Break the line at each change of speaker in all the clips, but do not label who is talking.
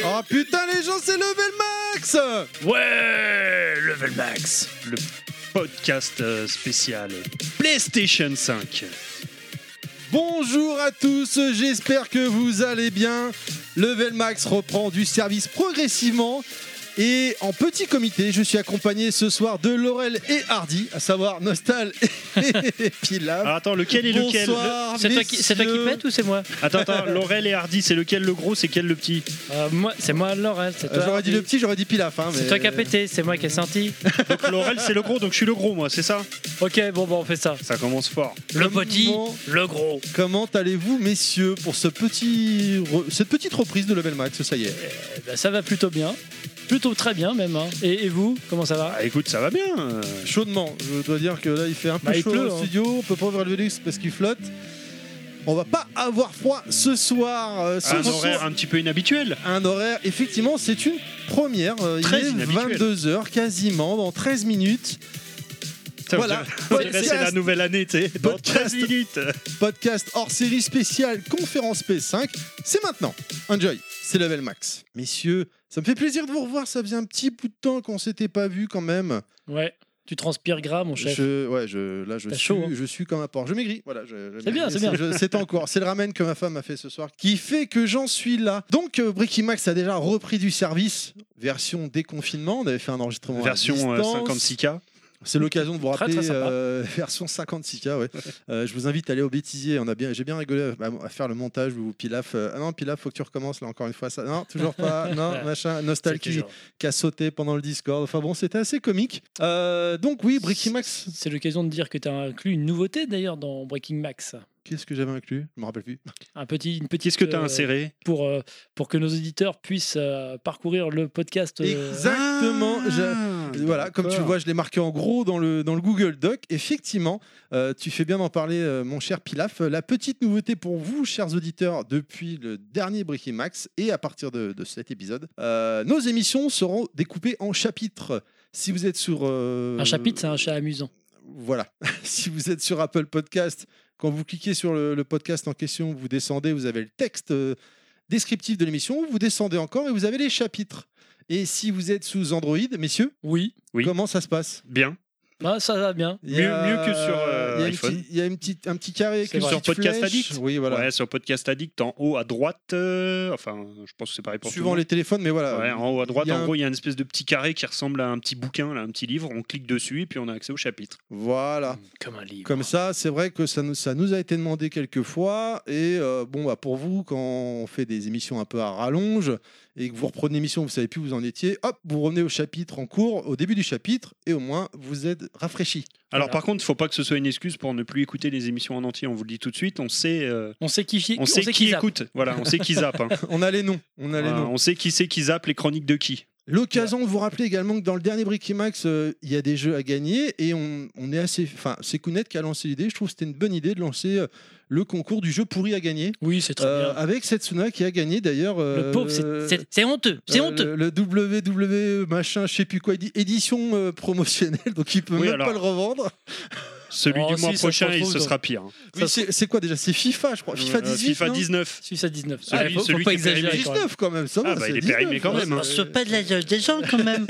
Oh putain les gens, c'est Level Max.
Ouais, Level Max, le podcast spécial PlayStation 5.
Bonjour à tous, j'espère que vous allez bien. Level Max reprend du service progressivement. Et en petit comité, je suis accompagné ce soir de Laurel et Hardy, à savoir Nostal et Pilaf.
Alors attends, lequel est lequel?
Bonsoir,
C'est toi qui pète ou c'est moi?
Attends, Laurel et Hardy, c'est lequel le gros, c'est quel le petit?
C'est moi Laurel, c'est toi.
J'aurais dit le petit, j'aurais dit Pilaf. Hein,
C'est
mais...
toi qui as pété, c'est moi qui ai senti.
Donc Laurel c'est le gros, donc je suis le gros moi, c'est ça?
Ok, bon, on fait ça.
Ça commence fort.
Le petit, le gros.
Comment allez-vous messieurs pour cette petite reprise de Level Max, ça y est?
Ça va plutôt bien. Plutôt très bien même. Hein. Et vous, comment ça va?
Ah, écoute, ça va bien.
Chaudement, je dois dire que là il fait un peu
il
chaud
pleut,
dans le studio, on peut pas ouvrir le Velux parce qu'il flotte. On va pas avoir froid ce soir.
Un horaire un petit peu inhabituel.
Un horaire, effectivement, c'est une première.
Très
il est
inhabituel.
22h quasiment, dans 13 minutes. Voilà.
C'est la nouvelle année, tu sais. Dans 13 minutes.
Podcast hors série spéciale conférence PS5. C'est maintenant. Enjoy. C'est Level Max. Messieurs, ça me fait plaisir de vous revoir. Ça faisait un petit bout de temps qu'on s'était pas vu quand même.
Ouais. Tu transpires gras, mon chef.
Je suis comme un porc. Je maigris. Voilà,
c'est bien.
C'est en cours. C'est le ramen que ma femme a fait ce soir qui fait que j'en suis là. Donc, Bricky Max a déjà repris du service. Version déconfinement. On avait fait un enregistrement
version
à distance.
56K.
C'est l'occasion de vous rappeler
très sympa.
version 56K. Ouais. Je vous invite à aller au bêtisier. J'ai bien rigolé à faire le montage ou Pilaf. Non, Pilaf, faut que tu recommences là encore une fois. Ça. Non, toujours pas. Non, machin. Nostal qui a sauté pendant le Discord. Enfin bon, c'était assez comique. Donc oui, Breaking Max.
C'est l'occasion de dire que tu as inclus une nouveauté d'ailleurs dans Breaking Max.
Qu'est-ce que j'avais inclus? Je me rappelle plus.
Une petite.
Qu'est-ce que tu as inséré
pour que nos auditeurs puissent parcourir le podcast.
Exactement. Voilà, comme tu le vois, je l'ai marqué en gros dans le Google Doc. Effectivement, tu fais bien d'en parler, mon cher Pilaf. La petite nouveauté pour vous, chers auditeurs, depuis le dernier Breaking Max et à partir de cet épisode, nos émissions seront découpées en chapitres. Si vous êtes sur
Un chapitre, c'est un chat amusant.
Voilà. Si vous êtes sur Apple Podcast, quand vous cliquez sur le podcast en question, vous descendez, vous avez le texte descriptif de l'émission, vous descendez encore et vous avez les chapitres. Et si vous êtes sous Android, messieurs,
oui.
Comment ça se passe?
Bien.
Ça va bien.
Mieux que sur iPhone.
Il y a un petit carré avec une
sur
petite
Podcast
flèche.
Addict.
Oui, voilà.
Ouais, sur Podcast Addict, en haut à droite. Enfin, je pense que c'est pareil pour
Suivant
tout le
les téléphones, mais voilà.
monde. Ouais, en haut à droite, en gros, il y a une espèce de petit carré qui ressemble à un petit bouquin, là, un petit livre. On clique dessus et puis on a accès au chapitre.
Voilà.
Comme un livre.
Comme ça, c'est vrai que ça nous a été demandé quelques fois. Et pour vous, quand on fait des émissions un peu à rallonge et que vous reprenez l'émission, vous savez plus où vous en étiez, hop, vous revenez au chapitre en cours, au début du chapitre, et au moins vous êtes rafraîchi.
Alors
Voilà.
par contre, il ne faut pas que ce soit une excuse pour ne plus écouter les émissions en entier. On vous le dit tout de suite. On sait qui
zappe.
écoute. Voilà, on sait qui zappe. Hein.
On a les noms.
On sait qui c'est qui zappe les chroniques de qui.
L'occasion de vous rappeler également que dans le dernier Bricky Max, il y a des jeux à gagner et on est assez. Enfin, c'est Kounet qui a lancé l'idée. Je trouve que c'était une bonne idée de lancer le concours du jeu pourri à gagner.
Oui, c'est très bien.
Avec Setsuna qui a gagné d'ailleurs.
Le pauvre, c'est honteux. C'est honteux.
Le WW machin, je sais plus quoi, édition promotionnelle, donc il peut pas le revendre.
Celui du mois
si,
prochain,
ça se
ce sera pire. Hein.
Oui, c'est quoi déjà? C'est FIFA, je crois. FIFA 18.
FIFA
non
19.
FIFA 19.
Celui
faut pas
qui est périmé.
exagérer.
19 quand même, ça va.
Il est périmé quand même.
On se fait pas de la gueule des gens quand même.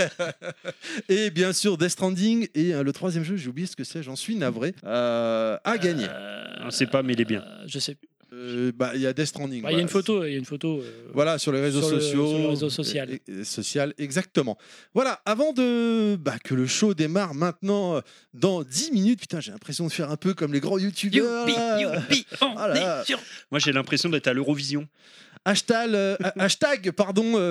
Et bien sûr, Death Stranding et le troisième jeu, j'ai oublié ce que c'est, j'en suis navré, à gagner.
On ne sait pas, mais il est bien.
Je sais plus.
Il y a Death Stranding.
Il y a une photo.
Voilà, sur les réseaux sociaux.
Sur le réseau social.
Exactement. Voilà, avant que le show démarre maintenant, dans 10 minutes, putain, j'ai l'impression de faire un peu comme les grands youtubeurs.
Youpi,
Moi, j'ai l'impression d'être à l'Eurovision.
Hashtag,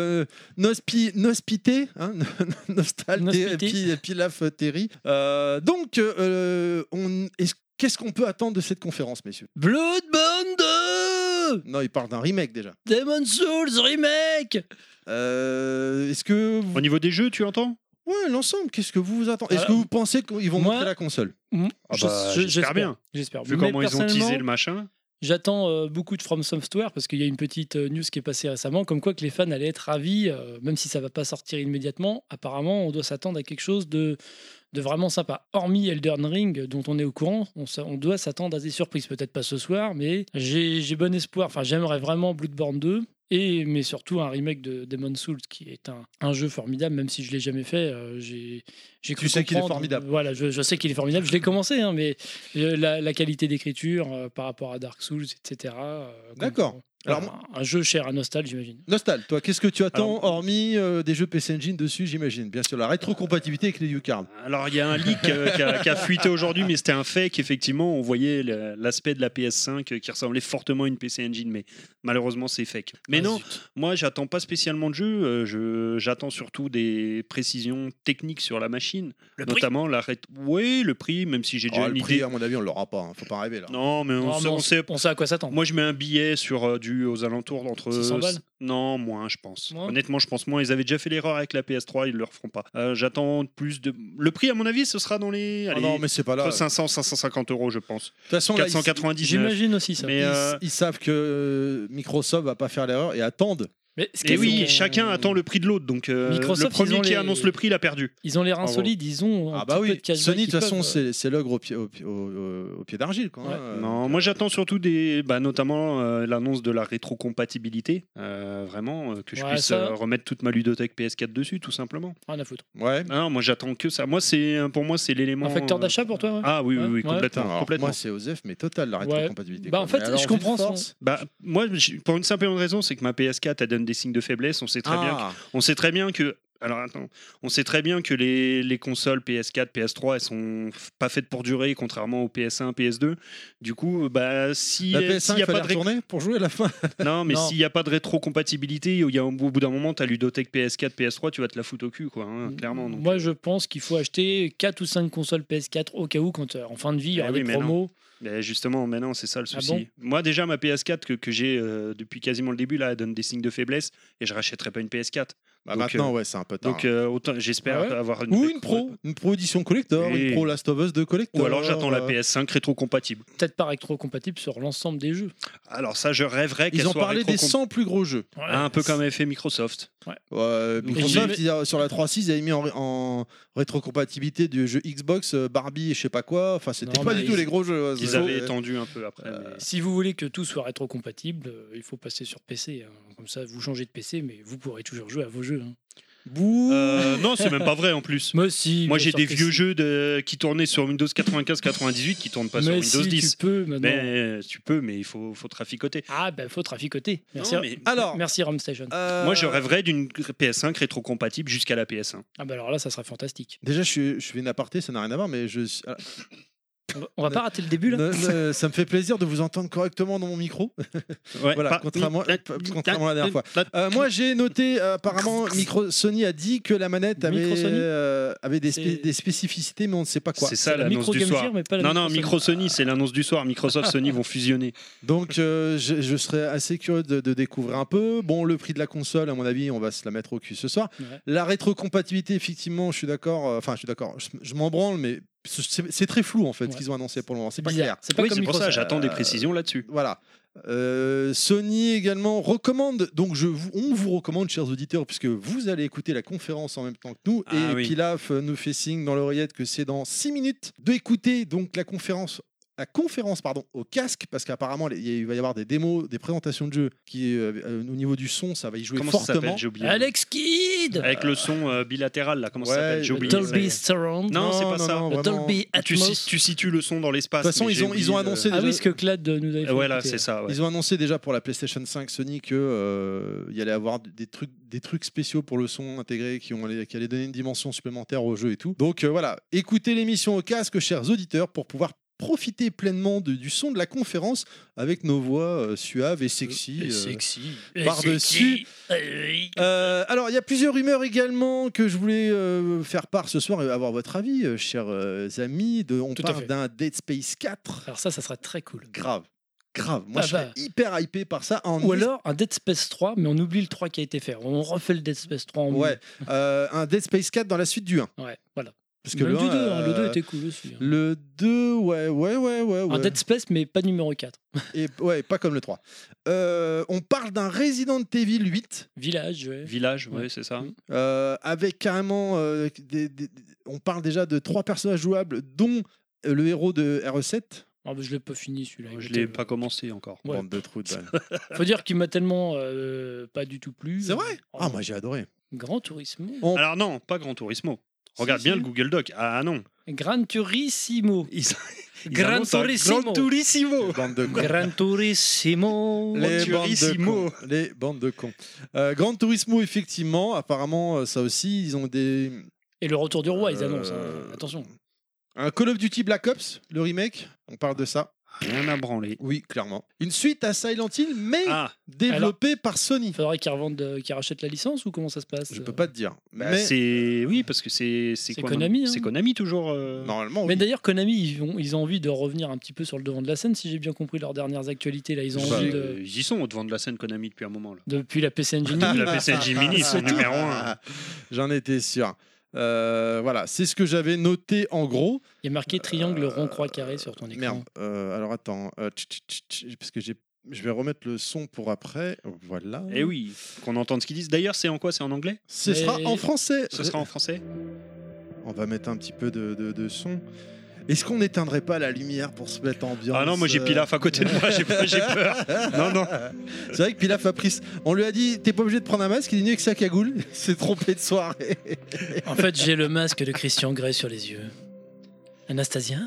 Nospité, hein, Nostal, Pilaf, Terry. Donc, qu'est-ce qu'on peut attendre de cette conférence, messieurs?
Bloodborne 2.
Non, il parle d'un remake déjà.
Demon's Souls remake.
Est-ce que
Au niveau des jeux, tu entends?
Ouais, l'ensemble, qu'est-ce que vous attendez? Est-ce que vous pensez qu'ils vont montrer la console?
J'espère bien.
J'espère.
Vu comment ils ont teasé le machin.
J'attends beaucoup de From Software parce qu'il y a une petite news qui est passée récemment comme quoi que les fans allaient être ravis, même si ça va pas sortir immédiatement. Apparemment, on doit s'attendre à quelque chose de vraiment sympa. Hormis Elden Ring, dont on est au courant, on doit s'attendre à des surprises. Peut-être pas ce soir, mais j'ai bon espoir. Enfin, j'aimerais vraiment Bloodborne 2. mais surtout un remake de Demon's Souls qui est un jeu formidable, même si je l'ai jamais fait. J'ai cru
Tu sais qu'il est
comprendre-
formidable.
Voilà, je sais qu'il est formidable. Je l'ai commencé, hein, mais la qualité d'écriture par rapport à Dark Souls, etc.
D'accord.
Alors, un jeu cher à Nostal, j'imagine.
Nostal, toi, qu'est-ce que tu attends,
Alors-
hormis des jeux PC Engine dessus, j'imagine. Bien sûr, la rétrocompatibilité avec les U-Card.
Alors il y a un leak qui a fuité aujourd'hui, mais c'était un fake. Effectivement, on voyait l'aspect de la PS5 qui ressemblait fortement à une PC Engine, mais malheureusement c'est fake. Mais
Ah,
non,
zut.
moi j'attends pas spécialement de jeu. J'attends surtout des précisions techniques sur la machine,
Le prix.
notamment oui, le prix, même si j'ai déjà
Oh,
une
le prix,
idée.
à mon avis, on l'aura pas. Faut pas rêver là.
Non, mais
Non, mais
on sait.
on sait à quoi s'attendre.
Moi, je mets un billet sur aux alentours d'entre
600 balles.
Non, moins, je pense.
Moins
Honnêtement, je pense moins. Ils avaient déjà fait l'erreur avec la PS3, ils le referont pas. J'attends plus de. Le prix, à mon avis, ce sera dans les.
Ah
Allez,
non, mais c'est pas là.
entre
De
500 550 euros, je pense.
toute façon, là,
499.
J'imagine aussi ça.
Mais,
ils savent que Microsoft va pas faire l'erreur et attendent.
Mais ce
Et
qu'ils
oui,
ont-
chacun attend le prix de l'autre. Donc,
Microsoft,
le premier
ils ont
qui
les-
annonce le prix, il a perdu.
Ils ont les reins
En gros.
solides, ils ont un
Ah bah
petit peu
oui,
de cashback
Sony, de toute
qu'ils
façon,
peuvent,
c'est l'ogre au pied d'argile. Quoi,
Ouais.
hein.
Non, moi j'attends surtout notamment l'annonce de la rétrocompatibilité, vraiment que je
Ouais,
puisse
ça.
remettre toute ma ludothèque PS4 dessus, tout simplement.
Rien à foutre.
Ouais.
Ah non, moi j'attends que ça. Moi pour moi c'est l'élément.
Un facteur d'achat pour toi, ouais.
Ah oui, oui,
Ouais,
oui,
ouais.
complètement,
Putain, alors,
complètement.
moi, c'est OSEF, mais total, la
Ouais.
rétrocompatibilité.
Bah,
quoi.
en fait,
Mais alors,
je comprends
vive
son-
force.
Bah, moi, pour une simple et bonne raison, c'est que ma PS4 elle donne des signes de faiblesse. On sait très bien.
Ah,
On sait très bien que. Alors attends, on sait très bien que les consoles PS4, PS3, elles sont pas faites pour durer, contrairement aux PS1, PS2. Du coup, bah si
la
s'il
PS5,
y
il
a pas
fallait
de
retourner pour jouer à la fin.
non, mais
Non.
s'il n'y a pas de rétrocompatibilité, il y a au bout d'un moment, tu as ludothèque PS4, PS3, tu vas te la foutre au cul, quoi, hein, clairement. Donc.
Moi, je pense qu'il faut acheter 4 ou 5 consoles PS4 au cas où, quand en fin de vie, il y aura
oui,
des
mais
promos.
Mais justement, maintenant, c'est ça le
Ah
souci.
bon
Moi, déjà, ma PS4 que j'ai depuis quasiment le début, là, elle donne des signes de faiblesse et je rachèterai pas une PS4.
Bah,
Donc,
maintenant, ouais, c'est un peu tard.
Donc, autant, j'espère
Ah ouais
avoir une.
Ou une pro édition collector,
Oui.
une pro Last of Us de collector.
Ou alors j'attends la PS5 rétrocompatible.
Peut-être pas rétro-compatible sur l'ensemble des jeux.
Alors, ça, je rêverais qu'elle
Ils ont
soit
parlé des
rétrocom-
100 plus gros jeux.
Un peu comme avait fait Microsoft.
Ouais, Microsoft, sur la 3.6, ils avaient mis en rétrocompatibilité du jeu Xbox, Barbie et je sais pas quoi. Enfin, c'était
Non,
pas
mais
du tout les gros jeux.
Qu'ils avaient étendu un peu après. mais-
Si vous voulez que tout soit rétro-compatible, il faut passer sur PC. Hein. Comme ça, vous changez de PC, mais vous pourrez toujours jouer à vos jeux. Hein.
Bouh.
Non, c'est même pas vrai en plus.
Moi, si,
Moi,
mais
j'ai
sur
des
PC.
vieux jeux qui tournaient sur Windows 95-98 qui tournent pas sur
Mais
Windows
si,
10.
tu peux maintenant.
Mais tu peux, mais il faut traficoter.
Ah, ben, faut traficoter. Merci,
Non, mais
Alors,
merci ROM Station.
moi, je rêverais d'une PS5 rétrocompatible jusqu'à la PS1.
Ah, ben alors là, ça serait fantastique.
Déjà, je fais une aparté, ça n'a rien à voir, mais
On va pas rater le début, là.
ça me fait plaisir de vous entendre correctement dans mon micro.
Ouais,
Voilà, contrairement à la dernière fois. Moi, j'ai noté, apparemment, Sony a dit que la manette
Micro Sony
avait des
C'est-
des spécificités, mais on ne sait pas quoi.
C'est ça
la
l'annonce
micro
du
Game
soir.
Gear, mais pas la
Non, non,
micro
Micro Sony, c'est l'annonce du soir. Microsoft, Sony vont fusionner.
Donc, je serais assez curieux de découvrir un peu. Bon, le prix de la console, à mon avis, on va se la mettre au cul ce soir.
Ouais.
La rétrocompatibilité, effectivement, je suis d'accord. Enfin, je suis d'accord. Je m'en branle, mais c'est très flou en fait ce
Ouais.
qu'ils ont annoncé pour le moment. C'est pas
Bizarre.
clair.
C'est pas
Oui,
comme
c'est pour ça,
Microsoft.
j'attends des précisions là-dessus.
Voilà. Sony également recommande, donc on vous recommande, chers auditeurs, puisque vous allez écouter la conférence en même temps que nous,
Ah
et
oui.
Pilaf nous fait signe dans l'oreillette que c'est dans 6 minutes d'écouter donc la conférence au casque, parce qu'apparemment il va y avoir des démos, des présentations de jeux qui, au niveau du son, ça va y jouer
Comment ça
fortement.
s'appelle? J'ai oublié.
Alex Kidd
Avec le son bilatéral, là, comment ça
Ouais,
s'appelle? J'ai
le
oublié. ça y
Dolby
est.
Surround.
Non, c'est pas ça.
non,
Le
vraiment.
Dolby
Tu,
Atmos.
tu situes le son dans l'espace.
De toute façon,
mais
ils
j'ai
ont
oublié
annoncé
Ah
déjà-
oui, ce que Clad nous avait fait.
Voilà,
écouter.
c'est ça. Ouais.
Ils ont annoncé déjà pour la PlayStation 5 Sony que il y allait avoir des trucs spéciaux pour le son intégré qui allaient donner une dimension supplémentaire au jeu et tout. Donc voilà, écoutez l'émission au casque, chers auditeurs, pour pouvoir profiter pleinement du son de la conférence avec nos voix suaves et sexy.
Et sexy.
par-dessus. Alors, il y a plusieurs rumeurs également que je voulais faire part ce soir et avoir votre avis, chers amis. On
Tout à
parle
fait.
d'un Dead Space 4.
Alors ça serait très cool.
Grave. Moi,
Ah
je serais hyper hypé par ça.
Ou alors un Dead Space 3, mais on oublie le 3 qui a été fait. On refait le Dead Space 3 en mieux.
Ouais, un Dead Space 4 dans la suite du 1.
Ouais, voilà.
Parce que
Même
le
du
1,
2, hein, le 2 était cool aussi. hein.
Le 2, ouais.
Un Dead Space, mais pas numéro 4.
Et, ouais, pas comme le 3. On parle d'un Resident Evil 8
Village, ouais.
Village, ouais,
Ouais.
c'est ça.
avec carrément. On parle déjà de 3 personnages jouables, dont le héros de RE7.
Ah bah, je l'ai pas fini celui-là.
Je l'ai pas commencé encore.
Ouais.
Bande de trous de balle.
Faut dire qu'il m'a tellement pas du tout plu.
C'est vrai?
Oh,
Ah, moi j'ai adoré.
Gran Turismo.
Alors non, pas Gran Turismo. Regarde bien
si.
le Google Doc. Ah non.
Gran Turismo.
Ils
Gran
annoncent un
Turismo.
Gran Turismo.
Bande de cons.
Gran Turismo.
Les bandes de
Turissimo.
cons. Les bandes de cons. Gran Turismo, effectivement, apparemment, ça aussi, ils ont des.
Et le retour du roi, ils annoncent. Attention.
Un Call of Duty Black Ops, le remake, on parle de ça.
Rien à branler.
Oui, clairement. Une suite à Silent Hill, mais
Ah,
développée par Sony.
Il faudrait qu'ils rachètent la licence ou comment ça se passe?
Je peux pas te dire.
bah,
mais
c'est oui parce que c'est quoi,
Konami, hein.
C'est Konami toujours.
normalement,
Mais
oui.
d'ailleurs, Konami, ils ont envie de revenir un petit peu sur le devant de la scène, si j'ai bien compris leurs dernières actualités. Là, ils ont
Bah,
envie de.
Ils y sont au devant de la scène Konami depuis un moment là.
Depuis la PC Engine.
La PC Engine Mini, ils sont numéro 1.
J'en étais sûr. Voilà, c'est ce que j'avais noté en gros.
Il y a marqué triangle rond croix carré sur ton écran.
Merde. Alors attends, parce que je vais remettre le son pour après. Voilà.
Eh oui, qu'on entende ce qu'ils disent. D'ailleurs, c'est en quoi? C'est en anglais?
Ce sera en français.
Ce sera en français?
On va mettre un petit peu de son. Est-ce qu'on n'éteindrait pas la lumière pour se mettre ambiance?
Ah non, moi j'ai Pilaf à côté de moi, j'ai peur. Non, non.
C'est vrai que Pilaf a pris. On lui a dit, t'es pas obligé de prendre un masque, il est venu avec sa cagoule. Il s'est trompé de soirée.
En fait, j'ai le masque de Christian Grey sur les yeux. Anastasia?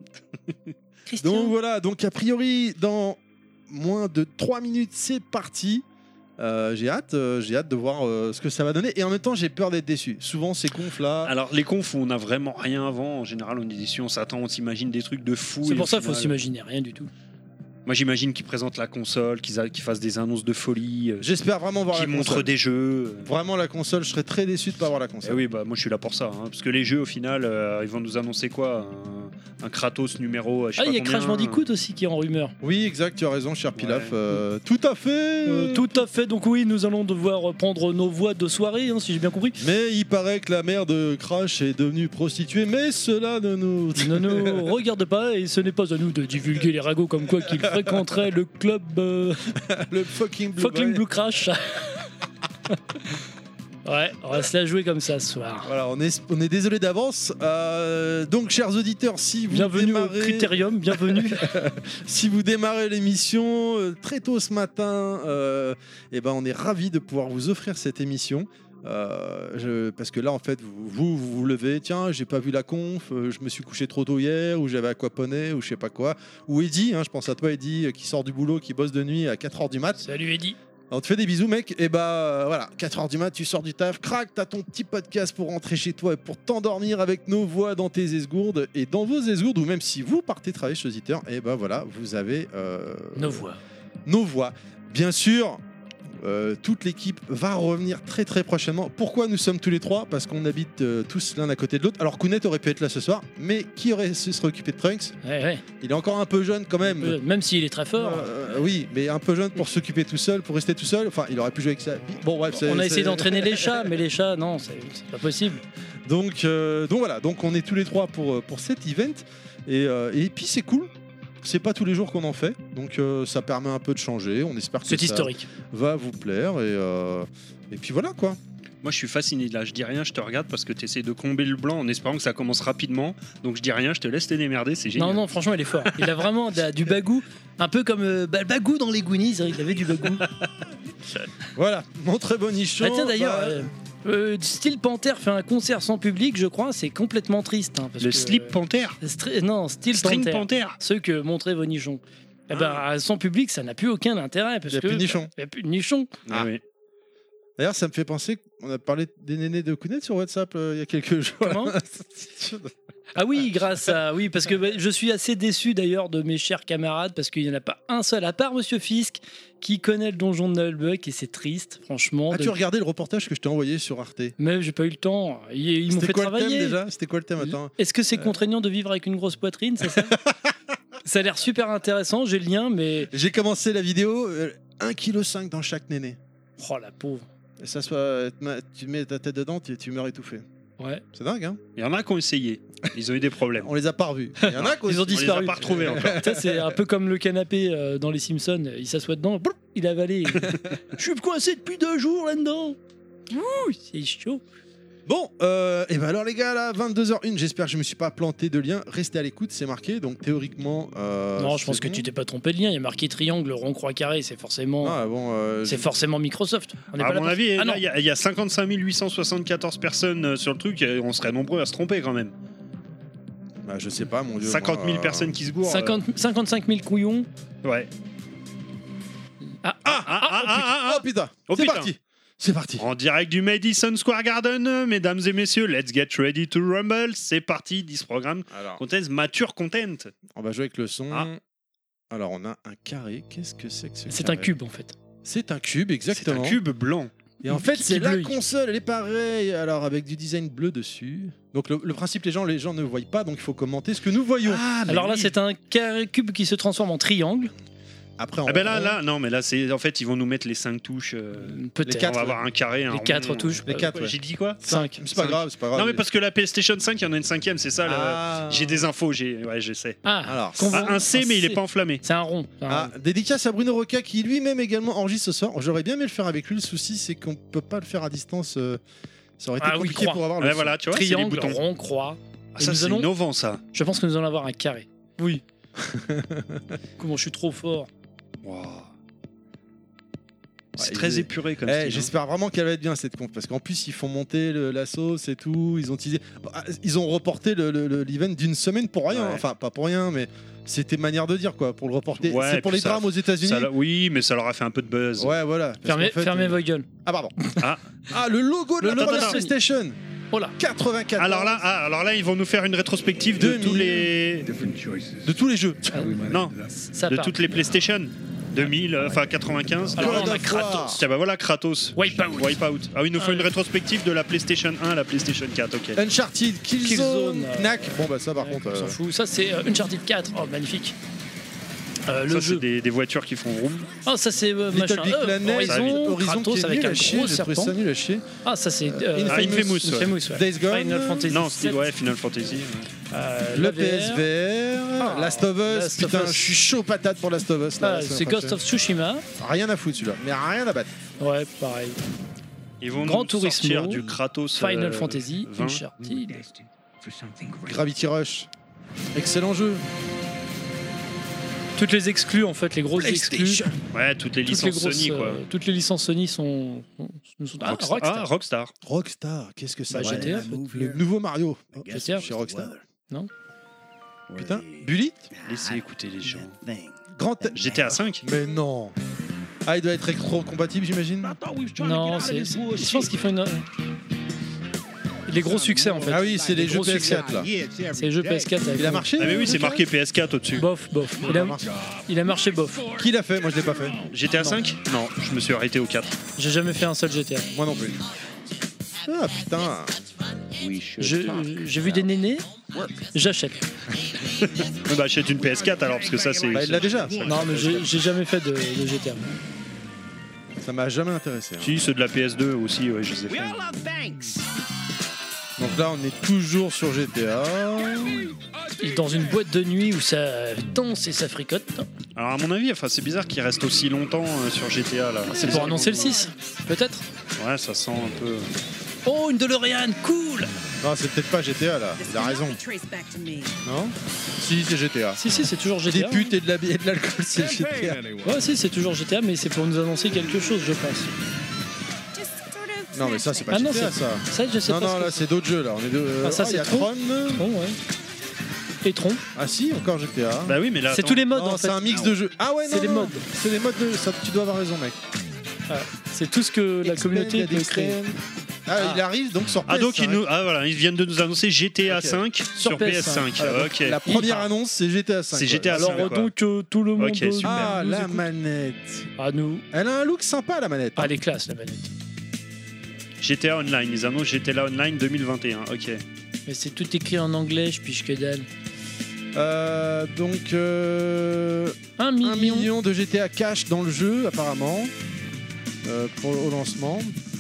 Christian?
Donc voilà, donc a priori, dans moins de 3 minutes, c'est parti. J'ai hâte de voir ce que ça va donner. Et en même temps, j'ai peur d'être déçu. Souvent, ces confs là.
Alors, les confs où on n'a vraiment rien avant, en général, en édition, on s'attend, on s'imagine des trucs de fou.
C'est
et
pour
au
ça qu'il faut
final-
s'imaginer rien du tout.
Moi, j'imagine qu'ils présentent la console, qu'ils fassent des annonces de folie,
J'espère vraiment voir la
qu'ils montrent
console.
des jeux.
Vraiment la console, je serais très déçu de pas voir la
Eh
console.
oui, bah moi je suis là pour ça, hein, parce que les jeux au final, ils vont nous annoncer quoi, un Kratos numéro. Je sais
Ah,
pas
il y a
combien,
Crash Bandicoot aussi qui est en rumeur.
Oui, exact, tu as raison, cher Pilaf.
Ouais.
Tout à fait.
Tout à fait, donc oui, nous allons devoir prendre nos voix de soirée, hein, si j'ai bien compris.
Mais il paraît que la mère de Crash est devenue prostituée, mais cela ne nous.
Ne nous regarde pas et ce n'est pas à nous de divulguer les ragots comme quoi qu'il fréquenterait le club
Le fucking Blue
Fucking
Boy.
Blue Crash. Ouais, on va se la jouer comme ça ce soir.
Voilà, on est désolé d'avance. Donc, chers auditeurs, si vous
Bienvenue
démarrez,
au Critérium, bienvenue.
si vous démarrez l'émission très tôt ce matin, eh ben, on est ravis de pouvoir vous offrir cette émission. Parce que là, en fait, vous levez, tiens, j'ai pas vu la conf, je me suis couché trop tôt hier, ou j'avais aquaponé, ou je sais pas quoi. Ou Eddy, je pense à toi, Eddy, qui sort du boulot, qui bosse de nuit à 4h du mat.
Salut Eddy.
On te fait des bisous, mec. Et bah voilà, 4h du mat, tu sors du taf, crac, t'as ton petit podcast pour rentrer chez toi et pour t'endormir avec nos voix dans tes esgourdes. Et dans vos esgourdes, ou même si vous partez travailler chez Auditeur, et bah voilà, vous avez
Nos voix.
nos voix. Bien sûr, toute l'équipe va revenir très très prochainement. Pourquoi nous sommes tous les trois? Parce qu'on habite tous l'un à côté de l'autre. Alors Kounet aurait pu être là ce soir, mais qui aurait su se réoccuper de Trunks?
Ouais.
Il est encore un peu jeune quand même.
Même s'il est très fort.
Oui, mais un peu jeune pour s'occuper tout seul, pour rester tout seul. Enfin, il aurait pu jouer avec ça. Bon, bref,
On a essayé d'entraîner les chats, mais les chats, non, c'est pas possible.
Donc voilà, donc on est tous les trois pour cet event. Et puis c'est cool. C'est pas tous les jours qu'on en fait, donc ça permet un peu de changer. On espère que
C'est
ça
historique.
va vous plaire. Et puis voilà quoi.
Moi je suis fasciné là, je dis rien, je te regarde parce que tu essaies de combler le blanc en espérant que ça commence rapidement. Donc je dis rien, je te laisse te démerder, c'est génial.
Non, franchement, il est fort. Il a vraiment du bagou, un peu comme le bagou dans les Goonies, il avait du bagou.
Voilà, mon très bon nichon.
Ah, tiens, d'ailleurs,
bah,
Steel Panther fait un concert sans public, je crois, c'est complètement triste. Hein, parce
Le
que,
Slip Panther,
non, Steel
String
Panther.
Panther.
Ceux que montraient vos nichons. Eh ben, sans public, ça n'a plus aucun intérêt. Parce
Il y a
que
plus de nichons.
Il n'y a plus de nichons.
Ah oui.
D'ailleurs, ça me fait penser qu'on a parlé des nénés de Kounet sur WhatsApp il y a quelques jours.
Comment Ah oui, oui, parce que je suis assez déçu d'ailleurs de mes chers camarades parce qu'il n'y en a pas un seul, à part Monsieur Fisk, qui connaît le donjon de Nullbuck et c'est triste, franchement.
As-tu regardé le reportage que je t'ai envoyé sur Arte?
Mais j'ai pas eu le temps. Ils m'ont
C'était
fait
quoi le
travailler.
thème déjà? C'était quoi le thème? Attends.
Est-ce que c'est contraignant de vivre avec une grosse poitrine, c'est ça? Ça a l'air super intéressant, j'ai le lien, mais
J'ai commencé la vidéo, 1,5 kg dans chaque néné.
oh la pauvre.
Et ça tu mets ta tête dedans, tu meurs étouffé.
Ouais.
C'est dingue, hein?
Il y en a qui ont essayé, ils ont eu des problèmes.
On les a pas revus. Il y en a qui
Ils ont
On les a
disparu.
pas retrouvés encore.
Ça, c'est un peu comme le canapé dans les Simpsons. Il s'assoit dedans, boum, il a avalé. Je suis coincé depuis 2 jours là-dedans. Ouh, c'est chaud.
Bon, et ben alors les gars, là, 22h01, j'espère que je me suis pas planté de lien. Restez à l'écoute, c'est marqué, donc théoriquement...
Non, je pense
c'est
que
bon.
tu t'es pas trompé de lien. Il y a marqué triangle, rond, croix, carré. C'est forcément,
Ah bon,
c'est forcément Microsoft. On est
À
pas là
mon
pour-
avis,
Ah non.
il y a 55 874 personnes sur le truc, on serait nombreux à se tromper quand même.
bah, je sais pas, mon dieu.
50 000
moi,
personnes qui se gourent.
55 000 couillons.
Ouais.
Oh putain,
Oh,
c'est
putain.
parti. C'est parti.
En direct du Madison Square Garden, mesdames et messieurs, let's get ready to rumble. C'est parti, this programme
Alors,
contains mature content.
on va jouer avec le son.
Ah.
Alors, on a un carré. Qu'est-ce que c'est que ce
C'est
carré
un cube en fait.
C'est un cube,
C'est
exactement.
un cube blanc.
Et en fait,
Qui
c'est la
bleuille.
console, elle est pareille. Alors, avec du design bleu dessus. Donc, le principe, les gens ne voient pas, donc il faut commenter ce que nous voyons.
Ah,
Alors là, c'est un cube qui se transforme en triangle.
Après, on
Ah ben là, non, mais là, c'est en fait, ils vont nous mettre les 5 touches.
Peut-être.
Les quatre,
on va avoir un carré, un
Les
rond.
4 touches.
Les quatre, ouais.
J'ai dit quoi
5.
C'est pas
Cinq.
grave, c'est pas grave.
Non, mais parce que la PlayStation 5, il y en a une cinquième, c'est ça.
Ah.
J'ai des infos, ouais, je sais.
Ah,
Alors,
Un C, mais il est pas enflammé.
C'est un rond. C'est un
Ah,
rond.
dédicace à Bruno Roca qui lui-même également enregistre ce soir. J'aurais bien aimé le faire avec lui. Le souci, c'est qu'on peut pas le faire à distance. Ça aurait été
Ah oui,
compliqué
croix.
pour avoir le
Ouais,
son.
voilà, tu vois, c'est les
Triangle,
boutons.
rond, croix.
Ah,
Et
ça,
nous
c'est
allons-
innovant, ça.
Je pense que nous allons avoir un carré. Oui. Comment je suis trop fort.
Wow. C'est
Ouais,
très
il est-
épuré comme
Eh,
style, hein.
j'espère vraiment qu'elle va être bien cette conf parce qu'en plus ils font monter la sauce et tout. Ils ont teasé. Ils ont reporté l'event d'une semaine pour rien.
Ouais.
Enfin, pas pour rien, mais c'était manière de dire quoi pour le reporter.
Ouais,
c'est pour
puis
les
ça-
drames aux États-Unis.
Oui, mais ça leur a fait un peu de buzz.
Ouais, voilà. Parce qu'en fait,
Fermez vos gueules.
Ah pardon.
Ah.
Le logo de
Le
la
logo
première
de Sony.
PlayStation.
Oh là.
84.
Alors là, ils vont nous faire une rétrospective de
2000.
tous les,
De tous les jeux.
non,
Ça
de
part.
toutes les PlayStation. 2000, enfin 95.
Alors,
God
on a
of War.
Kratos.
Tiens, bah voilà Kratos.
Wipeout.
Wipeout. Ah oui, il nous faut
Ah,
une
ouais.
rétrospective de la PlayStation 1 à la PlayStation 4, ok.
Uncharted, Killzone,
Killzone,
Knack. Bon bah ça par contre.
On s'en fout. Ça, c'est Uncharted 4. Oh, magnifique. Le
Ça,
jeu.
c'est des voitures qui font room.
Ah, ça, c'est
Little
machin.
Big Planet,
Horizon,
qui
Kratos
est
avec
nul
un
à chier,
gros
j'ai trouvé
serpent.
ça nul à chier.
Ah, ça, c'est
Infamous, ouais.
Infamous, ouais.
Days Gone.
Final Fantasy
Non,
7.
ouais, Final Fantasy.
Le
la
PSVR,
Ah,
Last of Us,
Last of
putain,
Us.
je suis chaud patate pour Last of Us. Là,
Ah,
la semaine
c'est Ghost
prochaine.
of Tsushima.
Rien à foutre celui-là, mais rien à battre.
Ouais, pareil.
Ils vont
Grand
nous
Turismo,
sortir du Kratos
Final Fantasy,
20.
Uncharted.
Gravity Rush, excellent jeu.
Toutes les exclus, en fait, les grosses exclus.
Ouais, toutes les
Toutes les
licences
grosses,
Sony, quoi.
toutes les licences Sony sont. Ah, Rockstar.
Ah, Rockstar.
Rockstar, qu'est-ce que ça
Bah,
va
GTA.
Le nouveau Mario. Oh,
GTA.
chez Rockstar.
Non.
Putain, Bullet,
Laissez écouter les gens.
Grand.
GTA 5.
Mais non. Ah, il doit être rétro-compatible, j'imagine.
Non, je pense qu'ils font une. Les gros succès, en fait.
Ah oui, c'est les jeux
gros succès.
PS4 là.
C'est les jeux PS4. Avec
Il a marché
Ah mais oui, c'est marqué PS4 au-dessus.
Bof, bof. Il a marché bof.
Qui l'a fait? Moi, je l'ai pas fait.
GTA 5 Non, je me suis arrêté au 4.
J'ai jamais fait un seul GTA.
Moi non plus. Ah putain.
J'ai vu des nénés, j'achète.
Bah achète une PS4 alors, parce que ça c'est...
Bah, il l'a déjà.
Non, mais j'ai jamais fait de GTA.
Ça m'a jamais intéressé. hein.
Si, ceux de la PS2 aussi, ouais, je les ai fait.
Donc là, on est toujours sur GTA.
Et dans une boîte de nuit où ça danse et ça fricote.
Alors à mon avis, enfin, c'est bizarre qu'il reste aussi longtemps sur GTA là.
C'est pour annoncer le 6, peut-être.
Ouais, ça sent un peu...
Oh, une DeLorean, cool.
Non, c'est peut-être pas GTA là. Il a raison. Non? Si, c'est GTA.
Si, c'est toujours
Des
GTA.
putes et de l'alcool, c'est GTA.
Ouais, si, c'est toujours GTA, mais c'est pour nous annoncer quelque chose, je pense.
Non, mais ça, c'est pas
Ah non,
GTA
c'est-
ça.
Ça, je sais
Non,
pas.
non,
ce que
là, c'est d'autres jeux là. On est de.
Ah, ça,
il y
c'est
a
Tron.
Tron.
c'est. Tron, ouais. Et Tron.
Ah, si, encore GTA.
Bah oui, mais là...
C'est
attends.
tous les modes,
Non,
en fait.
c'est un mix de jeux. Ah ouais, non.
C'est les
non.
modes.
C'est les modes de. Ça, tu dois avoir raison, mec.
C'est tout ce que la communauté
Expand,
peut créer.
Ah, il arrive donc sur PS5.
Ah donc voilà, ils viennent de nous annoncer GTA
Ok.
5 sur PS5.
Voilà, donc,
Ok.
La première annonce, c'est GTA 5.
C'est GTA
Alors,
5, quoi.
donc, tout le monde.
Ok, super.
Ah,
nous
la
écoute.
manette.
Ah, nous.
Elle a un look sympa, la manette.
Ah, elle est classe, la manette.
GTA Online, ils annoncent GTA Online 2021. Ok.
Mais c'est tout écrit en anglais, je piche que dalle.
Donc,
1
1
million.
million de GTA cash dans le jeu, apparemment, au lancement.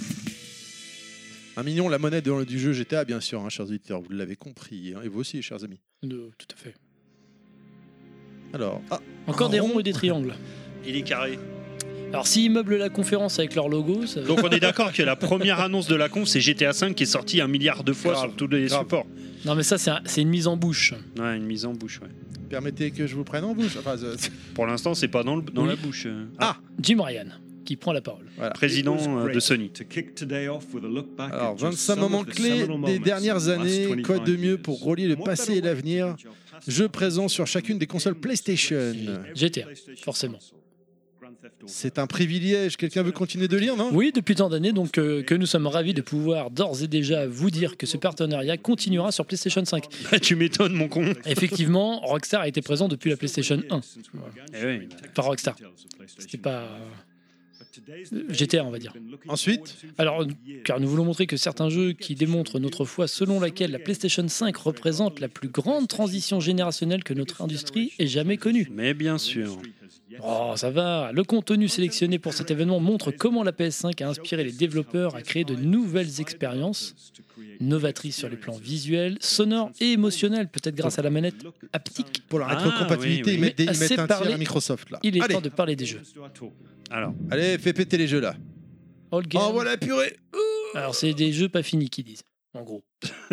1 million, la monnaie du jeu GTA, bien sûr, hein, chers auditeurs, vous l'avez compris, hein, et vous aussi, chers amis.
Tout à fait.
Alors,
Encore
Un
des
rond.
ronds et des triangles.
Il est carré.
Alors s'ils meublent la conférence avec leur logo, ça...
Donc on est d'accord que la première annonce de la conf, c'est GTA V qui est sorti 1 milliard de fois
Grave,
sur tous les
grave.
supports.
Non mais ça c'est une mise en bouche.
Ouais, une mise en bouche, ouais.
Permettez que je vous prenne en bouche. Enfin,
Pour l'instant, c'est pas dans
Oui.
la bouche.
Jim Ryan qui prend la parole.
Président de Sony.
Alors, 25 moments clés des dernières années. Quoi de mieux pour relier le passé et l'avenir? Jeux présents sur chacune des consoles PlayStation.
GTA, forcément.
C'est un privilège. Quelqu'un veut continuer de lire, non?
Oui, depuis tant d'années, donc que nous sommes ravis de pouvoir d'ores et déjà vous dire que ce partenariat continuera sur PlayStation 5.
Tu m'étonnes, mon con.
Effectivement, Rockstar a été présent depuis la PlayStation 1.
Eh oui.
Enfin, Rockstar. C'est pas GTA, on va dire.
Ensuite,
Alors, car nous voulons montrer que certains jeux qui démontrent notre foi selon laquelle la PlayStation 5 représente la plus grande transition générationnelle que notre industrie ait jamais connue.
Mais bien sûr.
Oh, ça va. Le contenu sélectionné pour cet événement montre comment la PS5 a inspiré les développeurs à créer de nouvelles expériences novatrices sur les plans visuels, sonores et émotionnels, peut-être grâce à la manette haptique.
pour la
Ah,
rétrocompatibilité,
oui, oui.
ils mettent,
Mais
ils mettent
assez
un
parlé.
tir à Microsoft, là.
Il est
Allez,
temps de parler des jeux.
Alors,
allez, fais péter les jeux, là.
All game.
Oh, voilà la purée.
Alors, c'est des jeux pas finis qu'ils disent, en gros.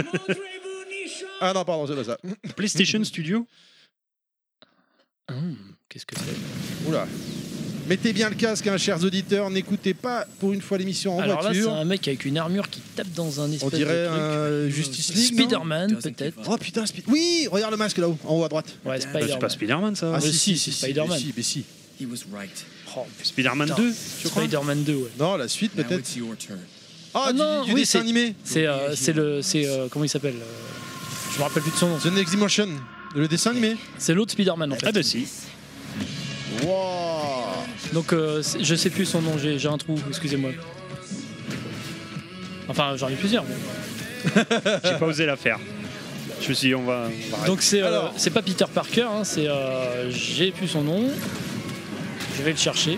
Ah non, pardon, c'est pas ça.
PlayStation Studio.
Qu'est-ce que c'est?
Oula. Mettez bien le casque, hein, chers auditeurs. N'écoutez pas pour une fois l'émission en
Alors là, c'est
voiture.
un mec avec une armure qui tape dans un espèce
On dirait
de truc.
un Justice League. non
Spider-Man, peut-être.
Oh putain, oui, regarde le masque là-haut, en haut à droite.
Ouais,
C'est
Spider-Man.
pas Spider-Man, ça.
Ah, si, c'est Spider-Man.
Si, mais si.
Oh,
Spider-Man
putain.
2, je crois.
Spider-Man 2, ouais.
Non, la suite peut-être. Ah,
Ah non,
du
oui,
dessin
c'est-
animé.
Comment il s'appelle je me rappelle plus de son nom.
The Next Dimension, le dessin animé.
C'est l'autre Spider-Man en fait.
Ah bah si.
Wow.
Donc je sais plus son nom, j'ai un trou, excusez-moi. Enfin, j'en ai plusieurs. mais-
J'ai pas osé la faire. Je me suis dit, on va arrêter.
Donc
Alors.
c'est pas Peter Parker, hein, c'est j'ai plus son nom. Je vais le chercher.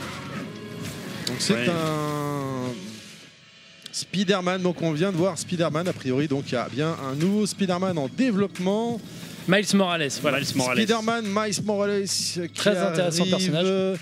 Donc c'est
Ouais.
un Spider-Man. Donc on vient de voir Spider-Man a priori. Donc il y a bien un nouveau Spider-Man en développement.
Miles Morales, voilà.
Miles Morales.
Spider-Man Miles Morales. Qui
Très intéressant
arrive,
personnage.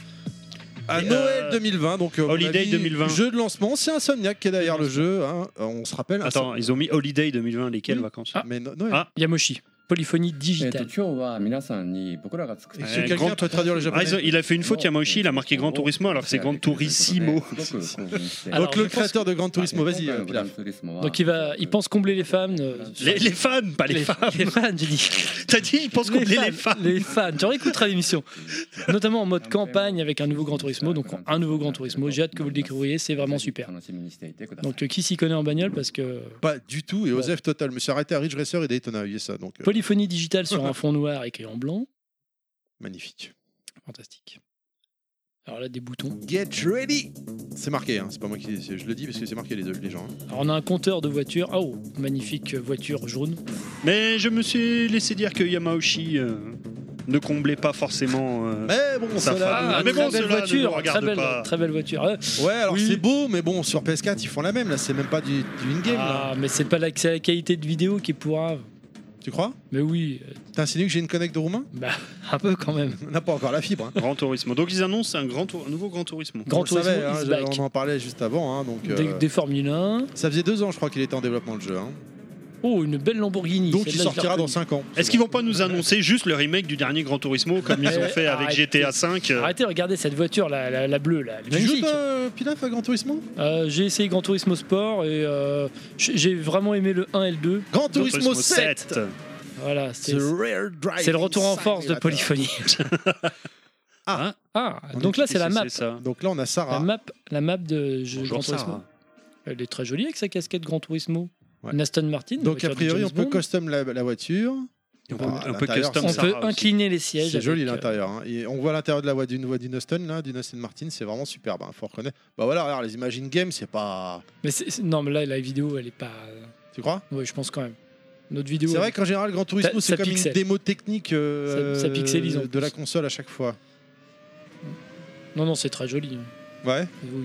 À
Et,
Noël 2020, donc à mon
Holiday
avis,
2020.
Jeu de lancement, c'est Insomniac qui est derrière le jeu. Hein. On se rappelle.
Attends, ils ont mis Holiday 2020, lesquelles
Oui.
vacances
Ah.
Mais Noël.
Ah.
Yamoshi, polyphonie
えっ
digitale.
と今日は皆さんに僕らが作っ
Et
た
si quelqu'un
Grand-
peut traduire le
Ah,
japonais.
il a fait une faute, Yamauchi, il a marqué Gran Turismo alors que c'est Gran Turissimo.
Alors,
Donc le
je pense
créateur de Gran Turismo, vas-y,
今回のグラ
Pilaf.
ンツーリスモは
Donc il pense combler les fans.
Les fans, pas les femmes.
Les fans, j'ai dit.
T'as dit, il pense qu'on est les fans.
Les fans. Tu réécouteras l'émission. Notamment en mode campagne avec un nouveau Gran Turismo. Donc un nouveau Gran Turismo. J'ai hâte que vous le découvriez. C'est vraiment super.
楽しみにしていてください
Donc qui s'y connaît en bagnole parce que
Pas du tout. Et
Bon.
Osef Total. Je me suis arrêté à Ridge Racer et Daytona. Oui, ça. Donc
polyphonie digitale sur un fond noir écrit en blanc.
magnifique.
Fantastique. Alors là, des boutons.
Get ready. C'est marqué. Hein. C'est pas moi qui. Je le dis parce que c'est marqué les gens. Hein.
Alors on a un compteur de voitures. Oh, magnifique voiture jaune.
Mais je me suis laissé dire que Yamauchi ne comblait pas forcément.
Mais bon,
Ça
cela.
fera-
Ah,
mais bon,
très belle
cela ne
voiture.
nous regarde pas.
Très belle voiture.
Ouais, alors
Oui.
c'est beau, mais bon, sur PS4, ils font la même. Là, c'est même pas du in-game. là.
Ah, mais c'est pas la qualité de vidéo qui est pourrave.
Tu crois?
Mais oui,
T'insinues que j'ai une connect de roumain?
bah un peu quand même.
On n'a pas encore la fibre. Hein.
Gran Turismo. Donc ils annoncent un nouveau Gran Turismo.
Gran
On le savait,
Turismo
hein,
is back.
on en parlait juste avant. Hein, donc,
Des Formule 1.
ça faisait 2 ans, je crois, qu'il était en développement le jeu. Hein.
Oh, une belle Lamborghini.
Donc il
Celle-là, je l'ai
sortira dans
reconnue.
5 ans.
Est-ce qu'ils vont pas nous annoncer juste le remake du dernier Gran Turismo comme ils ont fait avec
Arrêtez.
GTA 5
Arrêtez, regardez cette voiture, la bleue, là. Elle est
Tu joues
magnifique.
toi, Pilaf, à Gran Turismo?
J'ai essayé Gran Turismo Sport et j'ai vraiment aimé le 1 et le 2.
Gran Turismo 7.
Voilà,
The
c'est
Rare Driving
c'est le retour en force de
Simulator.
Polyphonie.
Ah,
Ah, donc là, c'est la map.
ça.
Donc là, on a Sarah.
La map de Gran
Bonjour,
Turismo.
Sarah.
Elle est très jolie avec sa casquette Gran Turismo.
Ouais.
Une Aston Martin. la
Donc
voiture
a
de
priori,
James
on peut
Bond.
custom la voiture.
On peut,
Ah,
on peut
l'intérieur,
custom
On
Sarah
peut
aussi.
incliner les sièges.
C'est joli
avec,
l'intérieur. Hein. Et on voit l'intérieur de la voie d'une Aston, là, d'une Aston Martin, c'est vraiment superbe. Hein, faut reconnaître. Bah voilà, regarde, les images in-game, c'est pas.
Mais non, mais là, la vidéo, elle est pas.
Tu crois?
Ouais, je pense quand même. Notre vidéo.
C'est vrai qu'en général, Gran Turismo,
Ça
c'est comme
pixel.
une démo technique
Ça pixelise en
de la
plus.
console à chaque fois.
Non, c'est très joli. hein.
Ouais.
Oui.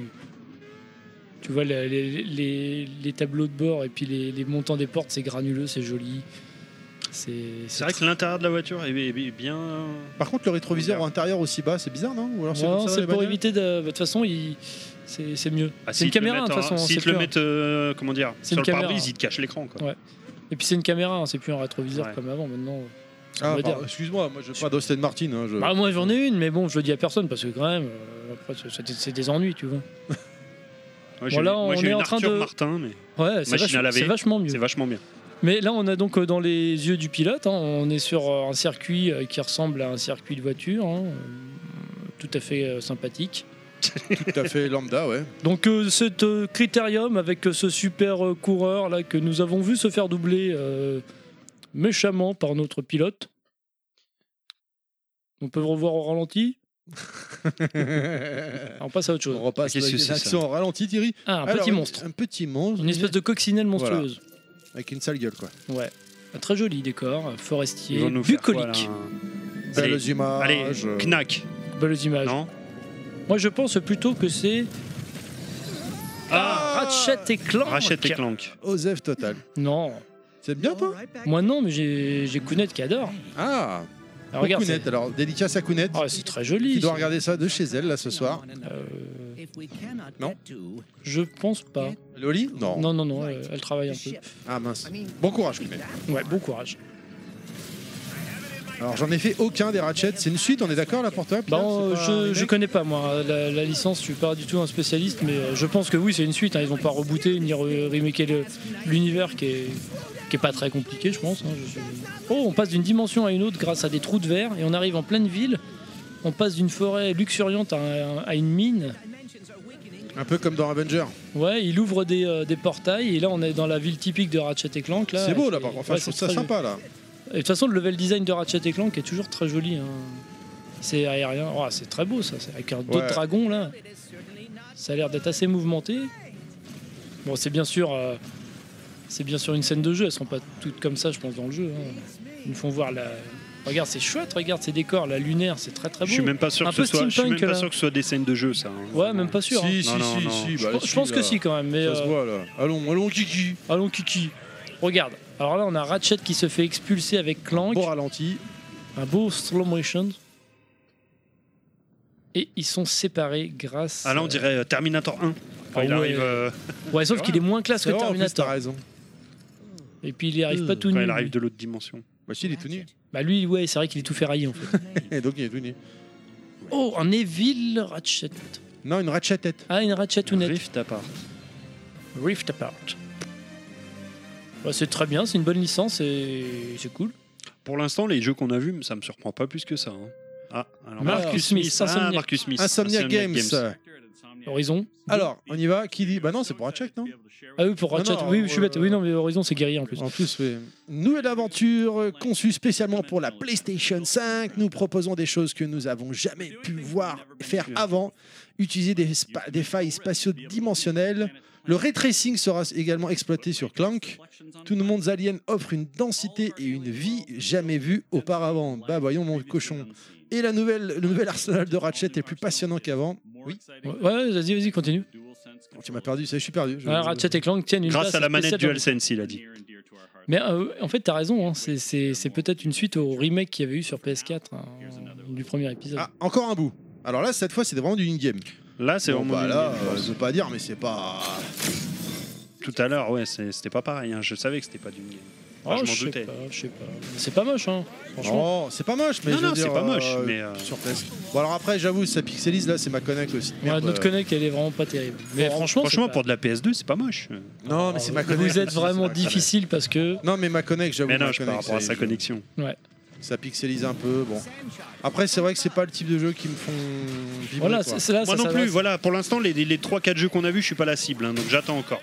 Tu vois les tableaux de bord et puis les montants des portes, c'est granuleux, c'est joli.
C'est vrai que l'intérieur de la voiture est bien.
Par contre, le rétroviseur intérieur aussi bas, c'est bizarre, non? Ou alors c'est
Non,
comme ça,
c'est
les
pour
bagnoles
éviter de. De toute façon, c'est mieux.
Ah,
c'est une caméra, de toute façon.
S'ils te le mettent, comment dire,
C'est
sur
une
le
caméra.
pare-brise, ils te cachent l'écran. Quoi.
Ouais. Et puis c'est une caméra, c'est plus un rétroviseur
Ouais.
comme avant maintenant.
Ah,
on va dire.
excuse-moi, moi je veux pas d'Aston Martin. Hein,
Bah, moi j'en ai une, mais bon, je le dis à personne parce que quand même, après, c'est des ennuis, tu vois.
Ouais,
Voilà,
moi,
on
j'ai
est
une
en train
Arthur
de-
Martin, mais
Ouais,
Machine à laver.
c'est vachement mieux.
c'est vachement bien.
Mais là, on a donc dans les yeux du pilote, hein, on est sur un circuit qui ressemble à un circuit de voiture, hein, tout à fait sympathique.
Tout à fait lambda, ouais.
Donc cet critérium avec ce super coureur là que nous avons vu se faire doubler méchamment par notre pilote. On peut le revoir au ralenti. On passe à autre chose.
On repasse
Qu'est-ce que c'est,
l'action en ralenti, Thierry.
Ah, un
Alors,
petit monstre.
Un petit monstre.
Une espèce de coccinelle monstrueuse.
Avec une sale gueule, quoi.
Ouais. Un très joli décor,
Ils
forestier,
vont nous faire quoi, là
bucolique.
Belles images.
Allez, Knack.
Belles images.
Non
Moi, je pense plutôt que c'est Ratchet et Clank.
Ratchet et Clank.
Osef total.
Non.
C'est bien, toi?
Moi, non, mais j'ai Kounet qui adore.
Ah,
Alors, regarde,
Kounet.
c'est
Alors, dédicace à Kounet.
c'est très joli.
Qui doit
ça.
regarder ça de chez elle, là, ce soir. Non.
Je pense pas.
Loli? Non.
Non, elle travaille un peu.
Ah, mince. Bon courage, Kounet.
Ouais, bon courage.
Alors, j'en ai fait aucun des Ratchet. C'est une suite, on est d'accord, là, pour toi? Pierre?
Bon,
C'est pas un
je
remake
connais pas moi la licence, je suis pas du tout un spécialiste, mais je pense que oui, c'est une suite. Hein, ils vont pas rebooter ni remaker l'univers qui est pas très compliqué, je pense. Hein, Oh, on passe d'une dimension à une autre grâce à des trous de verre et on arrive en pleine ville. On passe d'une forêt luxuriante à une mine.
Un peu comme dans Avenger.
Ouais, il ouvre des portails et là on est dans la ville typique de Ratchet et Clank. Là,
C'est beau, là, par contre. Enfin,
ouais,
je trouve
c'est
ça
très
sympa, là.
Et de toute façon, le level design de Ratchet et Clank est toujours très joli. Hein. C'est aérien. Oh, c'est très beau, ça. C'est avec d'autres
Ouais.
dragons, là. Ça a l'air d'être assez mouvementé. Bon, c'est bien sûr une scène de jeu. Elles sont pas toutes comme ça, je pense, dans le jeu. Hein. Ils nous font voir la... Regarde, c'est chouette. Regarde ces décors. La lunaire, c'est très, très beau.
Je suis même pas sûr
Un
que
peu
ce soit. Je suis même
steampunk,
pas
là.
sûr que ce soit des scènes de jeu, ça. hein.
Ouais, même pas sûr. hein.
Si,
Non, non, non.
si.
Je
Bah,
pense que
là.
si, quand même. Mais,
Ça se voit, là. Allons, Kiki.
allons, Kiki. Regarde. Alors là, on a Ratchet qui se fait expulser avec Clank.
Bon ralenti.
Un beau slow motion. Et ils sont séparés grâce.
Ah là, on dirait Terminator 1. Quand
Ah
il
ouais.
arrive,
Ouais, sauf qu'il est moins classe que
C'est vrai, en plus, t'as
Terminator.
raison.
Et puis il y arrive pas tout
quand
nu.
il arrive
lui.
de l'autre dimension.
Bah, si, il est tout nu.
Bah lui, ouais, c'est vrai qu'il est tout ferraillé en fait.
Et donc, il est tout nu.
Oh, un Evil Ratchet.
Non, une Ratchet tête.
Ah, une Ratchet tout net.
Rift Apart.
Rift Apart. Ouais, c'est très bien, c'est une bonne licence et c'est cool.
Pour l'instant, les jeux qu'on a vus, ça me surprend pas plus que ça. hein. Ah, alors
Marcus Smith, Insomniac.
Marcus Smith.
Insomniac Games.
Horizon.
Alors, on y va. Qui dit? Bah non, c'est pour Ratchet, non?
Ah oui, pour Ratchet.
non,
oui, je suis bête. Oui, non, mais Horizon, c'est guerrier en plus.
En plus, oui. Nouvelle aventure conçue spécialement pour la PlayStation 5. Nous proposons des choses que nous avons jamais pu voir faire avant. Utiliser des failles spatio-dimensionnelles. Le ray tracing sera également exploité sur Clank. Tous nos mondes aliens offrent une densité et une vie jamais vues auparavant. Bah voyons mon cochon. Et le nouvel arsenal de Ratchet est plus passionnant qu'avant. Oui.
Ouais, vas-y, continue.
Oh, tu m'as perdu, ça, je suis perdu.
Ouais, Ratchet et Clank tiennent une
Grâce
place
à la manette
spéciale.
DualSense, il a dit.
Mais en fait, t'as raison. Hein, c'est peut-être une suite au remake qu'il y avait eu sur PS4 hein, du premier épisode.
Ah, encore un bout. Alors là, cette fois, c'est vraiment du in-game.
Là, c'est
Bon,
vraiment.
bah
du-
là, je veux pas dire, mais c'est pas.
Tout à l'heure, ouais, c'était pas pareil. hein. Je savais que c'était pas du game.
Oh,
je m'en
je sais
doutais.
pas, je sais pas. C'est pas moche, hein. Franchement.
Oh, c'est pas moche, mais
Non,
je veux
non,
dire,
c'est pas moche, mais,
sur PS. Bon, alors après, j'avoue, ça pixelise, là, c'est ma connect aussi.
Ouais,
Merde,
notre connect, elle est vraiment pas terrible. Mais franchement,
Franchement,
c'est pas-
pour de la PS2, c'est pas moche.
Non, mais c'est ma connect.
Vous êtes vraiment
C'est-
difficile parce que.
Non, mais ma connect, j'avoue.
Mais non,
ma
par
connect,
rapport à
c'est-
sa connexion.
Ça pixelise un peu, bon. Après, c'est vrai que c'est pas le type de jeu qui me font vibrer,
Voilà,
quoi.
c'est là.
Moi
ça
non plus,
s'adresse-
voilà, pour l'instant, les 3-4 jeux qu'on a vus, je suis pas la cible, hein, donc j'attends encore.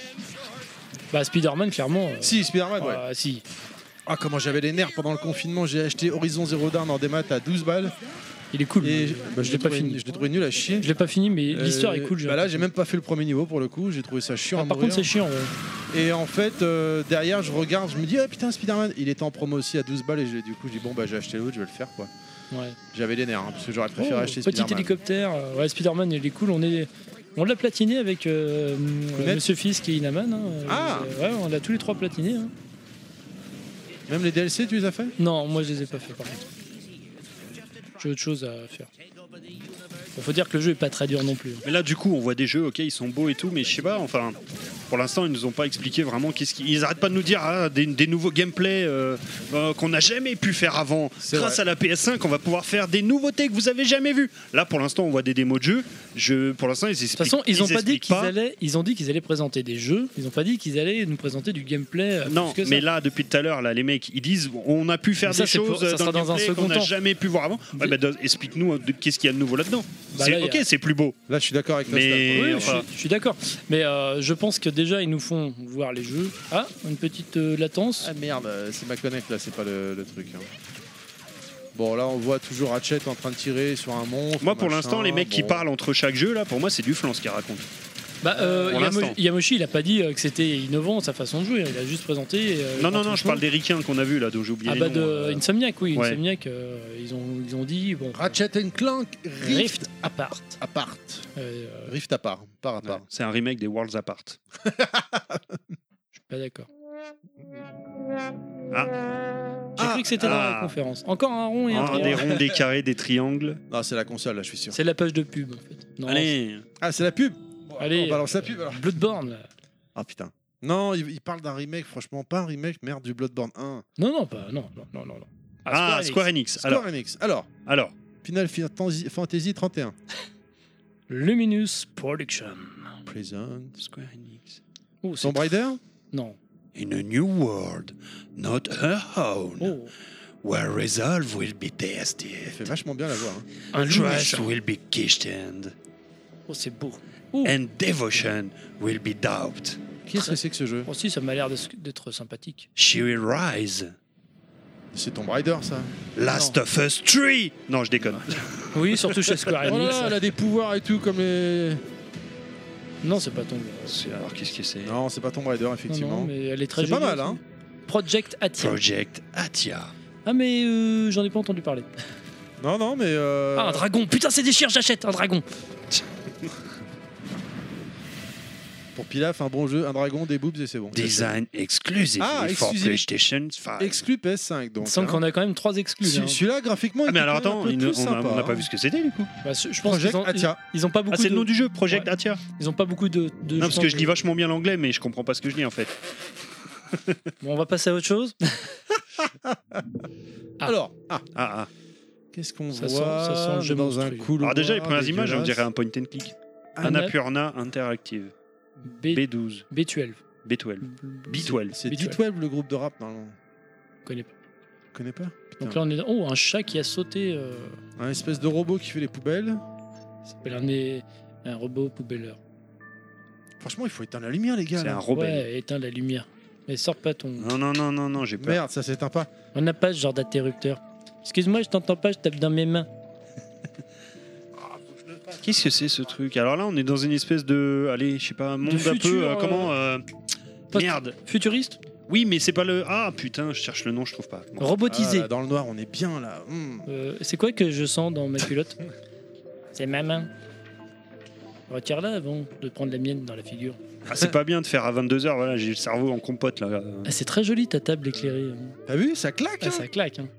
Bah, Spider-Man, clairement.
Si, Spider-Man, ouais.
Si.
Ah, comment j'avais les nerfs pendant le confinement, j'ai acheté Horizon Zero Dawn en démat à 12 balles.
Il est cool.
Et
je l'ai pas
trouvé-
fini.
Je l'ai trouvé nul à chier.
Je l'ai pas fini, mais l'histoire est cool.
Bah là, j'ai même pas fait le premier niveau pour le coup, j'ai trouvé ça chiant. à
Par contre,
mourir.
c'est chiant. Ouais.
Et en fait, derrière, je regarde, je me dis, ah putain, Spider-Man, il était en promo aussi à 12 balles, et du coup, je dis, bon, bah j'ai acheté l'autre, je vais le faire, quoi.
Ouais.
J'avais les nerfs, hein, parce que j'aurais préféré
Oh,
acheter
petit
Spider-Man.
hélicoptère. Ouais, Spider-Man, il est cool. On l'a platiné avec
Kounet.
Monsieur Fisk et Inaman. Hein.
Ah.
Ouais, on l'a tous les trois platiné. Hein.
Même les DLC, tu les as fait?
Non, moi je les ai pas fait par contre. J'ai autre chose à faire. Bon, faut dire que le jeu est pas très dur non plus.
Mais là, du coup, on voit des jeux, ok, ils sont beaux et tout, mais je sais pas, enfin, pour l'instant, ils nous ont pas expliqué vraiment qu'est-ce qu'ils. Ils arrêtent pas de nous dire des nouveaux gameplays qu'on n'a jamais pu faire avant.
C'est
Grâce
vrai.
à la PS5, on va pouvoir faire des nouveautés que vous avez jamais vues. Là, pour l'instant, on voit des démos de jeux. Pour l'instant, ils expliquent.
De toute façon, ils ont pas dit
expliquent
qu'ils allaient. Ils ont dit qu'ils allaient présenter des jeux. Ils ont pas dit qu'ils allaient nous présenter du gameplay.
Non,
plus que ça.
mais là, depuis tout à l'heure, là, les mecs, ils disent on a pu faire
Mais ça,
des
c'est pour-
choses
ça sera
dans le
dans un
gameplay
second
qu'on n'a
temps.
jamais pu voir avant. Ouais, bah, explique-nous qu'est-ce qu'il y a de nouveau là-dedans.
Bah,
C'est-
là, il y a-
ok, c'est plus beau.
Là, je suis d'accord avec
Mais-
Nostal.
Oui,
Et
je
enfin-
suis d'accord. Mais je pense que déjà, ils nous font voir les jeux. Ah, une petite latence.
Ah merde, c'est ma connect là, c'est pas le truc. Hein. Bon, là, on voit toujours Ratchet en train de tirer sur un monstre.
Moi, pour
machin,
l'instant, les mecs qui
bon.
parlent entre chaque jeu, là, pour moi, c'est du flan ce qu'ils racontent.
Bah,
pour l'instant.
Yamoshi, il a pas dit que c'était innovant sa façon de jouer. Il a juste présenté.
Non, je parle des ricains qu'on a vus là, dont j'ai oublié
Ah
les
bah
noms,
de Insomniac, oui.
ouais.
Insomniac, ils ont dit bon.
Ratchet Clank
Rift Apart.
Apart.
Euh,
Rift à part, par à
Ouais,
part.
c'est un remake des Worlds Apart.
je suis pas d'accord. J'ai cru que c'était dans la conférence. Encore un rond et un
Des
triangle.
ronds, des carrés, des triangles.
Non, c'est la console là, je suis sûr.
C'est la page de pub en fait. Non,
Allez,
Ah, c'est la pub.
Allez.
On balance la pub alors.
Bloodborne. Là.
Ah putain. Non, il parle d'un remake, franchement, pas un remake, merde, du Bloodborne 1.
Non, pas. Non.
Square Enix.
Square Enix. Alors,
Alors,
Final Fantasy 31.
Luminous Production.
Present.
Square Enix.
Oh, c'est
Tomb Raider.
Non.
In a new world, not a own,
Oh.
where resolve will be
Elle
tested,
fait vachement bien la voix. Hein.
Un
trust
loup.
will be questioned,
Oh, c'est beau. Oh.
and devotion will be doubt.
Qu'est-ce que c'est que ce jeu?
Oh, si, ça m'a l'air d'être sympathique.
She will rise.
C'est Tomb Raider ça.
Last of Us 3. Non, je déconne.
Oui, surtout chez Square
Oh là
Enix.
là, elle a des pouvoirs et tout comme les.
Non, c'est pas Tomb.
Alors, qu'est-ce que c'est?
Non, c'est pas Tomb Raider effectivement.
Non, mais elle est très
C'est pas
jolie
mal,
aussi.
hein.
Project Atia.
Project Atia.
Ah, mais j'en ai pas entendu parler.
Non, mais.
Ah, un dragon. Putain, c'est déchire, j'achète un dragon.
Pour Pilaf, un bon jeu, un dragon, des boobs et c'est bon.
Design exclusively
Ah,
for
exclusif.
PlayStation 5.
Exclu PS5 donc.
Sans
hein.
qu'on a quand même 3 exclus. hein.
Celui-là, graphiquement,
Ah, mais
il
alors
est un
attends,
peu plus
on
sympa,
n'a pas
hein.
vu ce que c'était du coup.
Bah, je pense
Project
qu'ils ont,
Atia.
ils ont pas beaucoup
Ah, c'est le
de...
nom du jeu, Project
Ouais.
Atia.
Ils ont pas beaucoup de
Non, parce que je lis
pense,
vachement bien l'anglais, mais je comprends pas ce que je lis en fait.
Bon, on va passer à autre chose.
Alors,
Ah.
qu'est-ce qu'on
Ça
voit
sent- ça sent le jeu
dans un
monstrueux.
couloir
Alors déjà, les premières images, on
dégueulasse.
dirait un point and click.
Anna-
Annapurna Interactive. B12.
B12.
B12. B12.
C'est
B12.
D12 le groupe de rap, normalement.
Je connais pas.
Tu connais pas? Putain.
Donc là, on est... Oh, un chat qui a sauté.
Un espèce de robot qui fait les poubelles.
Ça s'appelle un robot poubelleur.
Franchement, il faut éteindre la lumière, les gars.
C'est
là.
un rebelle.
Ouais, éteins la lumière. Mais sors pas ton...
Non, j'ai peur.
Merde, ça s'éteint pas.
On n'a pas ce genre d'interrupteur. Excuse-moi, je t'entends pas, je tape dans mes mains.
Qu'est-ce que c'est ce truc? Alors là, on est dans une espèce de. Allez, je sais pas, un monde un
futur,
peu. Comment
Post-
Merde.
Futuriste.
Oui, mais c'est pas le. Ah putain, je cherche le nom, je trouve pas. Bon.
Robotisé.
Ah, là, dans le noir, on est bien là.
C'est quoi que je sens dans ma culotte? C'est ma main. Retire-la avant de prendre la mienne dans la figure.
Ah, c'est pas bien de faire à 22h, voilà, j'ai le cerveau en compote là.
Ah, c'est très joli ta table éclairée.
T'as vu? Ça claque.
Ah,
hein.
ça claque. Hein.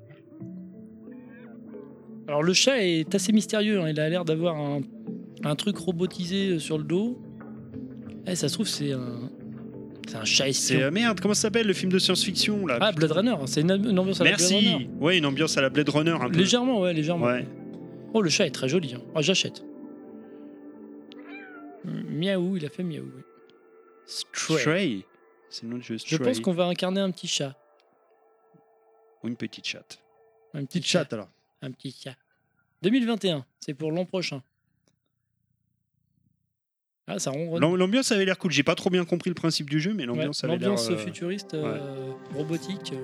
Alors le chat est assez mystérieux. Hein. Il a l'air d'avoir un truc robotisé sur le dos. Eh, ça se trouve c'est un chat espion.
C'est merde, comment ça s'appelle le film de science-fiction là?
Ah, Blade Runner. C'est une ambiance à la Blade
Merci.
Runner.
Ouais, une ambiance à la Blade Runner un peu.
Légèrement, ouais, légèrement.
Ouais.
Oh, le chat est très joli. Hein. Ah, j'achète. Miaou, il a fait miaou. Oui. Stray.
Stray. C'est le nom du jeu.
Je
Stray.
pense qu'on va incarner un petit chat.
Ou une petite chatte.
Un
Petite chatte alors.
Un petit chat. 2021, c'est pour l'an prochain. Ah, ça ronronne.
L'ambiance avait l'air cool. J'ai pas trop bien compris le principe du jeu, mais l'ambiance
Ouais,
avait l'air.
l'ambiance futuriste, robotique.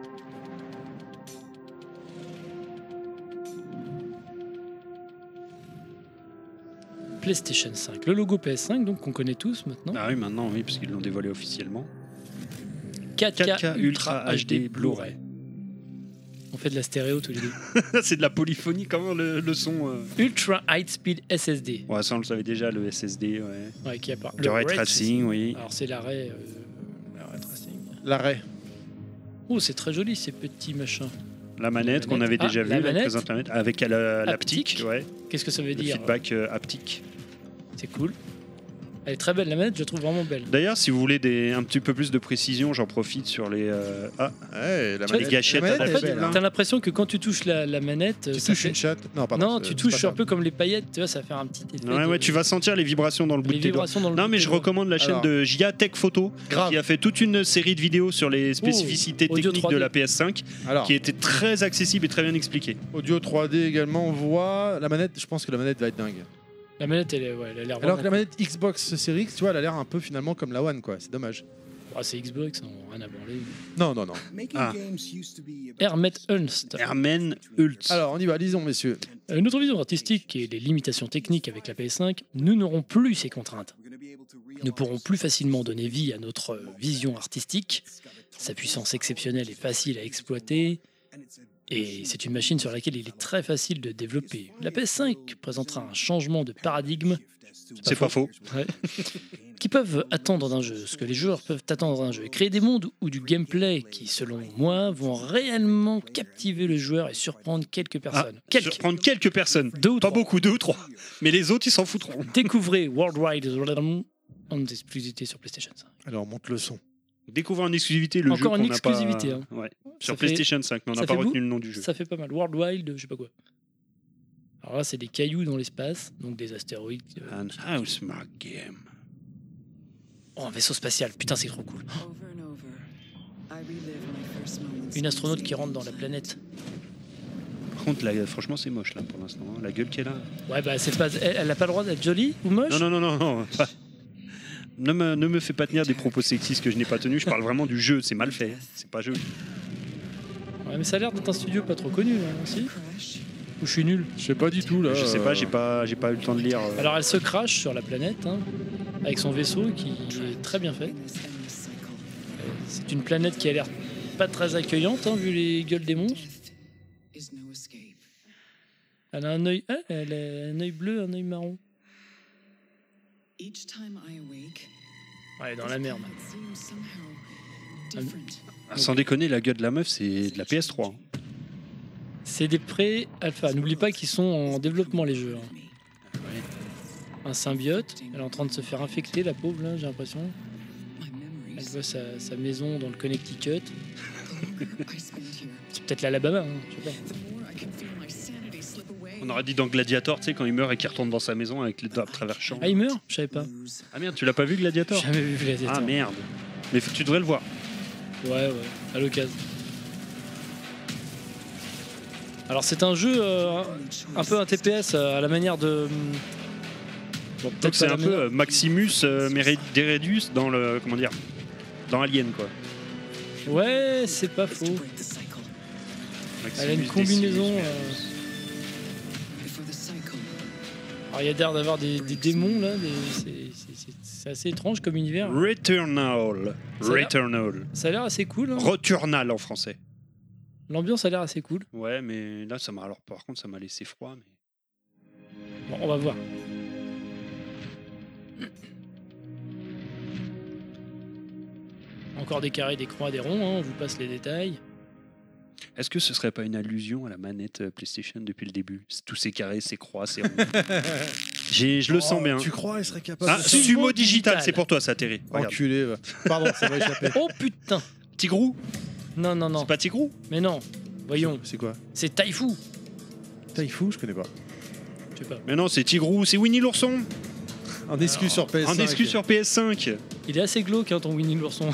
PlayStation 5. Le logo PS5, donc qu'on connaît tous maintenant.
Ah oui, maintenant, oui, parce qu'ils l'ont dévoilé officiellement.
4K,
Ultra HD Blu-ray.
On fait de la stéréo tous les deux.
C'est de la polyphonie, comment le son
Ultra High Speed SSD.
Ouais, ça on le savait déjà, le SSD, ouais.
Ouais, qui apparaît.
Le ray tracing, oui.
Alors c'est l'arrêt tracing.
L'arrêt.
Oh, c'est très joli ces petits machins.
La manette qu'on avait déjà vue,
la manette.
présente la manette, avec l'aptique,
Haptique.
ouais,
Qu'est-ce que ça veut
le
dire?
feedback haptique.
C'est cool. Elle est très belle, la manette, je la trouve vraiment belle.
D'ailleurs, si vous voulez un petit peu plus de précision, j'en profite sur les
Ouais, la
Tu vois,
les gâchettes
la manette,
En
elle est
fait,
adaptatives.
belle, hein.
t'as l'impression que quand tu touches la manette,
Tu
ça
touches
fait-
une chatte. Non, pardon.
Non,
c'est
tu
pas
touches
ça.
un peu comme les paillettes, tu vois, ça fait un petit effet.
Ouais, ouais, tu vas sentir les vibrations dans le bout
les
de tes doigts.
vibrations dans le
Non,
bout
mais
de
je
tes doigts.
recommande la chaîne
Alors.
de Gia Tech Photo,
Grave.
qui a fait toute une série de vidéos sur les spécificités
audio
techniques de
3D.
la PS5,
Alors,
qui était très accessible et très bien expliquée.
audio 3D également, on voit. La manette, je pense que la manette va être dingue.
La manette, elle a l'air
Alors que la
vraiment...
manette Xbox Series X, tu vois, elle a l'air un peu finalement comme la One, quoi. C'est dommage.
Ah, c'est Xbox, hein, rien à branler.
Non, non, non.
Ah.
Hermet Hulst.
Hermen Hult.
Alors, on y va, lisons, messieurs.
Notre vision artistique et les limitations techniques avec la PS5, nous n'aurons plus ces contraintes. Nous pourrons plus facilement donner vie à notre vision artistique. Sa puissance exceptionnelle est facile à exploiter. Et c'est une machine sur laquelle il est très facile de développer. La PS5 présentera un changement de paradigme.
C'est pas faux.
Ouais. Qui peuvent attendre d'un jeu, ce que les joueurs peuvent attendre d'un jeu, et créer des mondes ou du gameplay qui, selon moi, vont réellement captiver le joueur et surprendre quelques personnes.
Surprendre quelques personnes.
Deux ou
Pas
trois.
beaucoup, 2 ou 3. Mais les autres, ils s'en foutront.
Découvrez Worldwide Rhythm en exclusivité sur PlayStation 5.
Alors, monte le son.
Découvrir en exclusivité le
Encore
jeu qu'on
une
n'a pas...
exclusivité, hein.
Ouais.
Ça
Sur
fait-
PlayStation 5, mais on
ça
n'a pas
fait
retenu
beau.
le nom du jeu.
Ça fait pas mal. Worldwide, je sais pas quoi. Alors là, c'est des cailloux dans l'espace, donc des astéroïdes.
An house mark game.
Oh, un vaisseau spatial, putain, c'est trop cool. Une astronaute qui rentre dans la planète.
Par contre, là, franchement, c'est moche là pour l'instant. hein. La gueule qu'elle a.
Ouais, bah, c'est pas... elle a pas le droit d'être jolie ou moche.
Non, non, non, non, non. Ne me fais pas tenir des propos sexistes que je n'ai pas tenus. Je parle vraiment du jeu. C'est mal fait. C'est pas joli.
Ouais, mais ça a l'air d'être un studio pas trop connu, hein, aussi. Ou je suis nul.
Je sais pas du tout, là.
Je sais pas, j'ai pas eu le temps de lire.
Alors elle se crache sur la planète, hein, avec son vaisseau qui est très bien fait. C'est une planète qui a l'air pas très accueillante, hein, vu les gueules des monstres. Elle a un œil, elle a un œil bleu, un œil marron. Ouais, elle est dans la merde.
Sans déconner, la gueule de la meuf, c'est de la PS3. hein.
C'est des pré-alpha. N'oublie pas qu'ils sont en développement les jeux. hein. Un symbiote. Elle est en train de se faire infecter, la pauvre, là, j'ai l'impression. Elle voit sa maison dans le Connecticut. C'est peut-être l'Alabama, hein, je sais pas.
On aurait dit dans Gladiator, tu sais, quand il meurt et qu'il retourne dans sa maison avec les doigts à travers champ.
Ah, il meurt? Je savais pas.
Ah merde, tu l'as pas vu Gladiator?
Jamais vu Gladiator.
Ah merde. Mais tu devrais le voir.
Ouais, à l'occasion. Alors c'est un jeu un peu un TPS à la manière de... Bon,
Donc
peut-être
c'est
pas
un
la
peu
manière-
Maximus Deredus dans le... Comment dire? Dans Alien, quoi.
Ouais, c'est pas faux. Elle a une
Maximus
combinaison...
Decimus.
Alors il y a l'air d'avoir des démons là, c'est assez étrange comme univers.
Returnal.
Ça a l'air-
Returnal.
Ça a l'air assez cool. hein.
Returnal en français.
L'ambiance a l'air assez cool.
Ouais, mais là, ça m'a... Alors, par contre, ça m'a laissé froid. Mais...
Bon, on va voir. Encore des carrés, des croix, des ronds, hein, on vous passe les détails.
Est-ce que ce serait pas une allusion à la manette PlayStation depuis le début? Tous ces carrés, ces croix, ces ronds. Je le sens bien.
Tu crois, elle serait capable
Ah,
de ça
Sumo
Sumo Digital,
Digital.
c'est pour toi ça, Terry. Regarde.
Enculé, va. Pardon, ça m'a échappé.
Oh putain!
Tigrou?
Non, non, non.
C'est pas Tigrou?
Mais non. Voyons,
C'est quoi?
c'est Taifu.
Taifu, je connais pas.
Je sais pas.
Mais non, c'est Tigrou, c'est Winnie l'ourson.
En excuse sur PS5.
En excuse sur PS5.
Il est assez glauque, hein, ton Winnie l'ourson.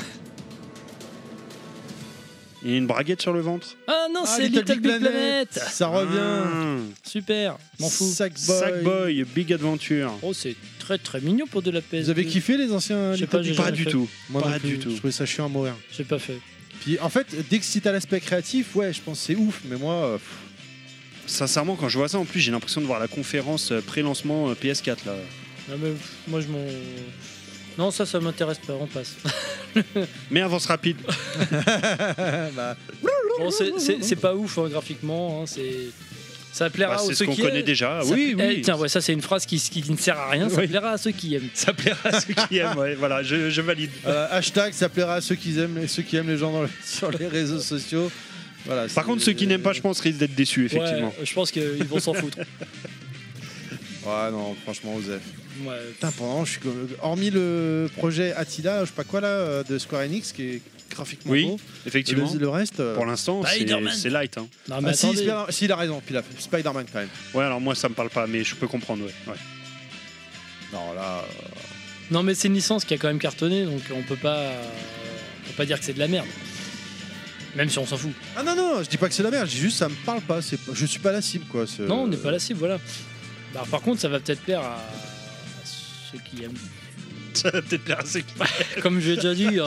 Il y a une braguette sur le ventre.
Ah non,
Ah,
c'est Little Big Planet.
Ça revient.
Ah.
Super, m'en fous.
Sackboy.
Sackboy, Big Adventure.
Oh, c'est très très mignon pour de la PS.
Vous avez kiffé les anciens
Je sais
Little
pas,
Big
j'ai
Planet?
jamais
Pas du
fait.
tout.
Moi
Pas
non plus,
du tout.
Je trouvais ça chiant à mourir.
J'ai pas fait.
Puis en fait, dès que si t'as l'aspect créatif, ouais, je pense que c'est ouf. Mais moi,
Sincèrement, quand je vois ça, en plus, j'ai l'impression de voir la conférence pré-lancement PS4 là.
Ah, mais, moi je m'en. Non, ça m'intéresse pas, on passe.
Mais avance rapide.
bah,
Bon, c'est pas ouf hein, graphiquement, hein, Ça plaira aux
c'est
ceux
ce qu'on
qui
connaît
aiment.
déjà.
Ça-
Oui, oui.
Tiens, ouais, ça c'est une phrase qui ne sert à rien. Ça
Oui.
plaira à ceux qui aiment.
Ça plaira à ceux qui aiment. Ouais, voilà, je valide.
Hashtag, ça plaira à ceux qui aiment, ceux qui aiment les gens sur les réseaux sociaux. Voilà,
Par contre, ceux qui n'aiment pas, je pense, risquent d'être déçus, effectivement.
Ouais, je pense qu'ils vont s'en foutre.
Ouais, non, franchement, Osef.
Ouais.
Putain, pendant, hormis le projet Attila, je sais pas quoi là, de Square Enix, qui est graphiquement
Oui,
beau.
effectivement.
Le reste.
Pour l'instant,
Spider-Man.
c'est light. Hein.
Non, mais
Ah, si,
attendez.
si, il a raison, Pilaf. Spider-Man quand même.
Ouais, alors moi, ça me parle pas, mais je peux comprendre. Ouais.
Non, là.
Non, mais c'est une licence qui a quand même cartonné, donc on peut pas dire que c'est de la merde. Même si on s'en fout.
Ah non, non, je dis pas que c'est la merde, je dis juste ça me parle pas. Je suis pas la cible, quoi.
Non, on n'est pas la cible, voilà. Bah, par contre, ça va peut-être plaire à ceux qui aiment.
Ça va peut-être plaire à ceux qui...
Comme j'ai déjà dit,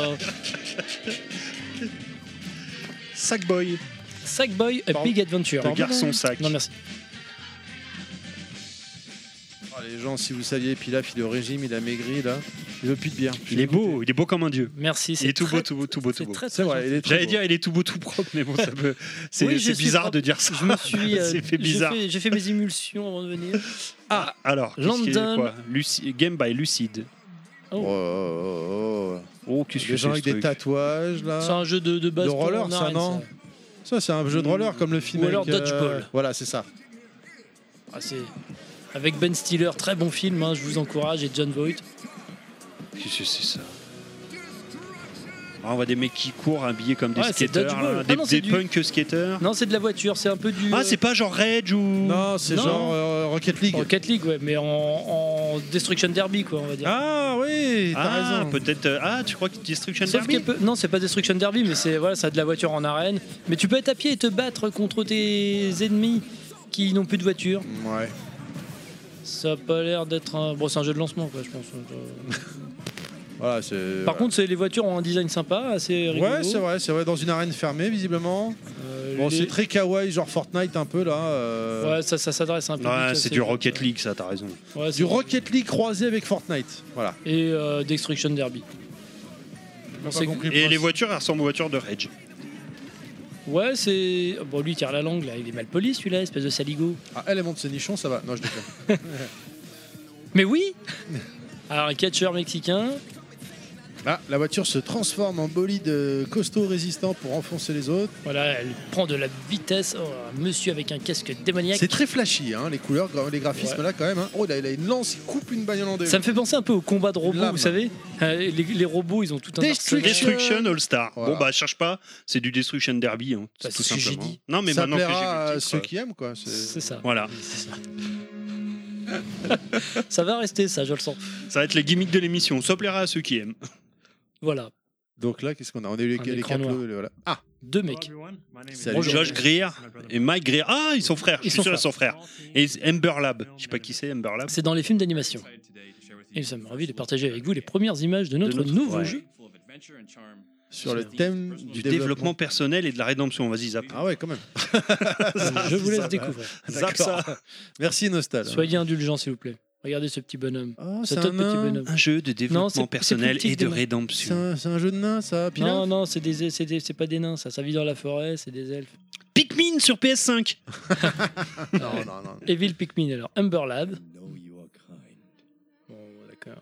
Sackboy,
Sackboy A
Pardon.
Big Adventure.
le garçon sac.
Non, merci.
Ah, les gens, si vous saviez, Pilaf, il est au régime, il a maigri là. Il veut plus de bière.
Il est beau comme un dieu.
Merci.
Il est tout beau, tout beau, tout beau, tout
C'est
beau.
très,
C'est
très
vrai, il est très
J'allais
beau.
dire, il est tout beau, tout propre, mais bon, ça peut... c'est
Oui, je
c'est
suis
bizarre
propre.
de dire ça.
Je me suis.
C'est fait bizarre.
J'ai fait mes émulsions avant de venir.
Ah, alors, qu'est-ce qu'il y a,
London.
quoi Game by Lucid.
Oh, oh, oh.
Oh, qu'est-ce que
Des
c'est
gens
ce
avec des
truc
tatouages là.
C'est un jeu de base.
De
pour
roller,
en
ça,
arène,
non Ça, c'est un jeu de roller comme le film.
Ou alors
avec,
Dodgeball.
Voilà, c'est ça.
Ah, c'est avec Ben Stiller, très bon film. Hein, je vous encourage, et John Voight.
Qu'est-ce que c'est ça On voit des mecs qui courent habillés comme des
Ouais, c'est
skaters,
Dodgeball.
là,
Ah non, c'est
des
du-
punk skaters.
Non, c'est de la voiture. C'est un peu du.
Ah, c'est pas genre Rage ou...
Non, c'est
Non.
genre Rocket League.
Rocket League, ouais, mais en Destruction Derby, quoi, on va dire.
Ah oui, t'as
Ah,
raison.
peut-être... Ah, tu crois que Destruction
Sauf
Derby
non, c'est pas Destruction Derby, mais c'est voilà, ça a de la voiture en arène. Mais tu peux être à pied et te battre contre tes ennemis qui n'ont plus de voiture.
Ouais.
Ça a pas l'air d'être un. Bon, c'est un jeu de lancement, quoi, je pense.
Voilà, c'est.
Par contre, les voitures ont un design sympa, assez rigolo.
Ouais, c'est vrai, dans une arène fermée, visiblement. Bon,
les-
c'est très kawaii, genre Fortnite un peu là.
Ouais, ça s'adresse un peu.
Ouais, c'est du Rocket League, ça, t'as raison.
Ouais,
Du Rocket League croisé avec Fortnite. Voilà.
Et Destruction Derby.
J'ai
c'est-
pas compris le
Et les
principe.
voitures, elles ressemblent aux voitures de Rage.
Ouais, c'est. Bon, lui, il tire la langue, là. Il est mal poli, celui-là, espèce de saligo.
Ah, elle monte ses nichons, ça va. Non, je déconne.
Mais oui. Alors, un catcheur mexicain.
Ah, la voiture se transforme en bolide costaud résistant pour enfoncer les autres.
Voilà, elle prend de la vitesse. Oh, un monsieur avec un casque démoniaque.
C'est très flashy, hein, les couleurs, les graphismes
Ouais.
là quand même. Hein. Oh, il a une lance, il coupe une bagnole en deux.
Ça me fait penser un peu au combat de robots,
Lame.
vous savez. Les robots, ils ont tout un arsenal.
Destruction All-Star.
Voilà.
Bon, bah, cherche pas, c'est du Destruction Derby, hein,
Bah,
tout
c'est ce que j'ai
simplement.
dit.
Non, mais
ça
maintenant que j'ai
plaira
vu
à
le titre,
ceux qui aiment, quoi.
C'est ça.
Voilà,
Ça va rester, ça, je le sens.
ça va être les gimmicks de l'émission. Ça plaira à ceux qui aiment.
Voilà,
Donc là, qu'est-ce qu'on a On a eu les
écran
quatre
noir.
voilà. Ah,
deux mecs.
Salut.
Bonjour.
Josh Greer et Mike Greer. Ah, ils sont frères, je
Ils
suis
sont
sûr, ils
frères.
sont frères. Et Ember Lab, je sais pas qui c'est, Ember Lab.
C'est dans les films d'animation. Et nous sommes ravis de partager avec vous les premières images de notre nouveau
ouais.
jeu.
sur le thème
Du développement personnel et de la rédemption. Vas-y, zap.
Ah ouais, quand même.
Je vous laisse
Ça.
découvrir.
Zap ça.
Merci Nostal.
Soyez indulgents, s'il vous plaît. Regardez ce petit bonhomme.
Oh,
Ce
c'est
tout
un
petit
nain.
bonhomme.
Un jeu de développement
c'est
personnel
plus petit
et
que
de
des nains.
rédemption.
C'est un jeu de nain, ça, Pilaf
Non, non, c'est pas des nains, ça vit dans la forêt, c'est des elfes.
Pikmin sur PS5.
Non, non, non.
Evil Pikmin, alors Umber Lab. Bon, d'accord.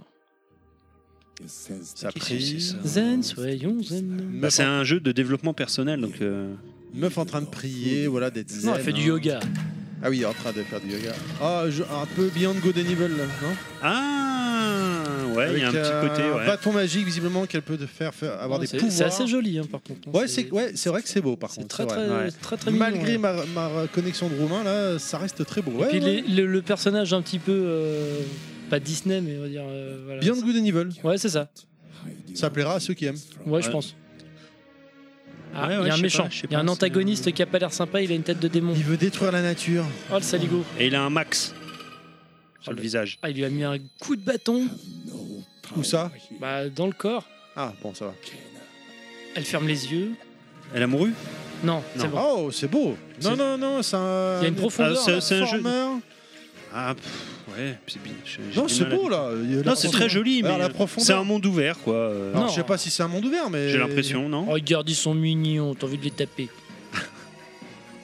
Ça
Qu'est-ce que
prie.
c'est ça
Zen, soyons zen.
Bah, c'est un jeu de développement personnel, donc
Meuf en train de prier, voilà, d'être zen.
Non, elle fait du
hein.
yoga.
Ah oui, en train de faire du yoga. Ah, un peu Beyond Good and Evil, là, non
ah ouais, il y a un
Avec,
petit côté.
un
Ouais.
bâton magique, visiblement, qu'elle peut faire avoir des
C'est
pouvoirs.
c'est assez joli, hein, par contre. hein,
Ouais, c'est vrai que c'est beau, par
c'est
contre.
très,
c'est
très,
vrai.
Ouais.
très mignon.
Malgré
ouais.
ma connexion de roumain, là, ça reste très beau.
Et
Ouais,
puis
ouais.
le personnage un petit peu. Pas Disney, mais on va dire. Voilà.
Beyond Good and Evil.
Ouais, c'est ça.
Ça plaira à ceux qui aiment.
Ouais, je
Ouais.
pense. Ah,
Ouais,
il
ouais,
y a un
je sais
méchant.
pas, je sais
Il y a un
pas,
antagoniste qui a pas l'air sympa, il a une tête de démon.
Il veut détruire la nature.
Oh, le saligo.
Et il a un max sur le
le-
visage.
Ah, il lui a mis un coup de bâton.
Où ça
Bah, dans le corps.
Ah, bon, ça va.
Elle ferme les yeux.
Elle a mouru.
Non,
Non.
c'est bon.
Oh, c'est beau. Non,
C'est-
non, non, c'est un.
Il y a une profondeur.
Ah,
là.
c'est un jeu.
Former.
Ah ouais, c'est bien.
Non, c'est beau, là. Il y a la
Non, c'est très
profondeur.
joli,
Alors,
mais
la profondeur.
c'est un monde ouvert, quoi.
Alors,
Non.
je sais pas si c'est un monde ouvert, mais.
J'ai l'impression, non
Oh, regarde, ils sont mignons, t'as envie de les taper.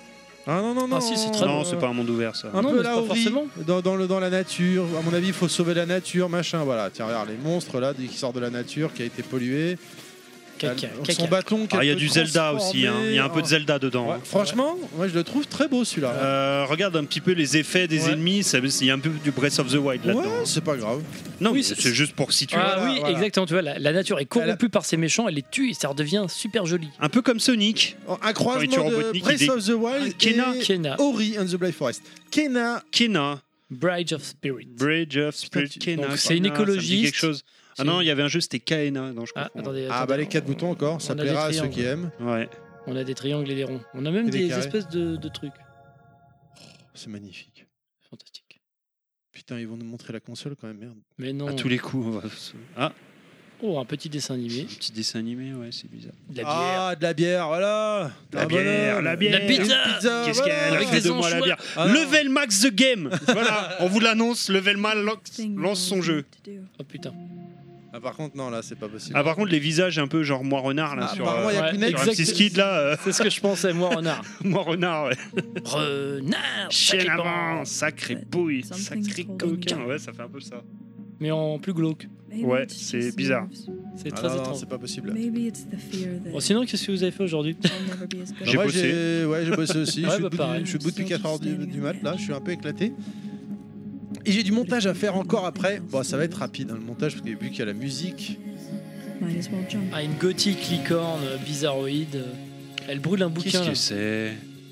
Ah non, non, non.
Ah, si, c'est très
Non,
bon.
c'est pas un monde ouvert ça.
Un
Non,
peu
mais
là,
c'est pas
Ori,
forcément.
dans la nature. À mon avis, il faut sauver la nature, machin. Voilà, tiens, regarde, les monstres là, dès qu'ils sortent de la nature, qui a été pollué.
Caca,
Son
caca.
bâton.
Ah, il y a du Zelda aussi, hein. Il y a un peu de
Zelda.
Zelda dedans. hein.
Franchement, moi je le trouve très beau celui-là.
Regarde un petit peu les effets des
Ouais.
ennemis, il y a un peu du Breath of the Wild là-dedans.
Ouais, c'est pas grave.
Non,
Oui,
mais
c'est-
c'est juste pour situer.
Ah
Voilà,
oui,
voilà.
exactement. Tu vois, la nature est corrompue par ces méchants, elle les tue et ça redevient super joli.
Un peu comme Sonic.
Un
Nourriture
croisement de
robotnique,
Breath of the Wild
Kena.
et
Kena,
Ori and the Blind Forest. Kena,
Kena,
Bridge of Spirit.
Bridge of Spirit,
Putain,
Kena.
donc c'est une
Kena, ça me dit
écologiste.
quelque chose. Ah
C'est-
non, il y avait un jeu, c'était Kaena. Non, je
Ah,
comprends.
attendez,
ah
attendez.
bah les 4 boutons encore, ça
On a
plaira à
des
ceux
triangles.
qui aiment.
Ouais.
On a des triangles et des ronds. On a même
Et des
des
carrés.
espèces de trucs.
C'est magnifique.
Fantastique.
Putain, ils vont nous montrer la console quand même, merde.
Mais non.
À tous les coups. Ah,
Oh, un petit dessin animé.
un petit dessin animé, ouais, c'est bizarre.
De la bière.
Ah, de la bière, voilà.
La
Un
bière,
bonhomme.
la bière.
La pizza.
Une pizza,
Qu'est-ce
voilà.
qu'elle a
Avec
fait
des
de moi la
anchois.
bière
Ah non.
Level Max the Game. Voilà, on vous l'annonce, Level Max lance son jeu.
Oh putain.
Ah, par contre, non, là, c'est pas possible.
Ah, par contre, les visages un peu genre moi renard là
Ah,
sur,
apparemment, il y a
ouais,
plus net.
sur un petit skid là.
C'est ce que je pensais, moi, renard.
Moi renard, ouais.
Renard.
Chien
sacré
avant,
pan.
sacré pouille,
Something's
sacré
holding
coquin.
back.
Ouais, ça fait un peu ça.
Mais en plus glauque.
Ouais, c'est bizarre.
C'est
Ah,
très
non, non,
étrange.
c'est pas possible.
Bon, sinon, qu'est-ce que vous avez fait aujourd'hui?
J'ai
Moi,
bossé.
Ouais, j'ai bossé aussi.
Ouais,
je, suis
bah,
debout
pareil.
je suis debout depuis 4h du mat, là, je suis un peu éclaté. Et j'ai du montage à faire encore après. Bon, ça va être rapide, hein, le montage, parce que vu qu'il y a la musique.
Ah, une gothique licorne bizarroïde. Elle brûle un bouquin.
Qu'est-ce
là.
que c'est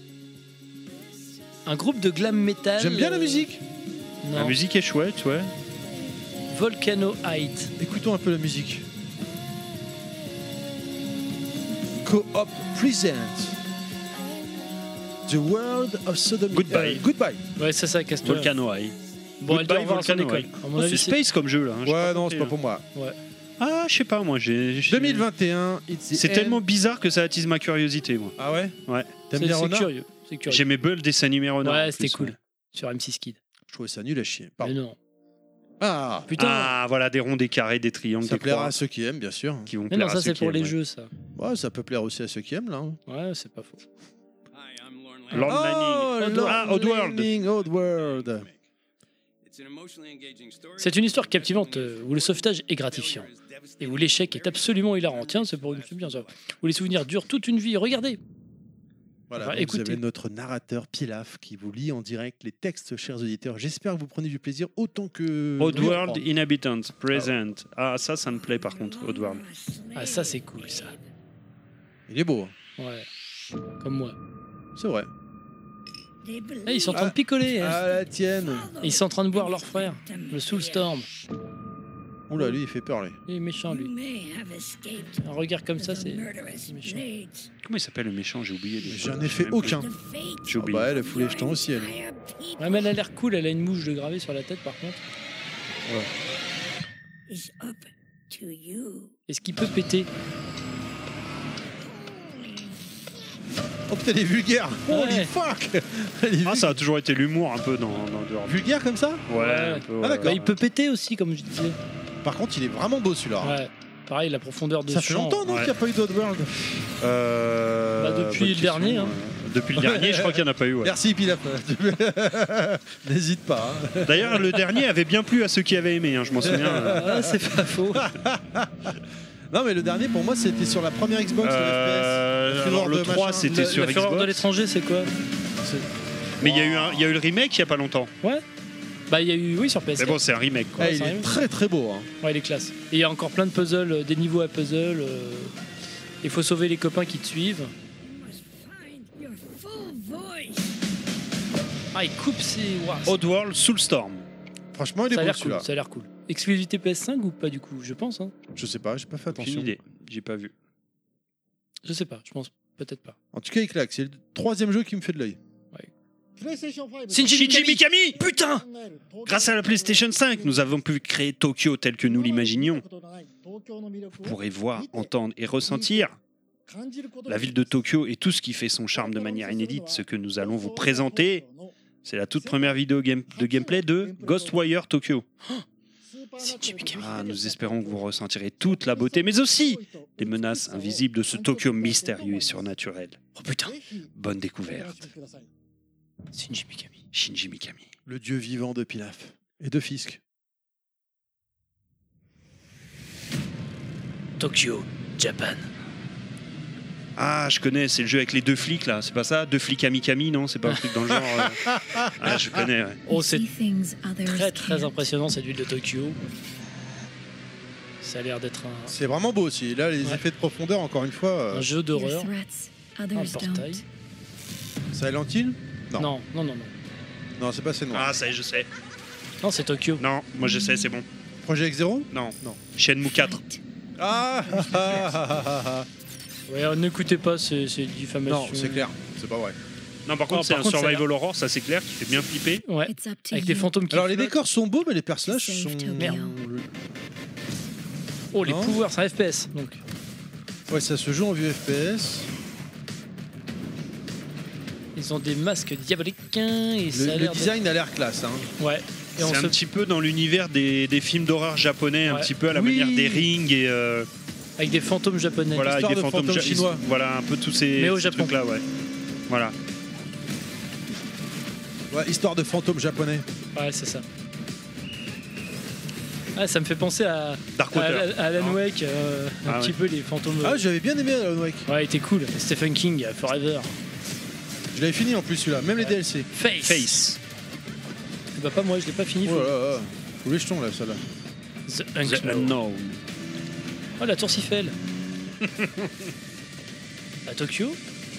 Un groupe de glam metal.
J'aime bien la musique.
Non.
La musique est chouette, ouais.
Volcano Height.
Écoutons un peu la musique. Co-op present The World of Sodom.
Goodbye.
Goodbye.
Ouais, c'est ça, casse-toi.
Volcano High.
Bon, elle doit
Goodbye,
revoir à son
Volcano
école.
High.
À mon
Oh,
avis,
c'est space comme jeu là. hein, j'ai
Ouais, non,
compris,
c'est pas
hein.
pour moi.
Ah, je sais pas, moi j'ai.
2021, it's the
C'est
end.
tellement bizarre que ça attise ma curiosité, moi.
Ah ouais.
Ouais.
T'aimes
C'est
bien
c'est
Renard?
curieux. C'est curieux.
J'aimais bien le dessin animé renard.
Ouais,
en
c'était
plus,
cool.
ouais.
Sur M6 Kid.
Je trouvais ça nul à chier.
Mais
Pardon.
non.
Ah,
Putain.
Ah, voilà, des ronds, des carrés, des triangles,
ça
des
plaira
croix
à ceux qui aiment, bien sûr.
qui vont
Mais
plaire
non,
à
ça
ceux
c'est
qui
pour
aiment,
les
ouais.
jeux, ça.
Ouais, ça peut plaire aussi à ceux qui aiment, là. hein.
Ouais, c'est pas faux.
Lord Lanning. Ah, Oddworld.
Lanning, Oddworld.
C'est une histoire captivante où le sauvetage est gratifiant et où l'échec est absolument hilarant. Tiens, c'est bien ça. Où les souvenirs durent toute une vie. Regardez.
Voilà,
Enfin,
donc
écoutez.
vous avez notre narrateur Pilaf qui vous lit en direct les textes, chers auditeurs. J'espère que vous prenez du plaisir autant que.
Oddworld Inhabitants, Present. Ah, ça me plaît par contre, Oddworld.
Ah, ça c'est cool, ça.
Il est beau, hein.
Ouais. Comme moi.
C'est vrai.
Ah, ils sont en train de picoler. Hein.
Ah la tienne.
Ils sont en train de boire leur frère, le Soulstorm.
Oula, lui, il fait peur, lui.
Il est méchant, lui. Un regard comme ça, c'est méchant.
Comment il s'appelle le méchant? J'ai oublié. déjà.
J'en ai fait aucun.
J'ai
Ah
oublié.
bah, elle a foulé jeton aussi, elle.
Ouais, mais elle a l'air cool. Elle a une mouche de gravée sur la tête, par contre. Est-ce qu'il peut péter?
Oh putain, elle est vulgaire. Holy
Ouais.
fuck. Elle est
Ah, ça a toujours été l'humour un peu dans Oddworld.
vulgaire comme ça.
Ouais, un peu, ouais.
Ah, d'accord.
Bah, il peut péter aussi, comme je disais.
Par contre, il est vraiment beau celui-là.
Ouais. Pareil, la profondeur de
Ça
ce
fait
champ.
longtemps, non,
Ouais.
qu'il n'y a pas eu d'Oddworld.
Bah, depuis
bonne
le dernier, hein.
Depuis le dernier, je crois qu'il n'y en a pas eu. ouais.
Merci Pilaf. N'hésite pas. hein.
D'ailleurs, le dernier avait bien plu à ceux qui avaient aimé, hein, je m'en souviens.
Ah, c'est pas faux.
Non, mais le dernier, pour moi, c'était sur la première Xbox. le FPS.
Alors, le
de
3,
machin.
c'était sur
La fureur de
Xbox.
l'étranger, c'est quoi?
Mais il y a eu le remake il n'y a pas longtemps.
Ouais. Bah, il y a eu, oui, sur PS4.
Mais bon, c'est un remake. Quoi.
Ah,
Ouais,
il
ça
est
arrive.
très très beau. hein.
Ouais, il est classe. Et il y a encore plein de puzzles, des niveaux à puzzle. Il faut sauver les copains qui te suivent. Ah, il coupe ses. Ouah,
Oddworld Soulstorm.
Franchement, il est
ça a
beau
l'air cool.
celui-là.
Ça a l'air cool. Exclusivité PS5 ou pas du coup? Je pense. Hein.
Je sais pas, j'ai pas fait
Aucune
attention.
idée. J'ai pas vu.
Je sais pas. Je pense peut-être pas.
En tout cas, il claque. C'est le troisième jeu qui me fait de l'œil.
Shinji Mikami. Putain. Grâce à la PlayStation 5, nous avons pu créer Tokyo tel que nous l'imaginions. Vous pourrez voir, entendre et ressentir la ville de Tokyo et tout ce qui fait son charme de manière inédite. Ce que nous allons vous présenter, c'est la toute première vidéo de gameplay de Ghostwire Tokyo.
Shinji Mikami.
Ah, nous espérons que vous ressentirez toute la beauté, mais aussi les menaces invisibles de ce Tokyo mystérieux et surnaturel.
Oh putain.
Bonne découverte. Shinji Mikami.
Le dieu vivant de Pilaf et de Fisk.
Tokyo, Japan.
Ah, je connais, c'est le jeu avec les 2 flics là, c'est pas ça? 2 flics à Mikami, non? C'est pas un truc dans le genre. Ah, je connais, ouais.
Oh, c'est très très impressionnant cette ville de Tokyo. Ça a l'air d'être
C'est vraiment beau aussi. Là, les effets de profondeur, encore une fois.
un jeu d'horreur. Un portail.
Silent Hill?
Non.
Non, c'est pas assez noir.
Ah, ça y est, je sais.
Non, c'est Tokyo.
Non, moi je sais, c'est bon.
Project Zero?
Non.
Non.
Shenmue 4.
Ah
Ouais, n'écoutez pas, c'est diffamation.
Non, c'est clair. C'est pas vrai.
Non, par contre,
Non,
c'est
par
un
contre,
survival horror, ça c'est clair, qui fait bien flipper.
Ouais, avec des fantômes qui
Alors, les
flottent.
décors sont beaux, mais les personnages sont.
Merde. Oh, les
Non.
pouvoirs, c'est un FPS. Donc.
Ouais, ça se joue en vue FPS.
Ils ont des masques diaboliques et ça a
Le
l'air
design a l'air classe. Hein.
Ouais. Et on
C'est un
se...
petit peu dans l'univers des films d'horreur japonais, un
Ouais.
petit peu à la
Oui.
manière des Rings et
Avec des fantômes japonais.
voilà, avec
Histoire
des
de
fantômes
fantômes chinois.
Voilà, un peu tous
Mais au
ces
Japon.
trucs-là, ouais. Voilà.
Ouais, histoire de fantômes japonais.
Ouais, c'est ça. Ah, ça me fait penser à
Darkwater.
Alan
Non.
Wake, un
Ah
petit
ouais.
peu les fantômes.
Ah, j'avais bien aimé Alan Wake.
Ouais, il était cool. Stephen King, Forever.
Je l'avais fini en plus celui-là, même les DLC.
Face.
Bah pas moi, je l'ai pas fini.
Oh là là. Où les jetons là, celle-là?
The
The Unknown.
Oh, la tour Eiffel. À Tokyo.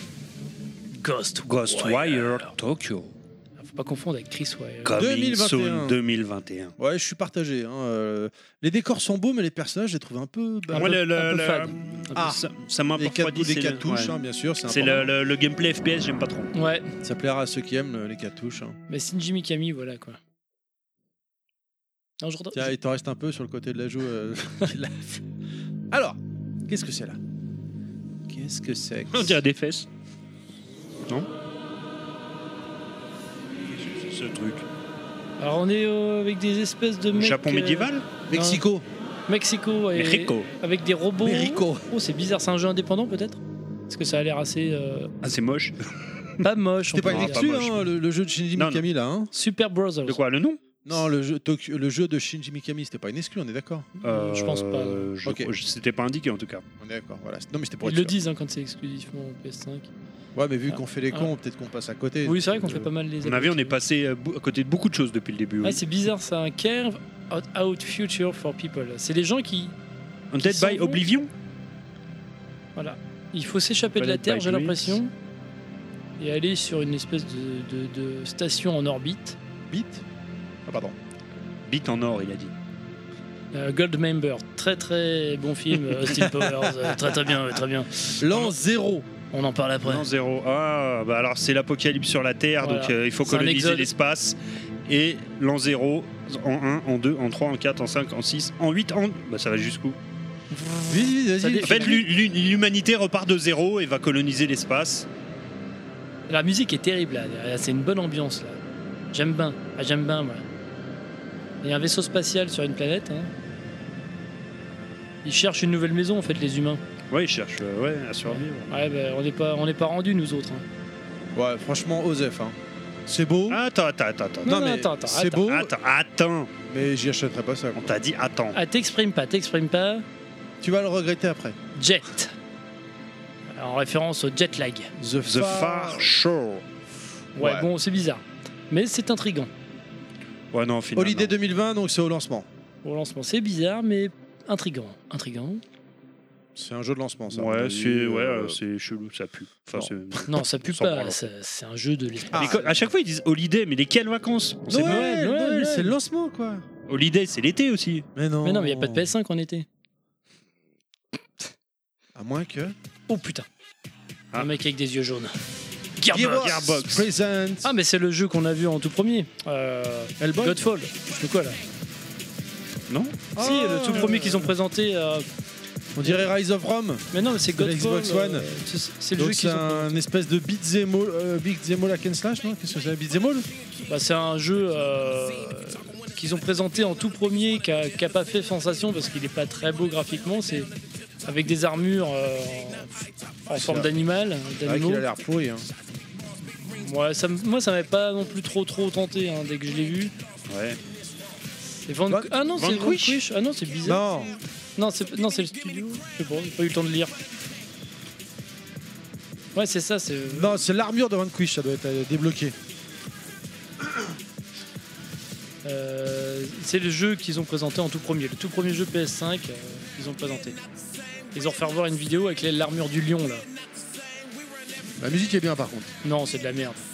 Ghostwire Tokyo.
Faut pas confondre avec Chris Wire.
Coming
2021.
soon 2021.
Ouais, je suis partagé. Hein. Les décors sont beaux, mais les personnages, je les trouve un peu.
Ah, moi,
un peu fade.
Ah,
ça m'a
les
refroidi.
quatre
c'est
touches,
ouais.
hein, bien sûr.
C'est
important.
le gameplay FPS, j'aime pas trop.
Ouais,
Ça plaira à ceux qui aiment les 4 touches. Hein.
mais Shinji Mikami, voilà quoi. Non,
Tiens, il t'en reste un peu sur le côté de la joue. Alors, qu'est-ce que c'est là? Qu'est-ce que c'est que
On dirait des fesses. Non? Ce truc.
Alors on est avec des espèces de mecs.
Japon médiéval?
Mexico.
Mexico et
Mexico.
avec des robots.
Mexico.
Oh, c'est bizarre, c'est un jeu indépendant peut-être? Parce que ça a l'air assez
Ah, c'est moche.
pas moche. on
C'était pas
peut
une
dire.
exclu,
pas moche.
hein, le jeu de Shinji
Non,
Mikami là. Hein.
Super Brothers.
De quoi, le nom?
Non, le jeu de Shinji Mikami, c'était pas une exclu, on est d'accord.
Je pense pas.
Ok.
C'était pas indiqué en tout cas.
On est d'accord, voilà. Non, mais c'était pour
Ils
être
le
sûr.
disent hein, quand c'est exclusivement PS5.
Ouais, mais vu
Ah.
qu'on fait les cons, peut-être qu'on passe à côté.
Oui, c'est vrai qu'on fait pas mal les.
À mon avis, on est passé à côté de beaucoup de choses depuis le début.
Ouais,
oui.
c'est bizarre, c'est un curve out future for people. C'est les gens qui,
Undead
s'en
by
vont.
Oblivion.
voilà, il faut s'échapper de la
Planet
Terre,
by
j'ai
Dreams.
l'impression, et aller sur une espèce de station en orbite.
Beat. Ah, pardon.
Beat en or, il a dit.
Goldmember, très très bon film. Austin Powers, très très bien, très bien.
L'an 0.
On en parle après.
Non, 0. Ah, bah alors c'est l'apocalypse sur la Terre,
Voilà.
donc il faut
C'est un
coloniser
exode.
l'espace. Et l'an 0, en 1, en 2, en 3, en 4, en 5, en 6, en 8, en... Bah ça va jusqu'où?
Vite,
Ça
vas-y.
dé-
En fait, l'humanité repart de 0 et va coloniser l'espace.
La musique est terrible là, c'est une bonne ambiance là. J'aime bien, j'aime bien moi. Il y a un vaisseau spatial sur une planète. Hein. Ils cherchent une nouvelle maison en fait les humains.
Ouais, ils cherchent à survivre.
Ouais, bah, on n'est pas rendus nous autres. Hein.
Ouais, franchement, Osef. Hein. C'est beau.
Attends.
Non,
mais
attends,
c'est
attends.
beau,
Attends.
mais j'y achèterai pas ça.
On t'a dit attends.
Ah, t'exprimes pas.
Tu vas le regretter après.
Jet. En référence au jet lag.
The
The Far Shore.
Ouais,
Ouais.
bon, c'est bizarre. Mais c'est intriguant.
Ouais, non, finalement.
Holiday 2020, donc c'est au lancement.
Au lancement, c'est bizarre, mais intriguant.
C'est un jeu de lancement, ça.
Ouais,
Euh,
c'est chelou, ça pue. Enfin,
non.
c'est-
Non, ça pue
Sans
pas.
parler.
C'est un jeu de l'espace.
Ah.
Mais à chaque fois, ils disent Holiday, mais lesquelles vacances? On sait
Noël,
Noël,
Noël,
Noël.
c'est le lancement, quoi.
pas. Holiday, c'est l'été aussi.
Mais non.
Mais non, mais il n'y a pas de PS5 en été.
À moins que.
Oh putain.
Ah.
Un mec avec des yeux jaunes.
Gearbox.
Present.
Ah, mais c'est le jeu qu'on a vu en tout premier.
Hellboy.
Godfall. Je sais quoi là.
Non?
Si, le tout premier qu'ils ont présenté.
On dirait Rise of Rome.
Mais non, mais c'est
De
Godfall.
l'Xbox One.
C'est le
Donc
jeu
c'est
qu'ils ont.
un espèce de beat'em all hack and slash, non? Qu'est-ce que c'est, beat'em all?
Bah, c'est un jeu qu'ils ont présenté en tout premier qui a pas fait sensation parce qu'il est pas très beau graphiquement. C'est avec des armures en forme d'animal,
Ah,
d'animaux.
qu'il a l'air pourri. Hein.
Moi, ça m'avait pas non plus trop tenté hein, dès que je l'ai vu.
Ouais.
C'est Ah non, c'est
Vanquish.
Vanquish. Ah non, c'est bizarre.
Non,
C'est le studio. Je sais pas, j'ai pas eu le temps de lire. Ouais, c'est ça.
non, c'est l'armure de Vanquish, ça doit être débloqué.
C'est le jeu qu'ils ont présenté en tout premier. Le tout premier jeu PS5 qu'ils ont présenté. Ils ont refait revoir une vidéo avec l'armure du lion là.
La musique est bien par contre.
Non, c'est de la merde.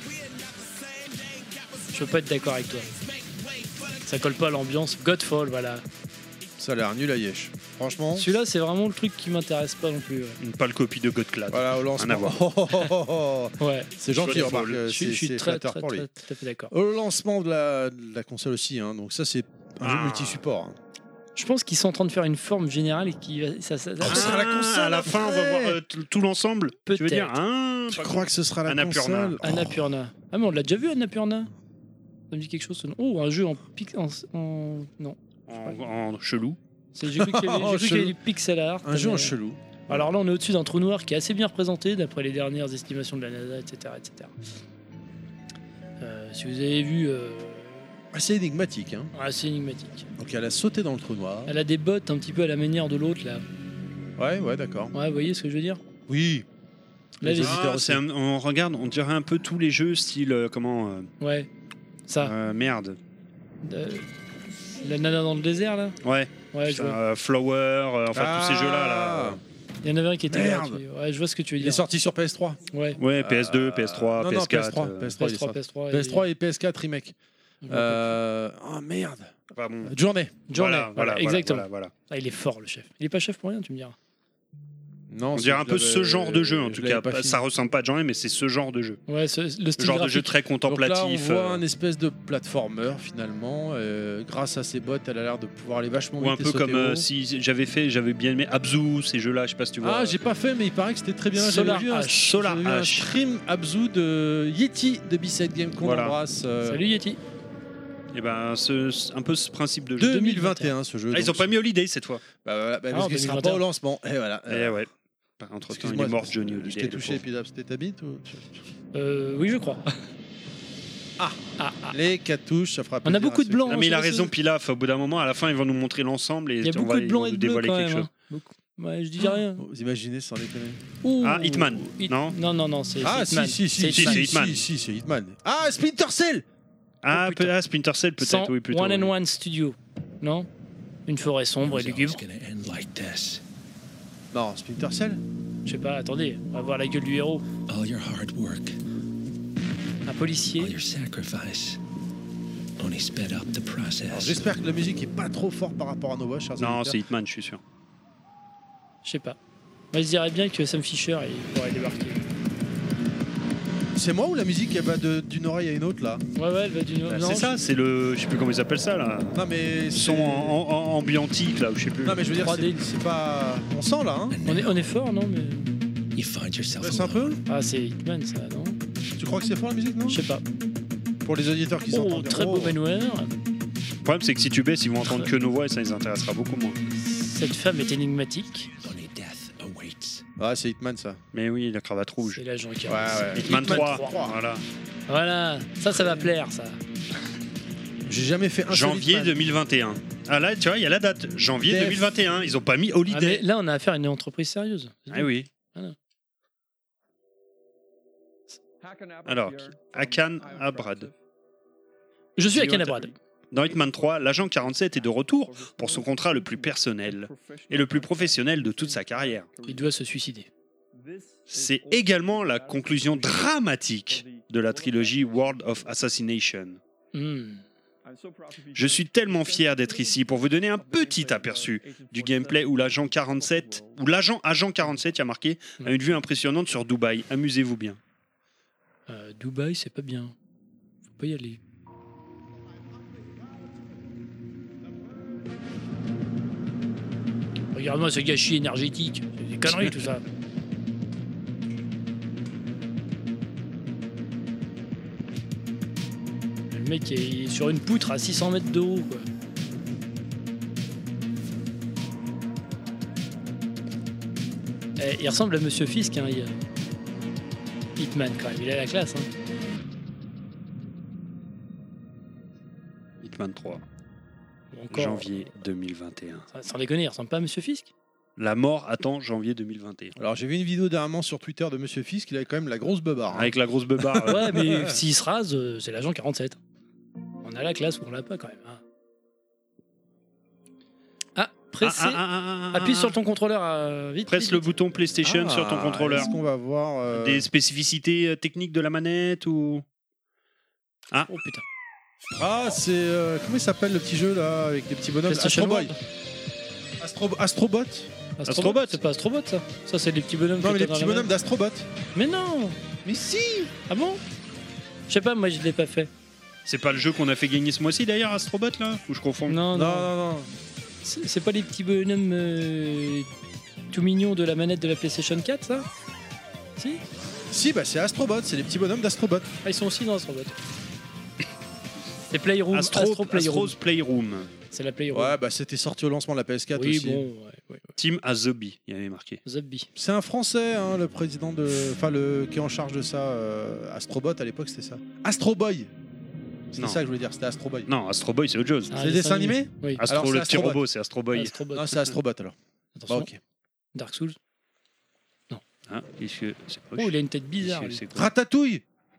Je peux pas être d'accord avec toi. Ça colle pas à l'ambiance. Godfall, voilà.
Ça a l'air nul à Yesh. Franchement.
Celui-là, c'est vraiment le truc qui m'intéresse pas non plus. Ouais.
Une pâle copie de Godclad.
Voilà, au
Rien à
lancement.
voir.
Ouais.
C'est gentil,
Godfall.
remarque.
Je suis
C'est
très,
flatteur
très,
pour lui.
très, tout à fait d'accord.
Au lancement de la console aussi, hein. Donc ça c'est un jeu multi-support. Hein.
Je pense qu'ils sont en train de faire une forme générale et qui ça
ce sera la console
à la fin, on va
après.
voir tout l'ensemble. Tu veux
Peut-être.
dire
Je crois que ce sera la
Annapurna.
console.
Annapurna. Ah mais on l'a déjà vu Annapurna. Ça me dit quelque chose ce nom. Oh, un jeu en non.
en chelou.
J'ai cru qu'il y avait
Chelou.
du pixel art.
Un jeu
mais-
en chelou.
Alors là, on est au-dessus d'un trou noir qui est assez bien représenté d'après les dernières estimations de la NASA, etc. Si vous avez vu,
Assez énigmatique. Hein.
assez énigmatique.
Donc elle a sauté dans le trou noir.
Elle a des bottes un petit peu à la manière de l'autre là.
Ouais, d'accord.
Ouais, vous voyez ce que je veux dire?
Oui.
Là,
Les
les-
auditeurs aussi.
On regarde, on dirait un peu tous les jeux style
Ouais. Ça.
merde.
La nana dans le désert là.
Ouais.
Ouais, je vois.
Flower, tous ces jeux là.
Il y en avait un qui était
Merde.
gratuit. Ouais, je vois ce que tu veux
Il est
dire.
sorti sur PS3.
Ouais.
Ouais, PS2, PS3,
non,
PS4.
PS3. PS3, il est
PS3,
sorti.
PS3.
PS3 et PS4 remake.
Je vois
Oh merde.
Pas bon.
Journée.
Journée,
Voilà,
exactement.
voilà.
Ah, il est fort le chef. Il est pas chef pour rien, tu me diras.
Non,
On dirait un peu ce genre de jeu en
je
tout
l'avais
cas.
pas fini.
Ça ressemble pas à Journée, mais c'est ce genre de jeu.
Ouais, le
Ce
style
genre de jeu
graphique.
très
Donc là, on
contemplatif.
voit un espèce de platformer finalement. Grâce à ses bottes, elle a l'air de pouvoir aller vachement
Ou
vite.
un
et
peu
sauter
comme
haut.
si j'avais bien aimé Abzu, ces jeux-là, je sais pas si tu vois.
Ah, j'ai pas fait, mais il paraît que c'était très bien.
Solar
J'avais vu
H.
Solar
j'avais vu un
H.
stream Abzu de Yeti de B-Side Game qu'on
Voilà.
embrasse.
Salut Yeti.
Et ben, un peu ce principe de jeu.
2021 ce jeu.
Ah, ils ont
donc.
pas mis Holiday cette fois.
Bah, voilà,
Ah,
parce qu'il sera
2021.
pas au lancement. Et voilà.
Eh ouais. Entre temps, il
Excuse-moi,
est mort, Johnny
Je
Holiday.
t'ai
le
touché,
pauvre.
puis là, c'était ta bite ou...
Oui, je crois.
Les cartouches, ça fera
On a
plaisir
beaucoup
à
de
ceux
blancs.
Non, mais il a
sur la
raison,
sauce.
Pilaf. Au bout d'un moment, à la fin, ils vont nous montrer l'ensemble et
Il y a
on
beaucoup
va,
de blancs
ils
et
vont
de
nous
bleus
dévoiler
quand
quelque
même.
chose.
Hein. Beaucoup. Ouais, je dis rien.
Vous imaginez sans déconner.
Ouh.
Ah, Hitman. Non
Non, c'est Hitman.
Si,
C'est Hitman.
c'est Hitman. Ah, Splinter Cell.
Ah,
Oh, putain.
Splinter Cell peut-être,
Sans
oui, plutôt.
One and
oui.
One Studio. Non. Une forêt sombre et lugubre.
Non, Splinter Cell.
Je sais pas, attendez, on va voir la gueule du héros.
All your hard work,
Un policier.
all your sacrifice, only sped up the
Alors,
process.
j'espère que la musique est pas trop forte par rapport à nos voix, chers
Non,
auditeurs.
c'est Hitman, je suis sûr.
Je sais pas. Moi, je dirais bien que Sam Fisher il pourrait débarquer.
C'est moi ou la musique elle va d'une oreille à une autre là?
Ouais, elle va du.
Bah,
non,
c'est ça, c'est le. Je sais plus comment ils appellent ça là.
Non mais
Son ambiantique là, ou je sais plus.
Non mais je veux dire
3D.
c'est pas on sent là hein.
On est fort, non mais...
You find yourself
Laisse un peu.
alone.
Ah, c'est Hitman, ça, non?
Tu crois que c'est fort la musique non?
Je sais pas.
Pour les auditeurs qui
Oh,
s'entendent.
très beau manoir.
Le problème, c'est que si tu baisses, ils vont entendre que nos voix et ça les intéressera beaucoup moins.
Cette femme est énigmatique.
Only death awaits.
Ah c'est Hitman ça.
Mais oui, la cravate rouge.
C'est l'agent qui
Ouais, ouais.
Hitman 3.
3.
Voilà.
Voilà, ça va plaire, ça.
J'ai jamais fait un seul
Janvier
Hitman.
2021. Ah là, tu vois, il y a la date. Janvier
Def.
2021. Ils ont pas mis
Ah, mais
Holiday.
là, on a affaire à une entreprise sérieuse.
Ah oui. Alors, Hakan Abrad.
Je suis à Canabrad.
Dans Hitman 3, l'agent 47 est de retour pour son contrat le plus personnel et le plus professionnel de toute sa carrière.
Il doit se suicider.
C'est également la conclusion dramatique de la trilogie World of Assassination.
Hmm.
Je suis tellement fier d'être ici pour vous donner un petit aperçu du gameplay où l'agent 47, ou l'agent agent 47, il y a marqué, a une vue impressionnante sur Dubaï. Amusez-vous bien.
Dubaï, c'est pas bien. Faut pas y aller. Regarde-moi ce gâchis énergétique. C'est des conneries tout ça. Le mec est sur une poutre à 600 mètres de haut, quoi. Il ressemble à Monsieur Fisk, hein, Hitman quand même. Il a la classe. Hein.
2023.
Encore,
Janvier 2021.
Sans déconner, il ressemble pas à Monsieur Fisk.
La mort attend janvier 2021.
Alors j'ai vu une vidéo dernièrement sur Twitter de Monsieur Fisk, il avait quand même la grosse beubare.
Avec la grosse beubare.
Ouais, mais s'il se rase, c'est l'agent 47. On a la classe ou on l'a pas quand même. Hein. Presse, appuie sur ton contrôleur vite.
Presse
vite,
le
vite.
bouton PlayStation sur ton contrôleur.
Est-ce qu'on va voir
Des spécificités techniques de la manette ou...
Oh putain.
Ah, c'est comment il s'appelle le petit jeu là avec les petits bonhommes?
PlayStation
Astro Boy.
World.
Astrobot.
Astrobot.
C'est pas Astrobot ça. Ça c'est les petits bonhommes.
Non
que
mais
t'as
les
dans
petits
la
bonhommes
manette.
d'Astrobot.
Mais non.
Mais si.
Ah bon? Je sais pas, moi je l'ai pas fait.
C'est pas le jeu qu'on a fait gagner ce mois-ci d'ailleurs, Astrobot là? Ou je confonds?
Non,
Non
non.
non non.
C'est pas les petits bonhommes tout mignons de la manette de la PlayStation 4 ça? Si?
Si bah c'est Astrobot, c'est les petits bonhommes d'Astrobot.
Ah, ils sont aussi dans Astrobot. C'est Playroom. Astro Playroom.
Astro's Playroom.
C'est la Playroom.
Ouais bah c'était sorti au lancement de la PS4
oui,
aussi.
bon, ouais.
Team Azobi, il y avait marqué.
Zobby.
C'est un Français, hein, le président de, enfin le qui est en charge de ça. Astrobot à l'époque c'était ça. Astro Boy. C'est
Non.
ça que je voulais dire, c'était Astro Boy.
Non, Astro Boy c'est autre chose.
Ah,
C'est des dessins animés?
Oui.
Astro,
Alors, c'est
le petit
Astrobot.
robot, c'est Astro Boy.
Astrobot.
Non c'est Astrobot alors.
Attention.
Bah, ok.
Dark Souls.
Ah, qu'est-ce que c'est
Oh,
poche.
il a une tête bizarre.
Qu'est-ce
lui.
que c'est quoi?
Ratatouille.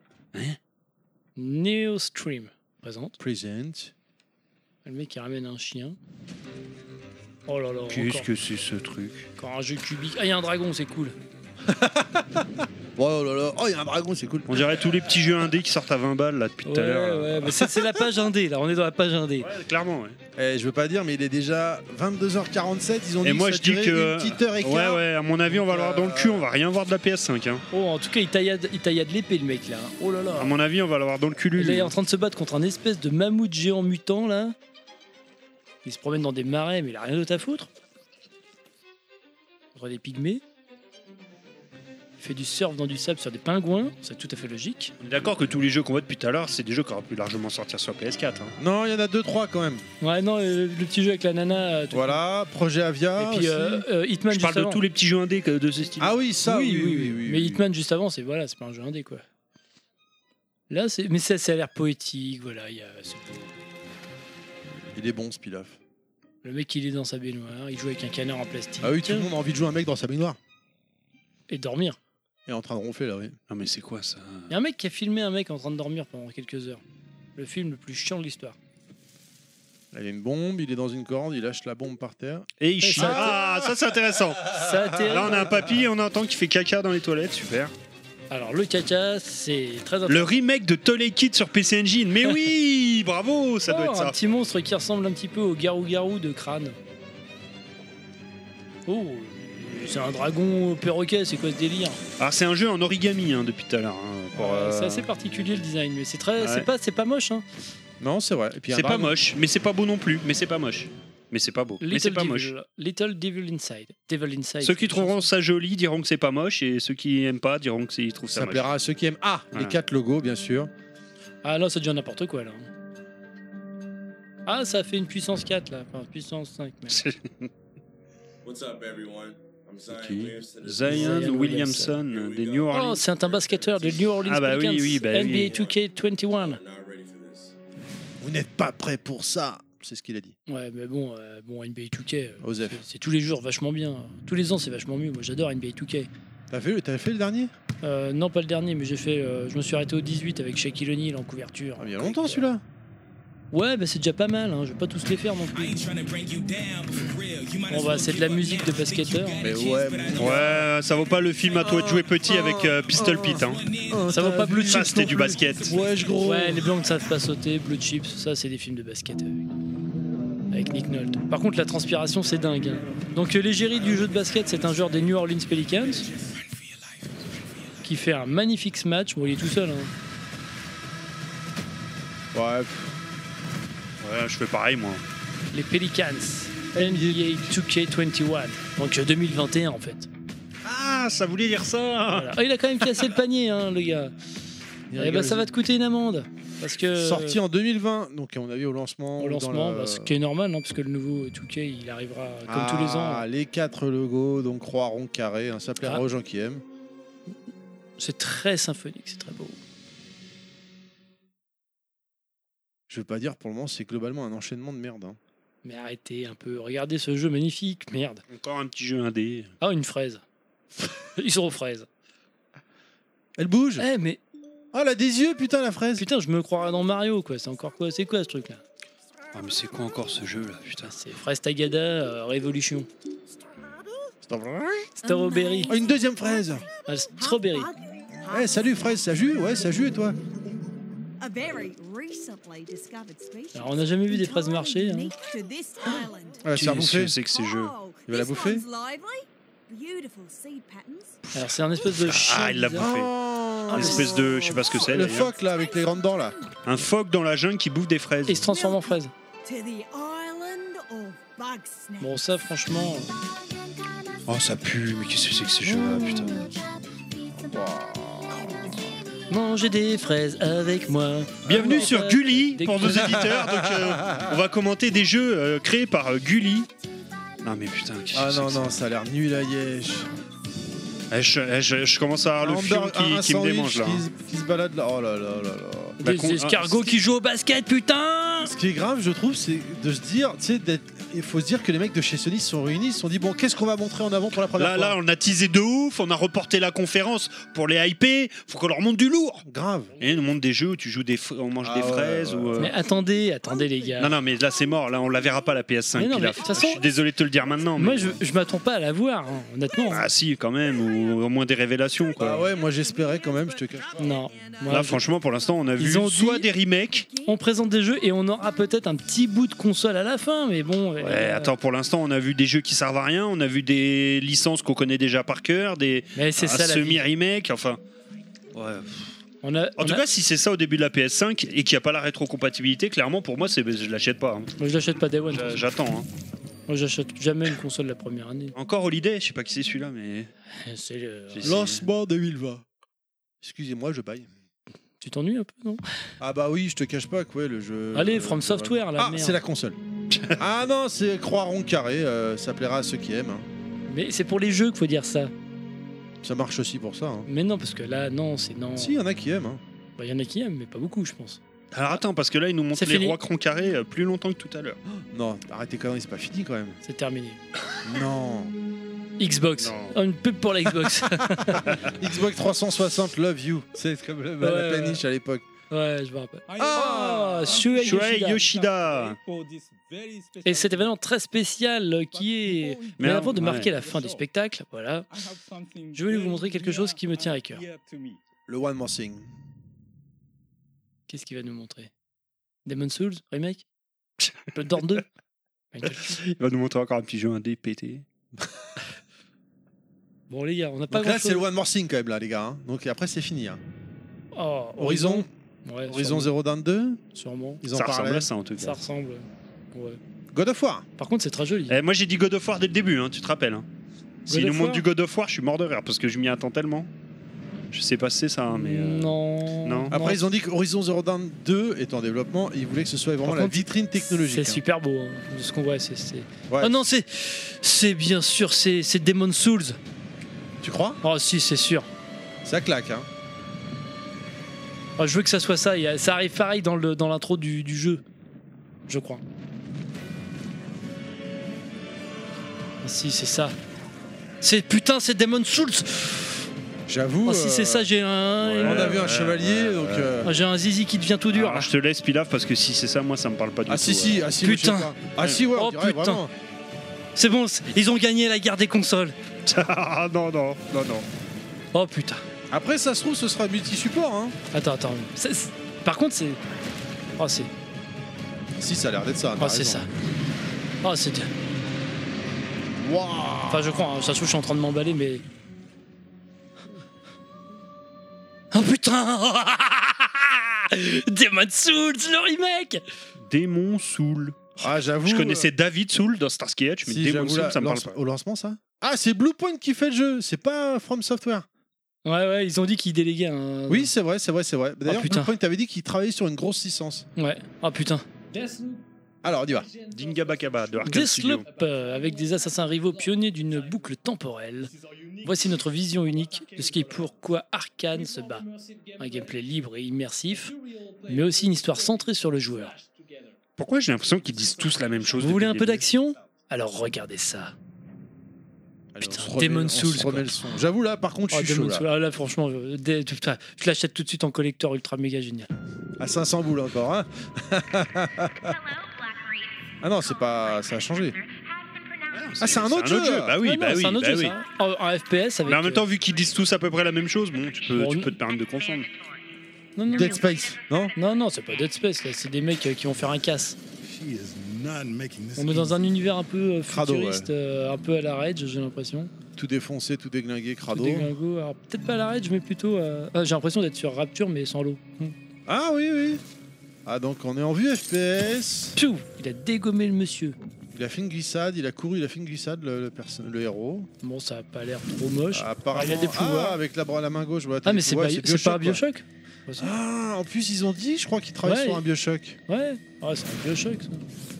Neostream présente.
Present.
Le mec qui ramène un chien. Oh là là.
Qu'est-ce
encore,
que c'est ce truc?
encore un jeu cubique. Ah, il y a un dragon, c'est cool.
Oh là là. Oh il y a un dragon, c'est cool.
On dirait tous les petits jeux indés qui sortent à 20 balles là depuis tout à l'heure.
Ouais, mais c'est la page indé là. On est dans la page indé.
Ouais, clairement, ouais.
Je veux pas dire, mais il est déjà 22h47. Ils ont dit
Et moi
que
je
ça
dis
durait
que.
une petite heure et
Ouais,
quart.
ouais, à mon avis, on va l'avoir dans le cul, on va rien voir de la PS5. Hein.
Oh, en tout cas, il taillade l'épée le mec là. Oh là là.
À mon avis, on va l'avoir dans le cul.
Il est en train de se battre contre un espèce de mammouth géant mutant là. Il se promène dans des marais, mais il a rien d'autre à foutre. Contre des pygmées. Il fait du surf dans du sable sur des pingouins, c'est tout à fait logique.
On est d'accord que tous les jeux qu'on voit depuis tout à l'heure, c'est des jeux qui auraient pu largement sortir sur PS4. Hein.
Non, il y en a 2-3 quand même.
Ouais, non, le petit jeu avec la nana. Tout
Voilà, Projet Avia.
Et puis
aussi.
Hitman
Je
juste
parle de
avant.
tous les petits jeux indés de ce style.
Ah oui, ça,
oui,
oui.
Mais Hitman juste avant, c'est pas un jeu indé quoi. Là, mais ça a l'air poétique, voilà, c'est beau.
Il est bon ce pilaf.
Le mec, il est dans sa baignoire, il joue avec un canard en plastique.
Ah oui, tout le monde a envie de jouer un mec dans sa baignoire.
Et dormir.
Il est en train de ronfler là, oui.
Non mais c'est quoi ça?
Il y a un mec qui a filmé un mec en train de dormir pendant quelques heures. Le film le plus chiant de l'histoire.
Là, il y a une bombe, il est dans une corde, il lâche la bombe par terre.
Et il
Et
chie.
ça-
Ah, ça c'est intéressant.
Ça atterrit.
Là on a un papy et on entend qu'il fait caca dans les toilettes, super.
Alors, le caca, c'est très
Le
intéressant.
remake de Tolley Kid sur PC Engine. Mais oui, bravo, ça doit être
Un
ça.
petit monstre qui ressemble un petit peu au garou-garou de Crâne. Oh, c'est un dragon perroquet, c'est quoi ce délire?
Alors c'est un jeu en origami hein, depuis tout à l'heure. Hein, pour,
C'est assez particulier le design, mais c'est très,
Ouais.
c'est pas moche. Hein.
Non, c'est vrai. Et puis, un
C'est pas
dragon.
moche, mais c'est pas beau non plus. Mais c'est pas moche. Mais c'est pas beau. Mais c'est pas moche.
Little Devil Inside. Devil Inside.
Ceux qui trouveront ça joli diront que c'est pas moche et ceux qui aiment pas diront que ils trouvent ça
Ça
moche.
plaira à ceux qui aiment. Ah,
Voilà.
les 4 logos, bien sûr.
Ah là, ça devient n'importe quoi là. Ah, ça a fait une puissance 4 là, enfin puissance 5. Même.
C'est-
What's up, everyone? I'm Zion
Ok.
Williamson.
Zion
Zion
Williamson des New Orleans.
Oh, c'est un basketteur de New Orleans
Ah bah oui,
Pelicans,
oui, bah
NBA
oui.
2K21.
Not ready for this.
Vous n'êtes pas prêts pour ça. C'est ce qu'il a dit.
Ouais, mais bon, NBA 2K,
Osef.
c'est tous les jours vachement bien. Tous les ans, c'est vachement mieux. Moi, j'adore NBA 2K.
T'as fait le dernier?
Non, pas le dernier, mais j'ai fait. Je me suis arrêté au 18 avec Shaquille O'Neal en couverture.
Ah, il y a longtemps celui-là.
Ouais, bah c'est déjà pas mal. Hein. Je vais pas tous les faire non plus. Bon bah, c'est de la musique de basketteur.
Mais ouais.
Ouais, ça vaut pas le film à toi de jouer petit avec Pistol Pete. Hein.
Ça vaut pas Blue
Ça
Chips.
c'était
non
du
plus.
basket.
Ouais, gros.
Ouais, les blancs ne savent pas sauter, Blue Chips, ça c'est des films de basket avec Nick Nolte. Par contre, la transpiration c'est dingue. Hein. Donc l'égérie du jeu de basket, c'est un joueur des New Orleans Pelicans qui fait un magnifique match. Bon, il est tout seul. Hein.
Ouais.
Ouais, je fais pareil moi.
Les Pelicans, NBA 2K21. Donc 2021 en fait.
Ah, ça voulait dire ça.
Voilà. Ah, il a quand même cassé le panier, hein, le gars. Eh ben, ça va te coûter une amende. Parce que
Sorti en 2020, donc à mon avis au lancement.
au
ou dans
lancement,
le-
bah, ce qui est normal, hein, parce que le nouveau 2K il arrivera comme tous les ans.
Ah, les 4 logos, donc croix, rond, carré. Hein, ça plaira
Ah.
aux gens qui aiment.
C'est très symphonique, c'est très beau.
Je veux pas dire, pour le moment, c'est globalement un enchaînement de merde. Hein.
Mais arrêtez un peu, regardez ce jeu magnifique, merde.
Encore un petit jeu indé.
Ah, une fraise. Ils sont aux fraises.
Elle bouge.
Eh, mais
Oh, elle a des yeux, putain, la fraise.
putain, je me croirais dans Mario, quoi. C'est encore quoi? C'est quoi ce truc-là?
Ah, mais c'est quoi encore ce jeu là, putain?
C'est Fraise Tagada Révolution. Strawberry.
Oh, une deuxième fraise.
Ah, strawberry.
Eh, salut, fraise, ça jus? Ouais, ça jus, et toi?
Alors, on n'a jamais vu des fraises marcher. Hein.
Elle va se faire bouffer.
Qu'est-ce que c'est que ces jeux?
Il va la bouffer?
Alors, c'est un espèce de chien.
Ah, il l'a
bizarre.
bouffé.
Oh,
Une espèce de. Je sais pas ce que c'est.
le
d'ailleurs.
phoque, là, avec les grandes dents, là.
Un phoque dans la jungle qui bouffe des fraises.
Et il se transforme en fraise. Bon, ça, franchement.
Oh, ça pue, mais qu'est-ce que c'est que ces jeux-là, putain?
Manger des fraises avec moi.
Bienvenue
Ah,
sur
ouais.
Gulli
Des
pour nos éditeurs. Donc, on va commenter des jeux créés par Gulli. Non, mais putain, qu'est-ce
Ah
que c'est
non,
que ça?
non, ça a l'air nul à Yesh.
Je commence à avoir le fion
Un
qui me
sandwich
démange là.
qui se balade là. Oh là là là là.
Bah,
Des escargots qui jouent au basket, putain.
Ce qui est grave, je trouve, c'est de se dire, tu sais, il faut se dire que les mecs de chez Sony se sont réunis, ils se sont dit, bon, qu'est-ce qu'on va montrer en avant pour la première fois?
Là, on a teasé de ouf, on a reporté la conférence pour les hyper. Faut qu'on leur montre du lourd.
Grave.
Et ils nous montrent des jeux où tu joues on mange
Ah
des
ouais,
fraises
ouais,
ou.
Mais attendez les gars.
Non, mais là c'est mort. Là, on la verra pas la PS5.
Mais non, mais
Pilaf.
de toute façon-
Je suis désolé de te le dire maintenant.
Moi,
mais-
je m'attends pas à la voir, hein, honnêtement.
Ah si, quand même, ou au moins des révélations quoi.
Ah ouais, moi j'espérais quand même, je te cache.
Non. Moi,
Là,
je-
franchement, pour l'instant, on a
Ils
vu
ont
soit
dit-
des remakes.
On présente des jeux et on aura peut-être un petit bout de console à la fin, mais bon.
Ouais, attends, pour l'instant, on a vu des jeux qui servent à rien. On a vu des licences qu'on connaît déjà par cœur, des
Mais c'est ça la vie.
semi-remake. Enfin. Ouais.
On a,
En
on
tout
a-
cas, si c'est ça au début de la PS5 et qu'il n'y a pas la rétrocompatibilité, clairement, pour moi, je l'achète pas. hein.
Moi, je l'achète pas Day One.
J'attends. hein.
Moi, j'achète jamais une console la première année.
Encore Holiday, je sais pas qui c'est celui-là, mais.
C'est le-
C'est-
Lancement 2020. Excusez-moi, je baille.
Tu t'ennuies un peu, non?
Ah bah oui, je te cache pas que ouais, le jeu.
Allez, From Software, là,
Ah,
merde.
c'est la console. Ah non, c'est croix rond carré, ça plaira à ceux qui aiment. hein.
Mais c'est pour les jeux qu'il faut dire ça.
Ça marche aussi pour ça. hein.
Mais non, parce que là, non, c'est non.
Si, il y en a qui aiment. hein.
Bah, y en a qui aiment, mais pas beaucoup, je pense.
Alors attends, parce que là, ils nous montrent
C'est
les
fini.
rois cron carrés plus longtemps que tout à l'heure.
Non, arrêtez conneries, c'est pas fini quand même.
C'est terminé.
Non.
Xbox.
Non.
Oh, une pub pour la Xbox.
Xbox 360, love you. C'est comme la
Ouais,
péniche à l'époque.
Ouais, je me rappelle.
Ah,
Shuei
Shuei
Yoshida.
Yoshida.
Et cet événement très spécial qui est. Mais
Merde,
avant de marquer
ouais.
la fin du spectacle, voilà, je voulais vous montrer quelque chose qui me tient à cœur.
Le One More Thing.
Qu'est-ce qu'il va nous montrer? Demon's Souls remake? Bloodborne 2?
Il va nous montrer encore un petit jeu indé pété.
Bon les gars, on n'a pas
Donc là,
grand
c'est le
chose.
One More Thing quand même, là, les gars. hein. Donc après, c'est fini. hein.
Oh,
Horizon,
Ouais,
Horizon Zero Dawn 2,
sûrement.
ils en
Ça ressemble
parlaient.
à ça en tout
Ça
cas.
ressemble. Ouais.
God of War.
Par contre, c'est très joli.
Eh, moi j'ai dit God of War dès le début, hein, tu te rappelles. Hein. S'il
God
nous
of
montre
War
du God of War, je suis mort de rire parce que je m'y attends tellement. Je sais pas si c'est ça, hein, mais.
Non.
non.
Après, ils ont dit que Horizon Zero Dawn 2 est en développement et ils voulaient que ce soit vraiment
Par
la
contre,
vitrine technologique.
C'est
hein.
super beau, hein, de ce qu'on voit.
Ouais.
Oh non, c'est bien sûr, c'est Demon's Souls.
Tu crois?
Oh si, c'est sûr.
Ça claque. Hein.
Oh, je veux que ça soit ça. Ça arrive pareil dans l'intro du jeu, je crois. Ah, si, c'est ça. Putain, c'est Demon's Souls.
J'avoue.
Oh, si c'est ça, j'ai un.
Ouais.
On a vu un chevalier, donc.
Ah, j'ai un zizi qui devient tout dur.
Alors,
là.
je te laisse Pilaf parce que si c'est ça, moi ça me parle pas du
Ah
tout.
si, ah si.
Putain.
je sais pas. Ah si, ouais, on
Oh,
dirait
putain.
vraiment.
C'est bon, ils ont gagné la guerre des consoles.
Ah non.
Oh putain.
Après, ça se trouve, ce sera multi-support. Hein.
Attends. Par contre, c'est. Oh, c'est.
Si, ça a l'air d'être ça.
Oh, c'est ça. Oh, c'est.
Waouh.
Enfin, je crois, hein, ça se trouve, je suis en train de m'emballer, mais. Oh putain. Demon's Souls, le remake.
Démon Soul.
Ah, j'avoue.
Je connaissais David Soul dans Starsky Hutch, mais
Si,
Démon
j'avoue,
Soul,
là,
ça me parle pas.
au lancement, ça. Ah, c'est Bluepoint qui fait le jeu. C'est pas From Software.
Ouais, ils ont dit qu'ils déléguaient un.
Oui, c'est vrai. D'ailleurs,
putain.
Bluepoint avait dit qu'il travaillait sur une grosse licence.
Ouais. Oh putain.
Alors, on y va.
Dingabakaba de Arkham Studio.
Deathloop, avec des assassins rivaux pionniers d'une boucle temporelle. Voici notre vision unique de ce qui est pourquoi Arkane se bat. Un gameplay libre et immersif, mais aussi une histoire centrée sur le joueur.
Pourquoi j'ai l'impression qu'ils disent tous la même chose
Vous voulez
depuis
un
le
peu
début
d'action? Alors regardez ça.
Allez,
Putain,
on se remet-
Demon's
on se
Souls,
remet
quoi.
le son. J'avoue, là, par contre, je
Oh,
suis chaud.
Demon's
Là.
Souls. Ah, là, franchement, je l'achète tout de suite en collector ultra méga génial.
À 500 boules encore, hein. Ah non, c'est pas... ça a changé. Ah, c'est un autre jeu.
Bah oui,
Ah non,
bah oui,
c'est un autre
bah
jeu,
oui.
ça, hein. Un FPS avec.
Mais en même temps, vu qu'ils disent tous à peu près la même chose, bon, tu
Bon,
peux te permettre de confondre.
non, non,
Dead
non.
Space, non?
Non, c'est pas Dead Space, là, c'est des mecs qui vont faire un casse. On est dans un univers un peu
Crado,
futuriste, un peu à la Rage, j'ai l'impression.
Tout défoncé, tout déglingué,
Tout
crado.
déglingo. Alors peut-être pas à la Rage, mais plutôt. J'ai l'impression d'être sur Rapture, mais sans l'eau.
Ah oui, oui. Ah, donc on est en vue FPS.
Piou, il a dégommé le monsieur.
Il a fait une glissade, il a couru, il a fait une glissade, le héros.
Bon, ça a pas l'air trop moche.
Apparemment,
il a des pouvoirs.
avec la main gauche, voilà.
Ah, mais
des
c'est
pouvoirs,
pas un
quoi.
Bioshock?
Ah, en plus, ils ont dit, je crois qu'ils travaillent
Ouais.
sur un Bioshock.
Ouais, c'est un Bioshock. Ça.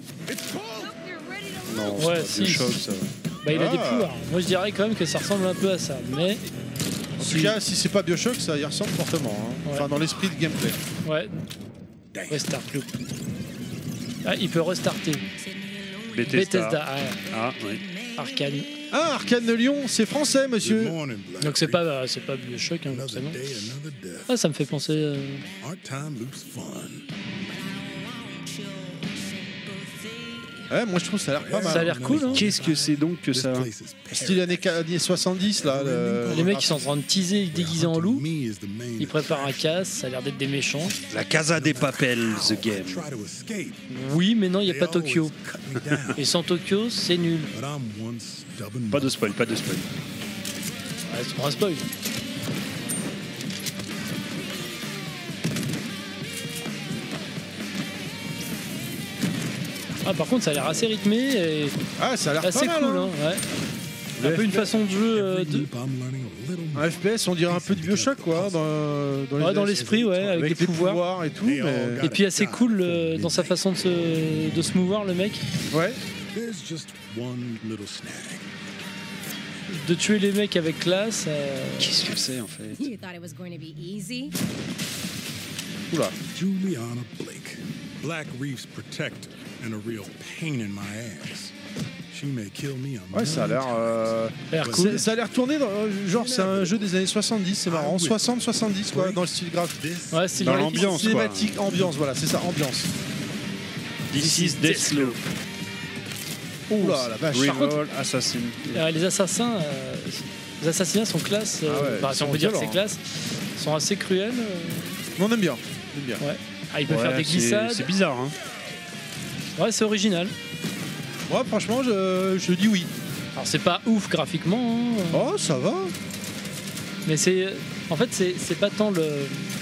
Non,
Ouais,
c'est pas
si.
Bioshock, ça.
Bah, il a des
Ah.
pouvoirs. Moi, je dirais quand même que ça ressemble un peu à ça. Mais,
En tout cas, si c'est pas Bioshock, ça y ressemble fortement. Hein.
Ouais.
Enfin, dans l'esprit de gameplay.
ouais. Restart loop. Ah, il peut restarter.
Bethesda.
Ah,
Ah, ouais.
Arkane.
Ah, Arkane de Lyon, c'est français, monsieur.
Donc c'est pas Bioshock, hein, forcément. Ah, ça me fait penser.
Ouais, moi je trouve que ça a l'air pas mal.
Ça a l'air cool, hein.
Qu'est-ce que c'est donc que ça?
Style années 70, là.
Les mecs qui sont en train de teaser déguisés en loup, ils préparent un casse, ça a l'air d'être des méchants.
La Casa des Papel, the game.
Oui, mais non, il n'y a pas Tokyo. Et sans Tokyo, c'est nul.
Pas de spoil, pas de spoil.
Ouais, c'est pas un spoil. Ah, par contre, ça a l'air assez rythmé et
Ah, ça a l'air
assez
pas mal.
cool.
Hein.
Hein, ouais. Un peu une façon de jeu.
Un FPS, on dirait un peu de Bioshock, quoi.
Dans l'esprit, ouais, avec des
les
pouvoirs.
et tout. Mais...
Et puis assez cool dans sa façon de se mouvoir, le mec.
Ouais.
De tuer les mecs avec classe.
Qu'est-ce que c'est en fait?
You thought it was going to be easy?
Oula.
Juliana Blake, Black Reef's protector and a real pain in my ass. She may kill me a
Ouais, ça a l'air.
Cool.
Ça a l'air tourné dans. Genre, c'est un jeu des années 70, c'est marrant. 60-70, quoi, dans le style graphique.
Ouais, c'est
Dans
le-
l'ambiance, quoi.
Cinématique, ambiance, voilà, c'est ça, ambiance.
This is Deathloop.
Oula, la vache.
Par contre-
Reroll Assassin.
Les assassins, les assassinats sont classe.
Ah ouais,
enfin, si
ils
on
sont
peut dire que c'est
violents,
classe, sont assez cruels.
On aime bien. On aime bien.
Ouais. Ah, il peut faire des
Ouais,
glissades.
c'est bizarre, hein.
Ouais, c'est original.
Moi, franchement, je dis oui.
Alors, c'est pas ouf graphiquement, hein,
Oh, ça va.
mais c'est. En fait, c'est pas tant le.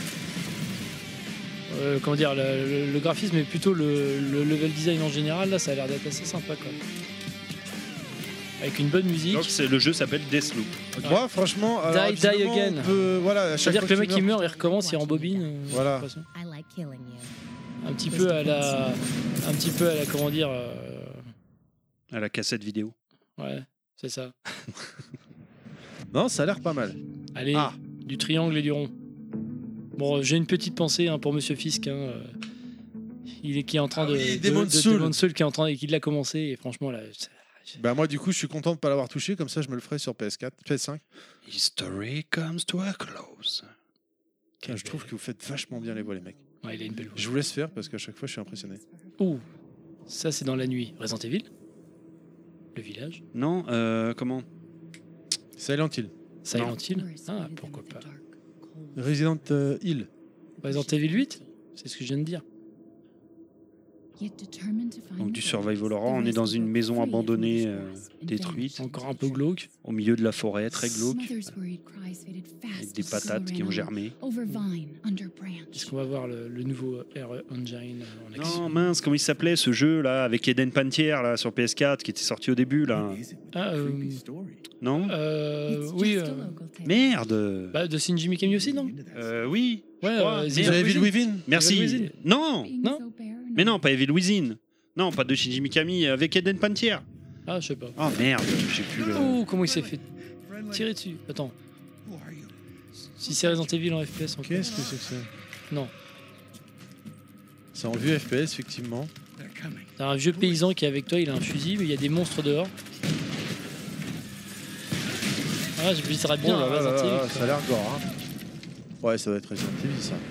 Comment dire, le graphisme, mais plutôt le level design en général. Là, ça a l'air d'être assez sympa, quoi. Avec une bonne musique.
Donc le jeu s'appelle Deathloop.
Moi, franchement, alors,
Die
évidemment,
again.
on peut- voilà, à chaque
C'est-à-dire
fois
que le mec
tu
il
meurs-
meurt, il recommence, il rembobine.
Voilà.
j'ai l'impression.
I like killing you.
Un petit peu à la. Comment dire.
À la cassette vidéo.
Ouais, c'est ça.
Non, ça a l'air pas mal.
Allez,
Ah.
du triangle et du rond. Bon, j'ai une petite pensée pour Monsieur Fisk. Qui est en train
Ah
de.
oui,
de
Demon's Souls.
Demon's Souls qui est en train et qui l'a commencé. Et franchement, là.
Bah, moi, du coup, je suis content de pas l'avoir touché, comme ça, je me le ferai sur PS4, PS5.
History comes to a close.
Tiens, je trouve que vous faites vachement bien les voix, les mecs.
Ouais, il a une belle voix.
Je vous laisse faire parce qu'à chaque fois, je suis impressionné.
Ouh, ça c'est dans la nuit. Resident Evil. Le village.
Non, comment?
Silent Hill.
Silent Hill. Ah, pourquoi pas.
Resident Hill.
Resident Evil 8. C'est ce que je viens de dire.
Donc du survival horror, on est dans une maison abandonnée, détruite,
Encore un peu glauque.
au milieu de la forêt, très glauque, avec des patates qui ont germé.
Est-ce qu'on va voir le nouveau RE Engine en action?
Non, mince, comment il s'appelait ce jeu là, avec Eden Pantier là, sur PS4, qui était sorti au début là?
Ah,
Non?
oui.
Merde!
Bah, de Shinji Mikami aussi, non?
Oui!
Ouais,
crois.
The
Vous avez vu le Within?
Merci!
Evil Within.
Non!
Non.
Mais non, pas Evil Within! Non, pas de Shinji Mikami, avec Eden Pantier.
Ah, je sais pas.
Ah merde, j'ai plus le.
Oh, comment il s'est fait tirer dessus. Attends. Si c'est Resident Evil en FPS, encore.
Qu'est-ce que c'est que ça?
Non.
C'est en vue FPS, effectivement.
T'as un vieux paysan qui est avec toi, il a un fusil, mais il y a des monstres dehors. Ah, je viserais bien
Oh là là
Resident
là là,
Evil,
ça
quoi.
a l'air gore. Hein. Ouais, ça doit être Resident Evil, ça.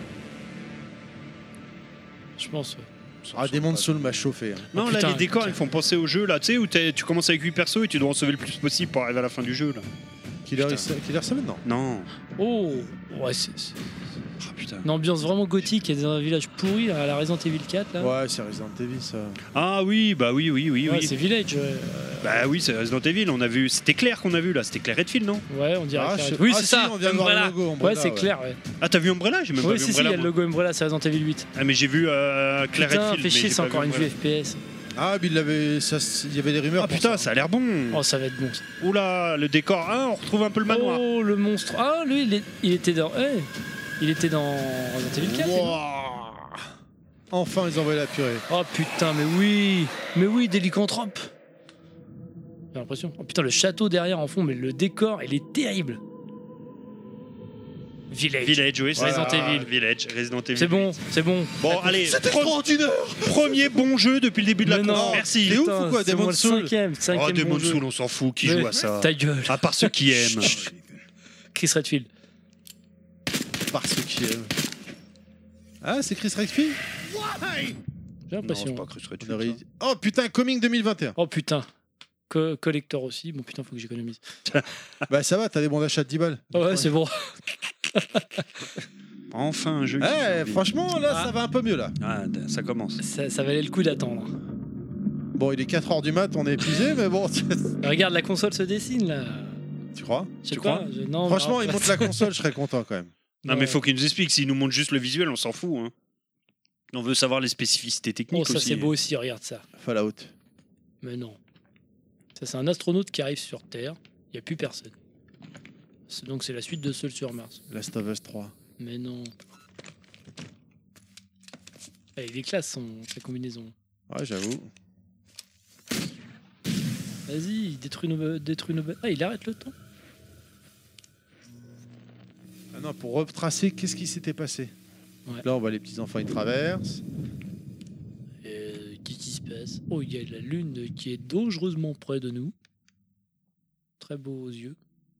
Je pense, ouais.
Ah, Demon's Soul m'a chauffé. Hein.
Non,
Oh,
là,
putain,
les décors,
putain.
ils font penser au jeu, là, tu sais, où tu commences avec 8 persos et tu dois en sauver le plus possible pour arriver à la fin du jeu, là.
Killer 7, non?
Non.
Oh, ouais, c'est
Ah putain.
une ambiance vraiment gothique. Il y a dans un village pourri, là, à la Resident Evil 4, là.
Ouais, c'est Resident Evil, ça.
Ah oui, bah oui.
Ouais, c'est Village. Ouais,
Bah oui, c'est Resident Evil, on a vu. C'était Claire qu'on a vu là, c'était Claire Redfield, non?
ouais, on dirait.
Ah,
que
je sais-
oui,
ah,
c'est
si,
ça.
on vient de voir le
Umbrella.
logo, Umbrella,
Ouais, c'est
ouais.
clair, ouais.
Ah, t'as vu Umbrella? J'ai même pas
Oui,
vu
si, il y
Umbrella.
a le
moi.
logo Umbrella, c'est Resident Evil 8.
Ah, mais j'ai vu Claire
Putain,
Redfield.
fait
mais
chier,
j'ai
c'est
pas
encore
vu
une vue
Umbrella.
FPS.
Ah, mais il y avait des rumeurs.
Ah
pour
putain,
ça.
ça a l'air bon.
Oh, ça va être bon, ça.
Oula, le décor. Ah, on retrouve un peu le manoir.
Oh, le monstre. Ah, lui, il était dans. Il était dans Resident Evil 4. lui, non
Wouah. Enfin, ils envoient la purée.
Oh putain, mais oui, des lycanthropes. J'ai l'impression. Oh putain, le château derrière en fond, mais le décor, il est terrible. Village.
Village, oui, c'est
Resident Evil.
Village, Resident Evil.
C'est bon, c'est bon.
Bon, allez,
C'est extraordinaire.
premier bon jeu depuis le début de la
Mais
course.
non,
Merci.
t'es ouf
Putain,
ou quoi,
c'est
Demon's
moi le
Soul
cinquième
Oh,
bon
Demon's
jeu.
Soul, on s'en fout. Qui
Mais
joue à ça?
Ta gueule.
À part ceux qui aiment.
Chris Redfield.
Parce que Ah, c'est Chris Redfield.
J'ai
Non,
l'impression.
c'est pas Chris
On
Redfield.
aurait
ça.
dit- Oh putain, Coming 2021.
Oh putain. Collector aussi. Bon putain, faut que j'économise.
Bah ça va, t'as des bons d'achat de 10 balles.
Oh, ouais, c'est bon.
Enfin, un jeu. qui
Eh,
fait envie.
franchement, là,
Ah.
ça va un peu mieux, là.
Ah, ça commence.
Ça valait le coup d'attendre.
Bon, il est 4h du mat, on est épuisé, mais bon,
Regarde, la console se dessine là.
tu crois?
Je sais
Tu
pas,
crois
non,
Franchement,
mais
il monte la console, je serais content quand même.
Non, mais faut qu'il nous explique. S'il nous montre juste le visuel, on s'en fout. Hein. On veut savoir les spécificités techniques
Oh, ça
aussi.
c'est beau aussi, regarde ça.
Fallout.
Mais non. Ça, c'est un astronaute qui arrive sur Terre. Il n'y a plus personne. Donc, c'est la suite de Seul sur Mars.
Last of Us 3.
Mais non. Eh, il est classe, sa combinaison.
Ouais, j'avoue.
Vas-y, il détruit nos... Ah, il arrête le temps.
Ah non, pour retracer, qu'est-ce qui s'était passé?
Ouais.
Là, on voit les petits-enfants, ils traversent.
Qu'est-ce qui se passe? Oh, il y a la lune qui est dangereusement près de nous. Très beaux yeux.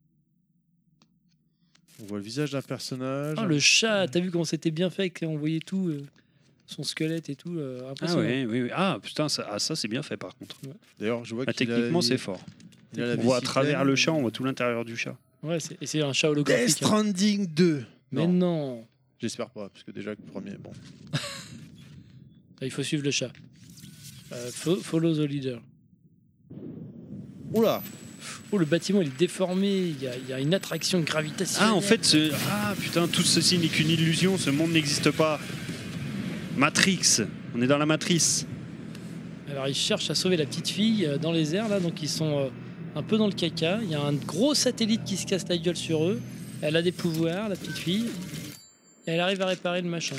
On voit le visage d'un personnage.
Ah, le chat, t'as vu comment c'était bien fait, qu'on voyait tout, son squelette et tout,
Ah
impressionnant.
oui. Ah putain, ça c'est bien fait par contre.
D'ailleurs, je vois
Ah,
qu'il a-
techniquement,
il-
c'est fort.
il a la
On voit à
vessie
travers
pleine.
le chat, on voit tout l'intérieur du chat.
Ouais, et c'est un chat
Death
holographique. hein.
Stranding 2.
Mais non.
J'espère pas, parce que déjà le premier, bon.
Il faut suivre le chat. Follow the leader.
Oula.
Oh, le bâtiment il est déformé, il y a une attraction gravitationnelle.
Ah, en fait, putain, tout ceci n'est qu'une illusion, ce monde n'existe pas. Matrix, on est dans la matrice.
Alors ils cherchent à sauver la petite fille dans les airs là, donc ils sont un peu dans le caca. Il y a un gros satellite qui se casse la gueule sur eux. Elle a des pouvoirs, la petite fille. Et elle arrive à réparer le machin.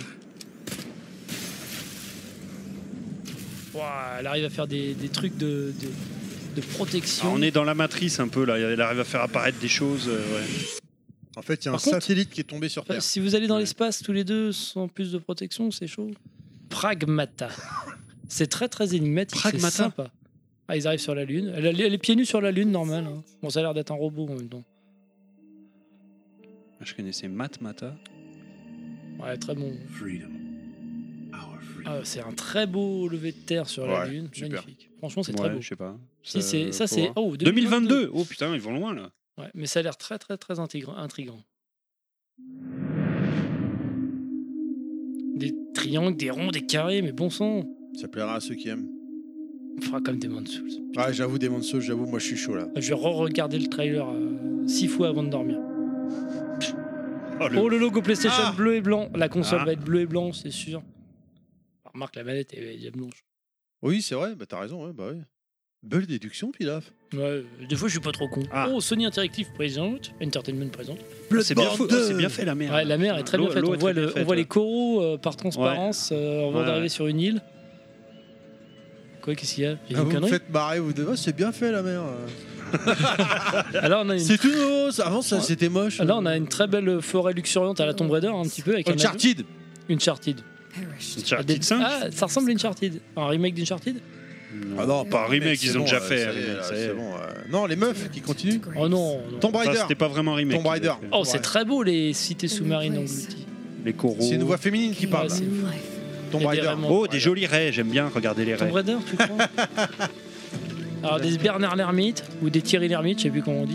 Ouah, elle arrive à faire des trucs de protection.
Ah, on est dans la matrice un peu là, elle arrive à faire apparaître des choses. Ouais.
En fait, il y a un
Par contre-
satellite qui est tombé sur
Enfin,
Terre.
si vous allez dans
Ouais.
l'espace tous les deux sans plus de protection, c'est chaud. Pragmata. C'est très très énigmatique.
Pragmata.
C'est sympa. Ah, ils arrivent sur la Lune. Elle est pieds nus sur la Lune, normal. Hein. Bon, ça a l'air d'être un robot en même temps.
Je connaissais Mata.
Ouais, très bon.
Freedom. Our freedom.
Ah, c'est un très beau lever de terre sur la
Ouais,
Lune.
super.
Magnifique. Franchement, c'est très beau.
Je sais pas.
Si, ça
faut
c'est.
voir.
Oh,
2022. Oh putain, ils vont loin là.
Ouais, mais ça a l'air très très très intriguant. Des triangles, des ronds, des carrés, mais bon sang.
Ça plaira à ceux qui aiment.
On fera comme Demon's Souls.
Ah, j'avoue, Demon's Souls, j'avoue, moi je suis chaud là.
Je vais re-regarder le trailer 6 fois avant de dormir.
Oh,
Oh, le logo PlayStation
Ah
bleu et blanc. La console
Ah.
va être bleu et blanc, c'est sûr. Remarque, la manette est déjà blanche.
Oui, c'est vrai, bah t'as raison, ouais, bah oui. Belle déduction, Pilaf.
Ouais, des fois je suis pas trop con.
Ah.
Oh, Sony Interactive présente, Entertainment présente.
c'est bien, c'est bien fait la mer.
Ouais, la mer est très bien faite.
L'eau
On
est
voit,
très bien
on
faite,
voit
ouais.
les coraux par transparence. On va
Ouais,
d'arriver
ouais.
sur une île. Quoi, qu'est-ce qu'il y a? Il y a
Ah,
une
vous me
connerie.
faites marrer, vous devez. Oh, c'est bien fait la mer.
Alors, on a une...
C'est tout nouveau. Avant, ça, c'était moche.
Là, on a une très belle forêt luxuriante à la Tomb Raider, un petit peu. Avec un avion.
Uncharted.
Uncharted.
Uncharted 5
Ah, ça ressemble à Uncharted. Un remake d'Uncharted?
Ah non, pas un remake,
C'est
ils ont
bon,
déjà
ça
fait.
y est,
un remake,
là,
ça y est.
c'est bon. Non, les meufs qui continuent.
Oh non, non.
Tomb
Enfin,
Raider.
c'était pas vraiment un remake.
Tomb Raider.
qu'ils avaient fait.
Oh, c'est très beau les cités sous-marines englouties.
Les coraux.
C'est une voix féminine qui parle.
Ouais, c'est-
Tomb
il y a des
Raider.
vraiment-
Oh, des jolis raies, j'aime bien regarder les
Tomb
raies.
Raider, tu crois? Alors des Bernard l'Ermite ou des Thierry l'Ermite, je sais plus comment on dit.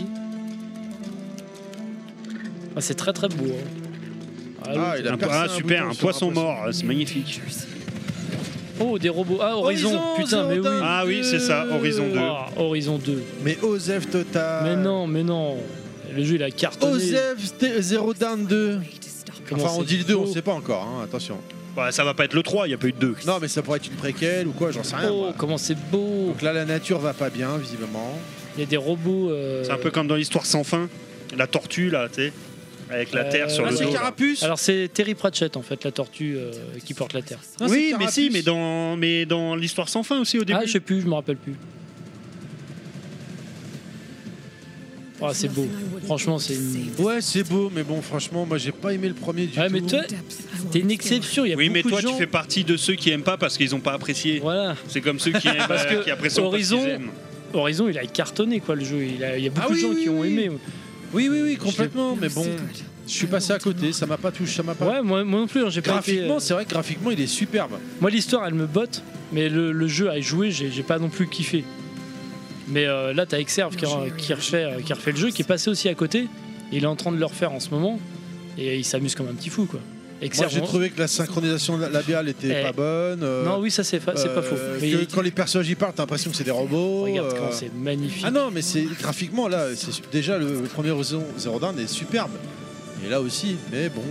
Ah, c'est très très beau. Hein. Ah,
Ah,
oui.
il a percé un
Super,
bouton
un
sur
poisson
poisson.
mort, c'est magnifique.
Oh, des robots. Ah, Horizon.
Horizon,
Putain, mais
Zero
oui.
Dawn.
Ah oui, c'est ça, Horizon 2.
Ah, Horizon 2.
Mais Osef Total.
Mais non. Le jeu il a cartonné.
Osef Zero Dawn 2.
Comment
Enfin, on
c'est
dit le 2, on
beau.
sait pas encore, hein, attention.
Ouais, ça va pas être le 3, il n'y a pas eu de 2.
Non, mais ça pourrait être une préquelle ou quoi, j'en sais rien.
Oh,
moi.
comment c'est beau.
Donc là, la nature va pas bien, visiblement.
Il y a des robots.
C'est un peu comme dans l'histoire sans fin. La tortue, là, tu sais, avec la terre sur
Ah,
le
c'est
dos. là.
Carapuce.
Alors c'est Terry Pratchett en fait, la tortue qui porte la terre.
Non,
Oui,
c'est
mais si,
Carapuce.
mais dans l'histoire sans fin aussi au début.
Ah, je sais plus, je me rappelle plus. Ah, c'est beau. Franchement, c'est une...
Ouais, c'est beau, mais bon, franchement, moi, j'ai pas aimé le premier du
Ouais,
tout.
mais toi, t'es une exception. Il y a
Oui, mais
beaucoup
toi,
de gens...
tu fais partie de ceux qui aiment pas parce qu'ils ont pas apprécié.
Voilà.
C'est comme ceux qui aiment,
Parce que
qui apprécient
Horizon-
parce qu'ils aiment.
Horizon, il a cartonné quoi le jeu. Il y a beaucoup
Ah
de
oui,
gens
oui,
qui ont
oui.
aimé.
Oui, complètement, mais bon, je suis passé à côté, ça m'a pas touché, ça m'a pas.
Ouais, moi non plus. Hein, j'ai pas été,
Graphiquement, c'est vrai que graphiquement, il est superbe.
Moi, l'histoire, elle me botte, mais le jeu à jouer, j'ai pas non plus kiffé. Mais là, t'as Exerve qui refait le jeu, qui est passé aussi à côté. Il est en train de le refaire en ce moment, et il s'amuse comme un petit fou quoi.
Moi,
Exerve,
j'ai trouvé que la synchronisation labiale était
Eh.
pas bonne.
Non, oui, ça c'est pas faux. Mais
que quand les personnages y parlent, t'as l'impression que c'est des robots.
regarde comment c'est magnifique.
Ah non, mais c'est graphiquement là, c'est déjà le premier Horizon Zero Dawn est superbe. Et là aussi, mais bon.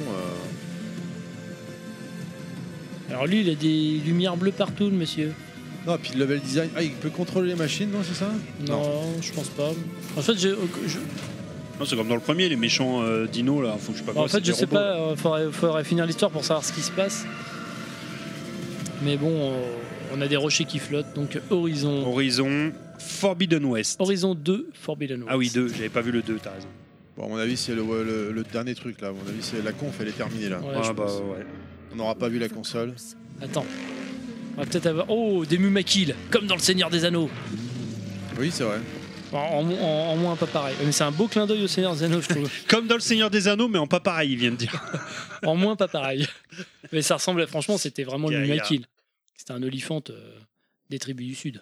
Alors lui, il a des lumières bleues partout, le monsieur.
Non, puis le level design. Ah, il peut contrôler les machines, non, c'est ça?
Non, je pense pas. En fait,
Non, c'est comme dans le premier, les méchants dinos là. Faut que je sais pas quoi,
en fait,
c'est
je
des
sais
robots, là.
pas. Faudrait finir l'histoire pour savoir ce qui se passe. Mais bon, on a des rochers qui flottent. Donc Horizon.
Horizon Forbidden West.
Horizon 2, Forbidden West.
Ah oui, 2, j'avais pas vu le 2, t'as raison.
Bon, à mon avis, c'est le dernier truc là. À mon avis, c'est la conf, elle est terminée là.
Ouais,
Ah
je
bah
pense.
ouais.
On n'aura pas vu la console.
Attends. On va peut-être avoir. Oh, des Mumakil, comme dans Le Seigneur des Anneaux.
Oui, c'est vrai.
En moins pas pareil. Mais c'est un beau clin d'œil au Seigneur des Anneaux, je trouve.
Comme dans Le Seigneur des Anneaux, mais en pas pareil, il vient de dire.
En moins pas pareil. Mais ça ressemblait, franchement, c'était vraiment le
Il y a-
Mumakil. C'était un oliphante des tribus du Sud.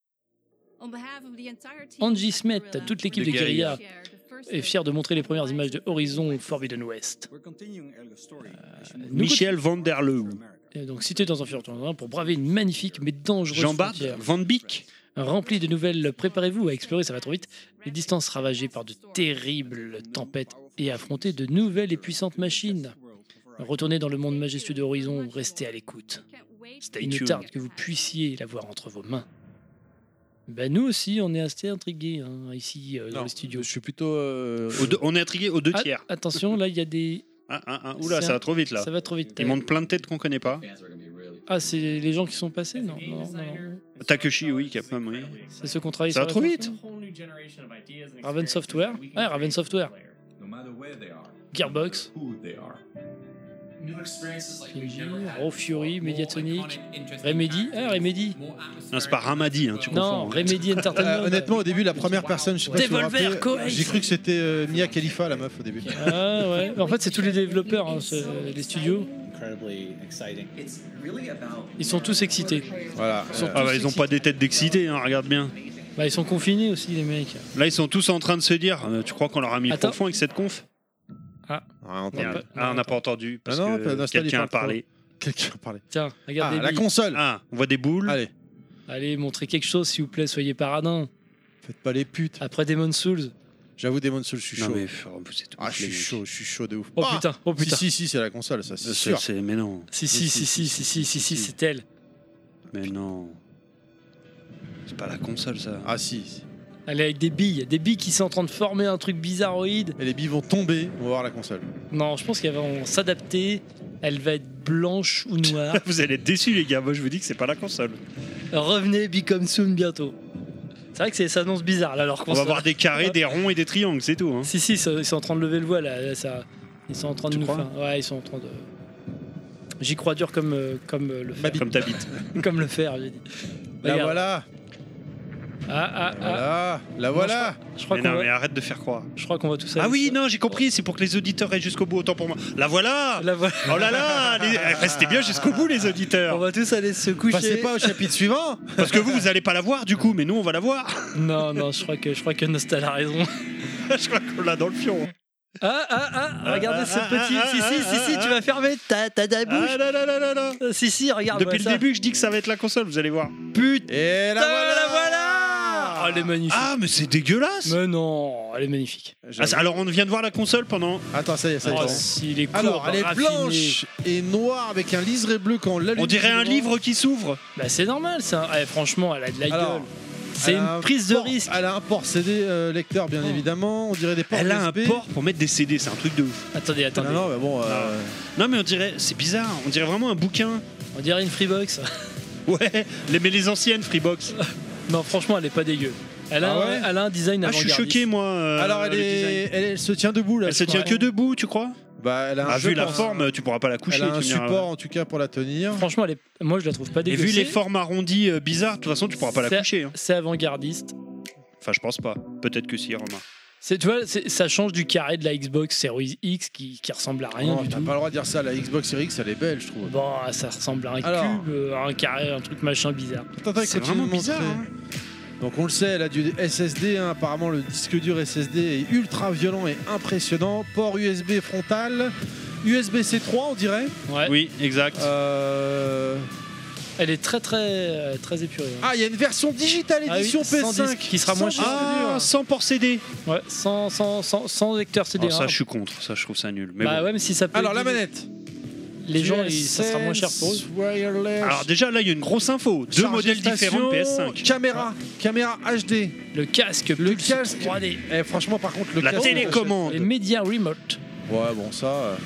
Angie Smet, toute l'équipe de Guerrilla, est fière de montrer les premières images de Horizon Forbidden West.
Michel Van der Leeuw.
Et donc cité dans un futur pour braver une magnifique mais dangereuse
Jean-Bart
frontière.
Van Beek.
Rempli de nouvelles, préparez-vous à explorer, ça va trop vite, les distances ravagées par de terribles tempêtes et affronter de nouvelles et puissantes machines. Retournez dans le monde majestueux de Horizon, restez à l'écoute.
Stay
Il nous
tuned.
tarde que vous puissiez l'avoir entre vos mains. Ben nous aussi, on est assez intrigués hein, ici dans les studios.
Je suis plutôt.
On est intrigué aux 2
Ah,
tiers.
attention, là il y a des.
Oula,
C'est
ça
un-
va trop vite là.
Ça va trop vite.
Ils montrent plein de têtes qu'on connaît pas.
Ah, c'est les gens qui sont passés Non, non, non.
Takeshi, oui, Capcom, oui.
C'est ceux qu'on travaille
Ça va
sur
trop
la
vite.
console. Raven Software. Ouais, Raven Software. Gearbox. Raw Fury, Mediatonic, Remedy. Ah, Remedy.
Non, c'est pas Ramadi, hein, tu confonds.
Non,
hein.
Remedy Entertainment.
Honnêtement, au début, la première personne, je sais pas si vous vous
Devolver,
rappelez,
Koei.
j'ai cru que c'était Mia Khalifa, la meuf, au début.
Ah ouais. En fait, c'est tous les développeurs, hein, les studios. Ils sont tous excités.
Voilà.
Ah bah, ils ont pas des têtes d'excités, hein, regarde bien.
Bah, ils sont confinés aussi, les mecs.
Là, ils sont tous en train de se dire tu crois qu'on leur a mis
Attends.
profond avec cette conf
Ah, entendu.
Merde.
Ah, on n'a pas entendu parce
Ah non,
que
Nostal,
quelqu'un
il
a
parle
parlé.
Quelqu'un a parlé.
Tiens, regardez.
Ah, la console.
Ah, on voit des boules.
Allez,
Allez, montrez quelque chose, s'il vous plaît, soyez paradins.
faites pas les putes.
Après Demon's Souls.
J'avoue, Demon's Souls, je suis
Non,
chaud.
mais c'est tout.
Ah, je suis chaud de ouf.
Oh
Ah
putain, oh putain.
Si, c'est la console, ça, c'est sûr.
Mais non.
Si, c'est elle.
Mais non. C'est pas la console, ça.
Ah, si.
Elle est avec des billes qui sont en train de former un truc bizarroïde.
Et les billes vont tomber, on va voir la console.
Non, je pense qu'elles vont s'adapter. Elle va être blanche ou noire.
Vous allez être déçus, les gars. Moi, je vous dis que c'est pas la console.
Revenez, Become Soon bientôt. C'est vrai que ça annonce bizarre là. Alors
On va avoir des carrés, des ronds et des triangles, c'est tout. Hein.
Si, ils sont en train de lever le voile là. Ça... Ils sont en train de
Tu
nous
crois
faire. Ouais, ils sont en train de. J'y crois dur comme le fer.
Comme ta bite.
Comme le fer, j'ai dit.
La
Regarde.
voilà.
Ah.
La voilà.
Je crois
Mais
qu'on
non,
va...
mais arrête de faire croire.
Je crois qu'on va tout ça.
Ah oui, non, j'ai compris, c'est pour que les auditeurs aient jusqu'au bout, autant pour moi. La voilà.
La voilà.
Oh là là, restez bien jusqu'au bout, les
On
auditeurs.
va tous aller se coucher.
Passez pas au chapitre suivant.
Parce que vous allez pas la voir du coup, mais nous, on va la voir.
Non, je crois que Nostal a raison.
Je crois qu'on l'a dans le fion.
Regardez ce petit. Si, tu vas fermer ta bouche.
Ah là là là là là.
Si, regarde.
Depuis le début, je dis que ça va être la console, vous allez voir.
Putain,
Et la voilà.
Oh, elle est magnifique.
Ah, mais c'est dégueulasse.
Mais non, elle est magnifique.
Ah, alors, on vient de voir la console pendant.
Attends, ça y est, ça y est.
Oh, s'il est court,
Alors, elle est
raffiné.
blanche et noire avec un liseré bleu quand on l'allume.
On dirait un livre qui s'ouvre.
Bah, c'est normal, ça. Franchement, elle a de la
Alors,
gueule. C'est
Elle a un
une prise de
port-
risque.
Elle a un port CD lecteur, bien évidemment. On dirait des ports
Elle a un
USB.
port pour mettre des CD, c'est un truc de ouf.
Attendez.
Non, mais bon.
Non, mais on dirait, c'est bizarre, on dirait vraiment un bouquin.
On dirait une Freebox.
Ouais, mais les anciennes Freebox.
Non, franchement, elle est pas dégueu. Elle a,
Ah ouais
elle a un design
Ah, je suis
avant-gardiste.
choqué, moi.
Alors, elle,
le
est...
design.
elle se tient debout là.
Elle
je
se tient
crois.
que debout, tu crois?
Bah, elle a un
Ah, vu la
pense.
forme, tu pourras pas la coucher.
Elle a un
tu me diras.
support en tout cas pour la tenir.
Franchement, moi, je la trouve pas
Et
dégueu.
vu les
C'est-
formes arrondies bizarres, de toute façon, tu pourras pas la
c'est-
coucher. Hein.
C'est avant-gardiste.
Enfin, je pense pas. Peut-être que si, Romain.
Tu vois, ça change du carré de la Xbox Series X qui ressemble à rien
Non,
du
t'as
tout.
pas le droit de dire ça. La Xbox Series X, elle est belle, je trouve.
Bon, ça ressemble à un
Alors.
cube, à un carré, un truc machin bizarre.
Attends,
C'est
continue
vraiment
de
bizarre.
montrer.
Hein.
Donc on le sait, elle a du SSD. Apparemment, le disque dur SSD est ultra violent et impressionnant. Port USB frontal. USB-C 3, on dirait.
Ouais.
Oui, exact.
Elle est très épurée. hein.
Ah, il y a une version digitale
Ah oui,
édition
sans
PS5
disque, qui sera moins
Sans
cher.
disque dur.
Sans port CD.
Ouais, sans lecteur CD.
Oh, ça,
hein.
je suis contre. Ça, je trouve ça nul. Mais
Bah
bon.
ouais, mais si ça peut.
Alors la
aider
manette.
Les gens, ça sera moins cher pour eux.
Wireless.
Alors, déjà, là, il y a une grosse info. Deux
Charge
modèles
station,
différents de PS5.
Caméra HD.
Le casque,
Le
Pulse
casque.
3D.
Franchement, par contre, le
La
casque.
télécommande.
Les médias remote.
Ouais, bon, ça.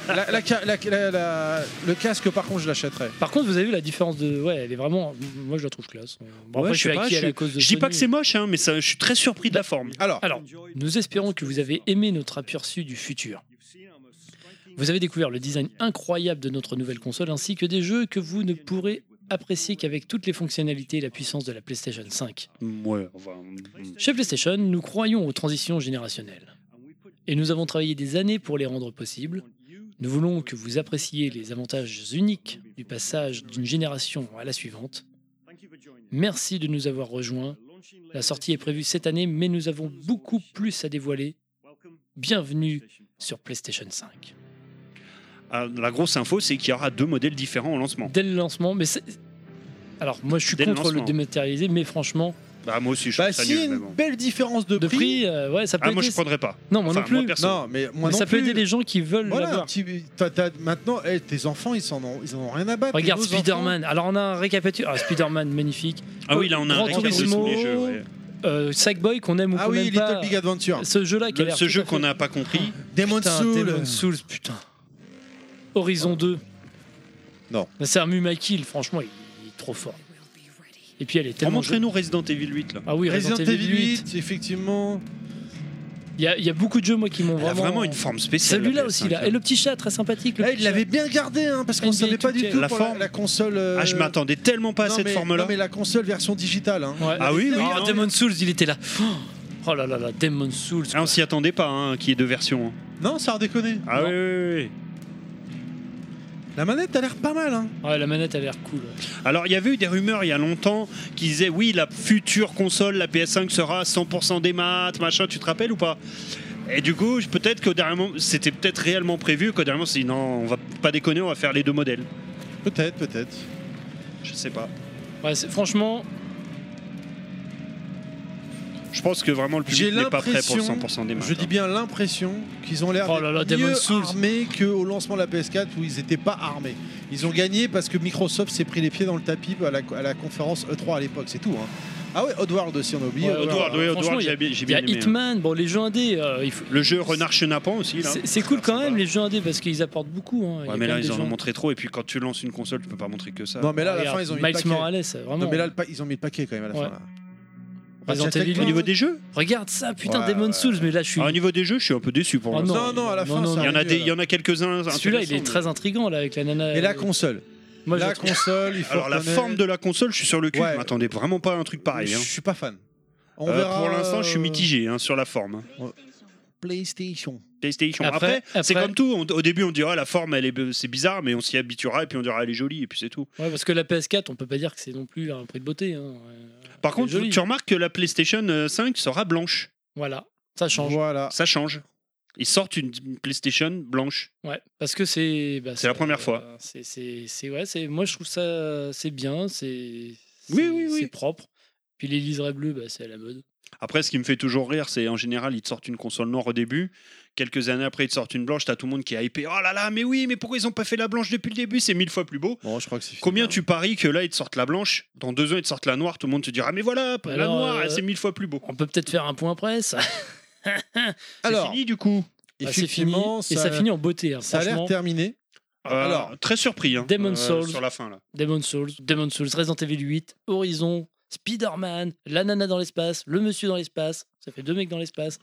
Le casque, par contre, je l'achèterais.
Par contre, vous avez vu la différence de. Ouais, elle est vraiment. Moi, je la trouve classe. Bon,
Ouais,
après, je suis
sais pas,
acquis à la
je
cause de.
je dis pas
Sony.
que c'est moche, hein, mais ça, je suis très surpris de la forme.
Alors,
Nous espérons que vous avez aimé notre aperçu du futur. Vous avez découvert le design incroyable de notre nouvelle console ainsi que des jeux que vous ne pourrez apprécier qu'avec toutes les fonctionnalités et la puissance de la PlayStation 5.
Ouais, enfin.
Chez PlayStation, nous croyons aux transitions générationnelles. Et nous avons travaillé des années pour les rendre possibles. Nous voulons que vous appréciez les avantages uniques du passage d'une génération à la suivante. Merci de nous avoir rejoints. La sortie est prévue cette année, mais nous avons beaucoup plus à dévoiler. Bienvenue sur PlayStation 5.
Ah, la grosse info, c'est qu'il y aura deux modèles différents au lancement.
Dès le lancement, mais c'est... Alors, moi, je suis
Dès le
contre le
lancement.
dématérialisé, mais franchement,
Bah, moi aussi, je
bah,
trouve ça
s'il y a
nul. mais
une
bon.
belle différence de
de prix, ouais, ça peut
Ah, moi, je
aider.
prendrais pas.
Non, moi
Enfin,
non plus.
moi, perso.
non, mais moi
Mais
non
ça peut
plus.
aider les gens qui veulent
Voilà, un
l'avoir.
petit... maintenant, tes enfants, ils en ont rien à battre.
Regarde
Les beaux
Spider-Man. Alors, on a un récapitulatif. Ah, Spider-man, magnifique.
Ah oui, là, on a un
Gran
récap de
Turismo,
tous les jeux. Ouais.
Sackboy, qu'on aime ou
Ah
qu'on
oui,
n'aime
Little
pas.
Big Adventure.
Ce jeu-là qui a l'air
Ce
tout
jeu
à fait-
qu'on n'a pas compris.
Demon's
Putain,
Soul.
Demon's Souls, putain. Horizon 2.
Non.
Mais c'est un Mumakil, franchement, il est trop fort. Et puis elle est tellement.
Remontrez-nous Resident Evil 8 là.
Ah oui,
Resident Evil 8, effectivement.
Il y a beaucoup de jeux, moi, qui m'ont
Elle a
vraiment.
vraiment une forme spéciale.
Celui-là
la
aussi,
PS5,
là. Et le petit chat, très sympathique. Le
Eh,
petit
il l'avait bien gardé, hein, parce qu'on
NBA
savait pas du
2K.
tout
La
pour
forme.
la console.
Ah, je m'attendais tellement pas à
non,
cette
mais-
forme-là.
Non, mais la console version digitale. Hein.
chat. Ouais.
Ah oui, oui.
Oh,
non.
Demon's Souls, il était là. Oh là là là, Demon's Souls.
Ah, on s'y attendait pas, hein, qu'il y ait deux versions. hein.
Non, ça a redéconné.
Ah
Non.
oui, oui, oui.
La manette a l'air pas mal. Hein.
Ouais, la manette a l'air cool. ouais.
Alors, il y avait eu des rumeurs il y a longtemps qui disaient oui, la future console, la PS5 sera 100% des maths, machin, tu te rappelles ou pas? Et du coup, peut-être qu'au dernier moment, c'était peut-être réellement prévu, qu'au dernier moment, c'est non, on va pas déconner, on va faire les deux modèles.
Peut-être.
Je sais pas.
Ouais, franchement,
Je pense que vraiment le
J'ai
public n'est pas prêt pour le
l'impression,
100% des maths.
je dis bien l'impression qu'ils ont l'air
Oh là là,
d'être mieux
Demon's Souls.
armés qu'au lancement de la PS4 où ils n'étaient pas armés. Ils ont gagné parce que Microsoft s'est pris les pieds dans le tapis à la conférence E3 à l'époque, c'est tout. Hein. Ah ouais, Oddworld aussi, on a oublié.
Ouais,
Oddworld, oui,
franchement,
Oddworld, j'ai
Il y
bien
a
aimé.
Hitman, bon, les jeux indés.
Le jeu Renard Chenapan aussi, là.
C'est cool quand
Sympa.
même, les jeux indés, parce qu'ils apportent beaucoup. Hein. Il y a
Ouais, mais
quand
là,
même
ils
des
en ont
jeux-
montré trop. Et puis, quand tu lances une console, tu peux pas montrer que ça.
Non, mais là, à la
Regarde,
fin, ils ont mis le
Miles
paquet.
Morales, vraiment.
Non, mais là, ils ont mis le paquet quand même à la
Ouais.
fin. Là.
Resident
Ratchet
Evil,
Clank,
Au niveau des jeux,
Regarde ça, putain,
Ouais,
Demon's
ouais.
Souls, mais là, je suis.
au niveau des jeux, je suis un peu déçu pour
Oh
l'instant.
Non, à la fin, ça
Il y en a
arrive,
il y en a quelques-uns.
Celui-là, il est
intéressants,
très intriguant, là, avec la nana.
Et la console.
Moi, je
La
le trouve-
console, il faut.
Alors, la
reconnaître-
forme de la console, je suis sur le cul.
Ouais.
Je m'attendais vraiment pas à un truc pareil.
Je
hein.
suis pas fan. On
Pour
verra.
l'instant, je suis mitigé hein, sur la forme.
PlayStation.
PlayStation.
Après-
C'est
après-
comme tout. Au début, on dira la forme, c'est bizarre, mais on s'y habituera et puis on dira elle est jolie et puis c'est tout.
Ouais, parce que la PS4, on peut pas dire que c'est non plus un prix de beauté. Hein.
Par
C'est
contre,
joli.
tu remarques que la PlayStation 5 sera blanche.
Voilà, ça change.
Voilà.
Ça change. Ils sortent une PlayStation blanche.
Ouais, parce que c'est.
C'est la première fois.
Moi, je trouve ça c'est bien, c'est.
Oui.
C'est propre. Puis les liserés bleus, bah, c'est à la mode.
Après, ce qui me fait toujours rire, c'est en général, ils te sortent une console noire au début. Quelques années après, ils te sortent une blanche. T'as tout le monde qui est hypé. Oh là là, mais oui, mais pourquoi ils ont pas fait la blanche depuis le début? C'est 1000 fois plus beau.
Bon, je crois que c'est fini.
Combien tu paries que là, ils te sortent la blanche? Dans 2 ans, ils te sortent la noire. Tout le monde te dira, mais voilà, la
Alors,
noire, c'est 1000 fois plus beau.
On peut peut-être faire un point presse.
Alors,
C'est fini du coup.
Bah, c'est fini.
effectivement,
Et ça finit en beauté. Hein,
ça a l'air
franchement.
terminé. Alors,
Très surpris hein,
Demon's Souls.
sur la fin là.
Demon's Souls, Resident Evil 8, Horizon, Spider-Man, la nana dans l'espace, le monsieur dans l'espace. Ça fait 2 mecs dans l'espace.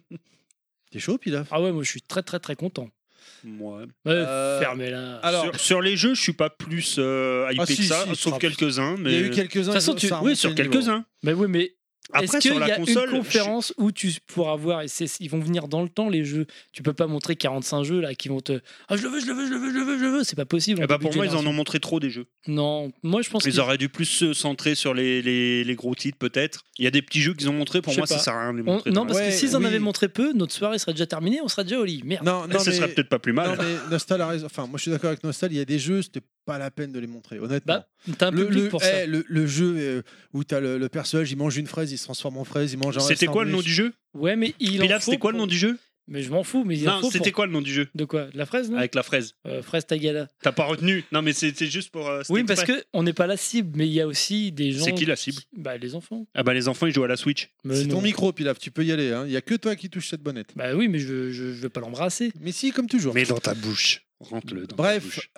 T'es chaud, Pilaf?
Ah ouais, moi je suis très très très content.
Ouais.
Ouais, fermez-la.
Alors,
Sur les jeux, je suis pas plus hypé
Ah,
que
si,
ça,
si,
sauf
ah,
quelques-uns.
il
Mais...
y a eu quelques-uns.
De toute façon,
ça a
Oui,
remonté
sur
le niveau.
quelques-uns.
Mais oui, mais
Après,
est-ce
sur
qu'il y
la
a
console,
une conférence où tu pourras voir, et ils vont venir dans le temps les jeux. Tu peux pas montrer 45 jeux là qui vont te. Ah, je le veux. C'est pas possible. en
Bah,
début
pour
de
moi, ils en
génération.
ont montré trop des jeux.
Non, moi je pense
Ils
qu'ils-
auraient dû plus se centrer sur les gros titres, peut-être. Il y a des petits jeux qu'ils ont montrés, pour
Je
moi,
sais
ça
pas.
sert à rien de les
On-
montrer.
Non,
dans
parce
la-
que
Ouais,
s'ils en
oui.
avaient montré peu, notre soirée serait déjà terminée, on serait déjà au lit. Merde.
Non, non,
ce
mais...
serait peut-être pas plus mal.
Non, mais Nostal a raison. Enfin, moi, je suis d'accord avec Nostal. Il y a des jeux, c'était pas la peine de les montrer, honnêtement.
Bah, t'as un public pour ça.
le jeu où t'as le personnage, il mange une fraise, il se transforme en fraise, il mange un.
C'était quoi le nom du jeu?
Ouais, mais il en
Pilaf,
faut
c'était quoi le
pour-
nom du jeu?
Mais je m'en fous, mais il en
Non,
faut
c'était
pour-
quoi le nom du jeu?
De quoi? De la fraise, non
Avec la fraise.
Fraise Tagala.
T'as pas retenu? Non, mais c'était juste pour. c'était
Oui, parce
exprès.
que on n'est pas la cible, mais il y a aussi des gens.
C'est qui la cible?
Bah, les enfants.
Ah bah les enfants ils jouent à la Switch.
Mais
C'est ton
non.
micro, Pilaf, tu peux y aller. hein. Il y a que toi qui touches cette bonnette.
Bah oui, mais je veux pas l'embrasser.
Mais si, comme toujours.
Mais dans ta bouche. Rentre-le dans ta
Bref,
bouche.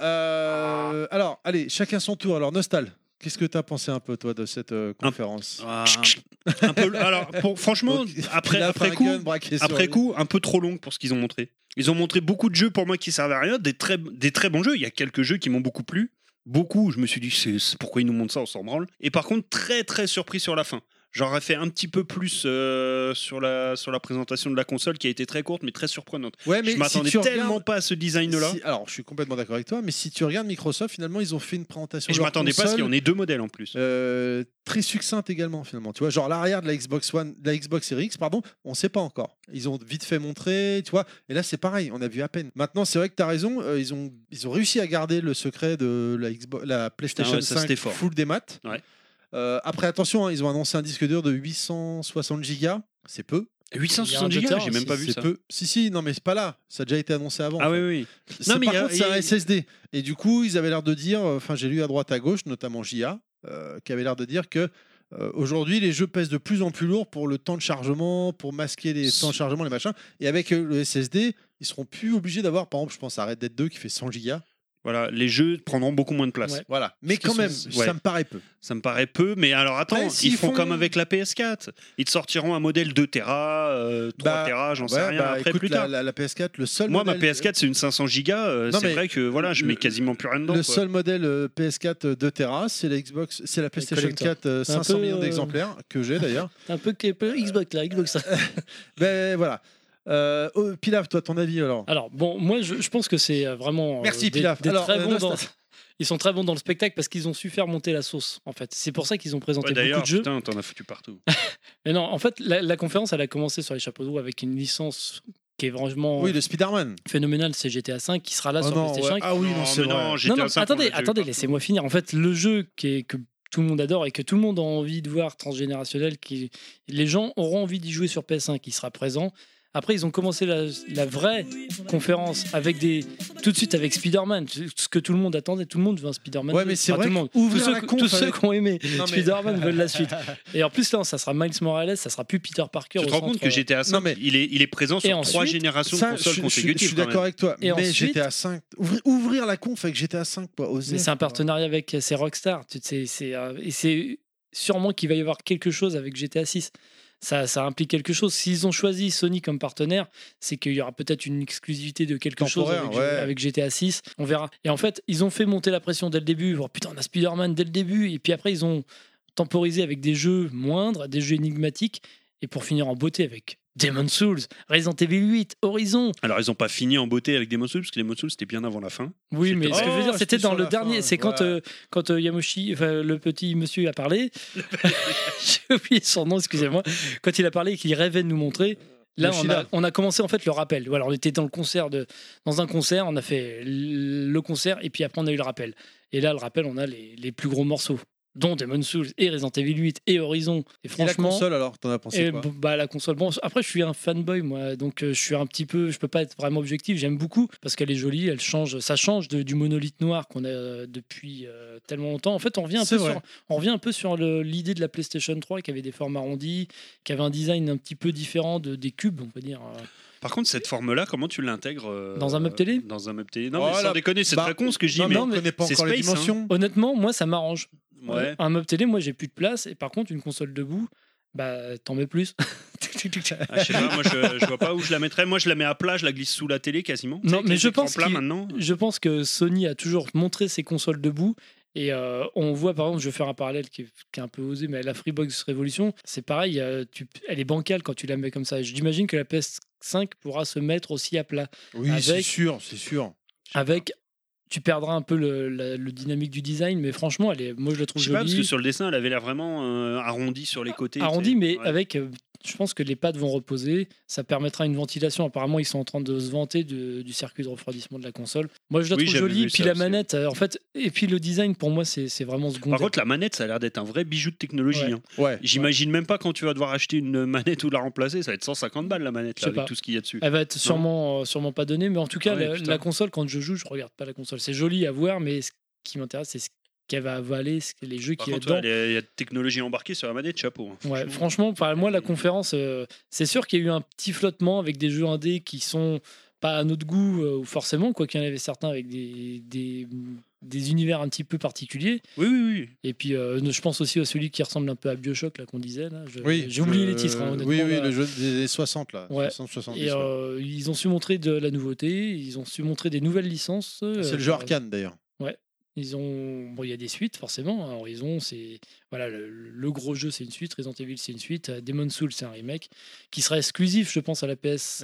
alors, allez, chacun son tour. Alors, Nostal, qu'est-ce que t'as pensé un peu, toi, de cette conférence?
Un peu, alors franchement,
Ok.
après
Pilaf a un
coup,
gun braqué sur
après
lui.
coup, un peu trop long pour ce qu'ils ont montré. Ils ont montré beaucoup de jeux pour moi qui servaient à rien, des très bons jeux. Il y a quelques jeux qui m'ont beaucoup plu. Beaucoup, je me suis dit, c'est pourquoi ils nous montrent ça, on s'en branle. Et par contre, très surpris sur la fin. J'aurais fait un petit peu plus sur la présentation de la console qui a été très courte mais très surprenante.
Ouais, mais
Je m'attendais
si tu
tellement
regardes-
pas à ce design-là.
alors, je suis complètement d'accord avec toi, mais si tu regardes Microsoft, finalement, ils ont fait une présentation.
Et je
de leur
m'attendais pas à ce qu'il y en
console,
ait 2 modèles en plus.
très succincte également, finalement. Tu vois, genre l'arrière de la Xbox One, de la Xbox Series X, pardon, on sait pas encore. Ils ont vite fait montrer, tu vois. Et là, c'est pareil, on a vu à peine. Maintenant, c'est vrai que tu as raison, ils ont réussi à garder le secret de la PlayStation
Ah ouais, ça,
5
c'était fort.
full des maths.
Ouais.
Après, attention, hein, ils ont annoncé un disque dur de 860 Go. C'est peu.
860
il y a un
Go,
Dota
j'ai même pas
aussi,
vu
C'est
ça.
peu. Si, non, mais c'est pas là. Ça a déjà été annoncé avant.
Ah
en fait.
oui.
Non, mais
mais
par contre, c'est un
il y a-
SSD. Et du coup, ils avaient l'air de dire, enfin, j'ai lu à droite à gauche, notamment JA, qui avait l'air de dire que aujourd'hui, les jeux pèsent de plus en plus lourd pour le temps de chargement, pour masquer les temps de chargement, les machins. Et avec le SSD, ils seront plus obligés d'avoir, par exemple, je pense à Red Dead 2 qui fait 100 Go.
Voilà, les jeux prendront beaucoup moins de place.
Ouais.
Voilà. Mais
Parce
quand
que
même,
ouais.
ça me paraît peu.
Ça me paraît peu, mais alors attends,
Ouais,
ils
s'ils
font
font-
comme avec la PS4. Ils te sortiront un modèle 2 Tera, 3
Bah,
Tera, j'en sais
Ouais,
rien
bah,
après
écoute,
plus tard.
la PS4, le seul
Moi, ma
modèle,
PS4, c'est une 500 Go.
Non,
C'est
mais
vrai que voilà, je mets
le-
quasiment plus rien dedans.
le
quoi.
seul modèle PS4 2 Tera, c'est la Xbox, c'est la PlayStation
collector.
4
Un
500
peu,
millions d'exemplaires que j'ai d'ailleurs.
C'est un peu Xbox là, Xbox.
Ben voilà. Pilaf, toi, ton avis alors?
Alors bon, moi je pense que c'est vraiment
Merci,
des
Pilaf. Alors,
très bons
Nostal.
dans... Ils sont très bons dans le spectacle parce qu'ils ont su faire monter la sauce en fait. C'est pour ça qu'ils ont présenté
Ouais,
beaucoup
D'ailleurs,
de jeux.
putain, t'en as foutu partout.
Mais non, en fait la conférence elle a commencé sur les chapeaux de roue avec une licence qui est vraiment
Oui, le Spider-Man.
phénoménale, c'est GTA 5 qui sera là
Oh
sur
non,
PlayStation
ouais.
5.
Ah oui,
Non,
non, c'est
mais
vrai.
non, GTA
Non,
5, on
attendez,
l'a déjà eu
attendez,
partout.
laissez-moi finir. En fait, le jeu que tout le monde adore et que tout le monde a envie de voir transgénérationnel, les gens auront envie d'y jouer sur PS5, qui sera présent Après, ils ont commencé la vraie conférence tout de suite avec Spider-Man, ce que tout le monde attendait. Tout le monde veut un Spider-Man.
Ouais, mais c'est vrai
tout le monde. Tous ceux qui ont aimé Spider-Man veulent la suite. Et en plus, là, ça sera Miles Morales, ça sera plus Peter Parker.
Tu te rends compte que GTA 5, il est présent sur 3 générations de consoles consécutives.
Je suis d'accord avec toi.
Et
mais
ensuite,
GTA 5, ouvrir la conf avec GTA 5, quoi.
Mais c'est un partenariat avec Rockstar. Et c'est sûrement qu'il va y avoir quelque chose avec GTA 6. Ça implique quelque chose. S'ils ont choisi Sony comme partenaire, c'est qu'il y aura peut-être une exclusivité de quelque chose avec GTA 6. On verra. Et en fait, ils ont fait monter la pression dès le début. Oh, putain, on a Spider-Man dès le début. Et puis après, ils ont temporisé avec des jeux moindres, des jeux énigmatiques. Et pour finir en beauté avec Demon's Souls, Resident Evil 8, Horizon.
Alors, ils n'ont pas fini en beauté avec Demon's Souls, parce que Demon's Souls, c'était bien avant la fin.
Oui, mais ce que je veux dire, c'était dans le dernier. C'est quand Yamoshi, le petit monsieur, a parlé. J'ai oublié son nom, excusez-moi. Quand il a parlé et qu'il rêvait de nous montrer. Là, on a commencé en fait le rappel. Voilà, on était dans un concert, on a fait le concert et puis après on a eu le rappel. Et là, le rappel, on a les plus gros morceaux, dont Demon's Souls et Resident Evil 8 et Horizon. Et franchement,
la console, alors, t'en as pensé quoi?
La console. Bon, après, je suis un fanboy, moi, donc je suis un petit peu, je peux pas être vraiment objectif. J'aime beaucoup parce qu'elle est jolie, ça change du monolithe noir qu'on a depuis tellement longtemps. En fait, on revient un peu sur l'idée de la PlayStation 3 qui avait des formes arrondies, qui avait un design un petit peu différent des cubes, on peut dire.
Par contre, cette forme-là, comment tu l'intègres
dans un meuble télé?
Dans un meuble télé. Non, mais sans déconner, c'est très con ce que je dis, mais
on connaît pas encore les dimensions.
Honnêtement, moi, ça m'arrange.
Ouais.
Un meuble télé, moi j'ai plus de place, et par contre une console debout, t'en mets plus.
Je sais pas, moi je vois pas où je la mettrais. Moi je la mets à plat, je la glisse sous la télé quasiment.
Non, mais je pense que Sony a toujours montré ses consoles debout. Et on voit, par exemple, je vais faire un parallèle qui est un peu osé, mais la Freebox Revolution, c'est pareil, elle est bancale quand tu la mets comme ça. J'imagine que la PS5 pourra se mettre aussi à plat.
Oui, c'est sûr.
Tu perdras un peu le dynamique du design, mais franchement, moi je la trouve jolie.
Parce que sur le dessin, elle avait l'air vraiment arrondie sur les côtés.
Arrondie, mais avec. Je pense que les pattes vont reposer, ça permettra une ventilation. Apparemment, ils sont en train de se vanter du circuit de refroidissement de la console. Moi, je la trouve jolie. Et puis la manette, en fait, et puis le design, pour moi, c'est vraiment secondaire.
Par contre, la manette, ça a l'air d'être un vrai bijou de technologie. J'imagine même pas quand tu vas devoir acheter une manette ou la remplacer, ça va être 150 balles la manette là, avec tout ce qu'il y a dessus.
Elle va être sûrement pas donnée, mais en tout cas, la console, quand je joue, je regarde pas la console. C'est joli à voir, mais ce qui m'intéresse, c'est qu'elle va avaler les jeux qui
dedans. Il y a de technologie embarquée sur la manette, chapeau.
Franchement, moi, la conférence, c'est sûr qu'il y a eu un petit flottement avec des jeux indés qui sont pas à notre goût, forcément, quoi qu'il y en avait certains avec des univers un petit peu particuliers.
Oui.
Et puis, je pense aussi à celui qui ressemble un peu à BioShock, là, qu'on disait. Là. J'ai oublié les titres, honnêtement.
Oui, le jeu des 60, là.
Ouais.
60,
et ils ont su montrer de la nouveauté, ils ont su montrer des nouvelles licences.
C'est le jeu Arcane, d'ailleurs.
Ouais. Il y a des suites forcément. Horizon, c'est le gros jeu, c'est une suite. Resident Evil, c'est une suite. Demon's Souls, c'est un remake qui sera exclusif, je pense, à la PS5.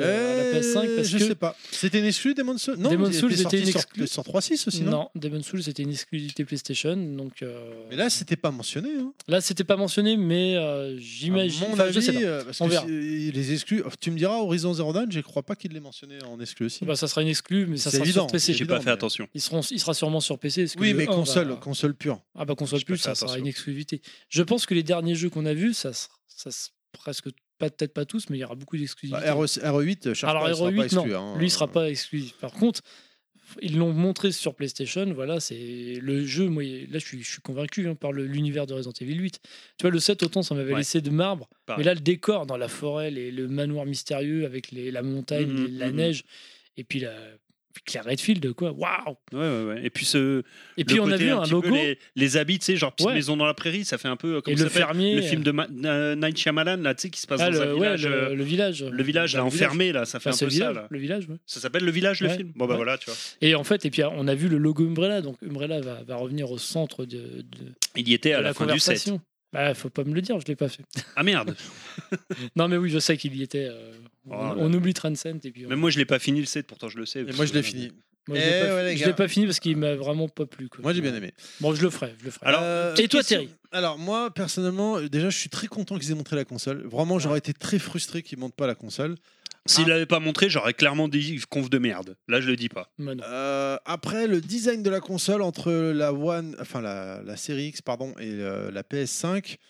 Je sais pas. C'était une exclu Demon's Souls. Non,
Demon's Souls était une exclu
sur 3.6 aussi, non?
Non, Demon's Souls c'était une exclusivité PlayStation. Donc.
Mais là, c'était pas mentionné. Hein.
Là, c'était pas mentionné, mais j'imagine.
Mon avis,
je sais pas.
parce
on
que
verra.
Les exclus. Tu me diras Horizon Zero Dawn, je crois pas qu'il l'ait mentionné en exclu aussi.
Ça sera une exclu, mais ça sera
évident,
sur PC.
J'ai pas fait attention.
Il sera sûrement sur PC.
Oui, mais console pure.
Ah bah console pure, ça sera une exclusivité. Je pense que les derniers jeux qu'on a vus, ça presque peut-être pas tous, mais il y aura beaucoup d'exclusivités.
RE8,
alors RE8,
pas exclu,
non, lui il sera pas exclusif. Par contre, ils l'ont montré sur PlayStation. Voilà, c'est le jeu. Moi, là, je suis convaincu par l'univers de Resident Evil 8. Tu vois, le 7 autant, ça m'avait laissé de marbre, mais là, le décor dans la forêt, le manoir mystérieux avec la montagne, la neige, et puis Claire Redfield, quoi. Waouh!
Ouais. Et puis
on a vu un logo.
Les habits, tu sais, genre petite maison dans la prairie, ça fait un peu comme
et le fermier.
Le film de Night Shyamalan, là, tu sais, qui se passe dans un village.
Le village.
Le village, là, enfermé, là, ça fait un peu ça. Là.
Le village, ouais.
Ça s'appelle Le Village, le film. Bon, bah voilà, tu vois.
Et en fait, on a vu le logo Umbrella, donc Umbrella va revenir au centre de
il y était à la fin du set.
Faut pas me le dire, je l'ai pas fait.
Ah merde.
Non mais oui, je sais qu'il y était. On oublie Transcend et puis.
Même moi, je l'ai pas fini le set, pourtant je le sais.
Et moi, je l'ai fini.
Moi, je l'ai pas fini parce qu'il m'a vraiment pas plu. Quoi.
Moi, j'ai bien aimé.
Bon, je le ferai.
Alors,
et toi, Thierry?
Alors, moi, personnellement, déjà, je suis très content qu'ils aient montré la console. Vraiment, j'aurais été très frustré qu'ils montrent pas la console.
S'il l'avait pas montré, j'aurais clairement dit conf de merde. Là, je le dis pas.
Après, le design de la console entre la série X, pardon, et la PS5.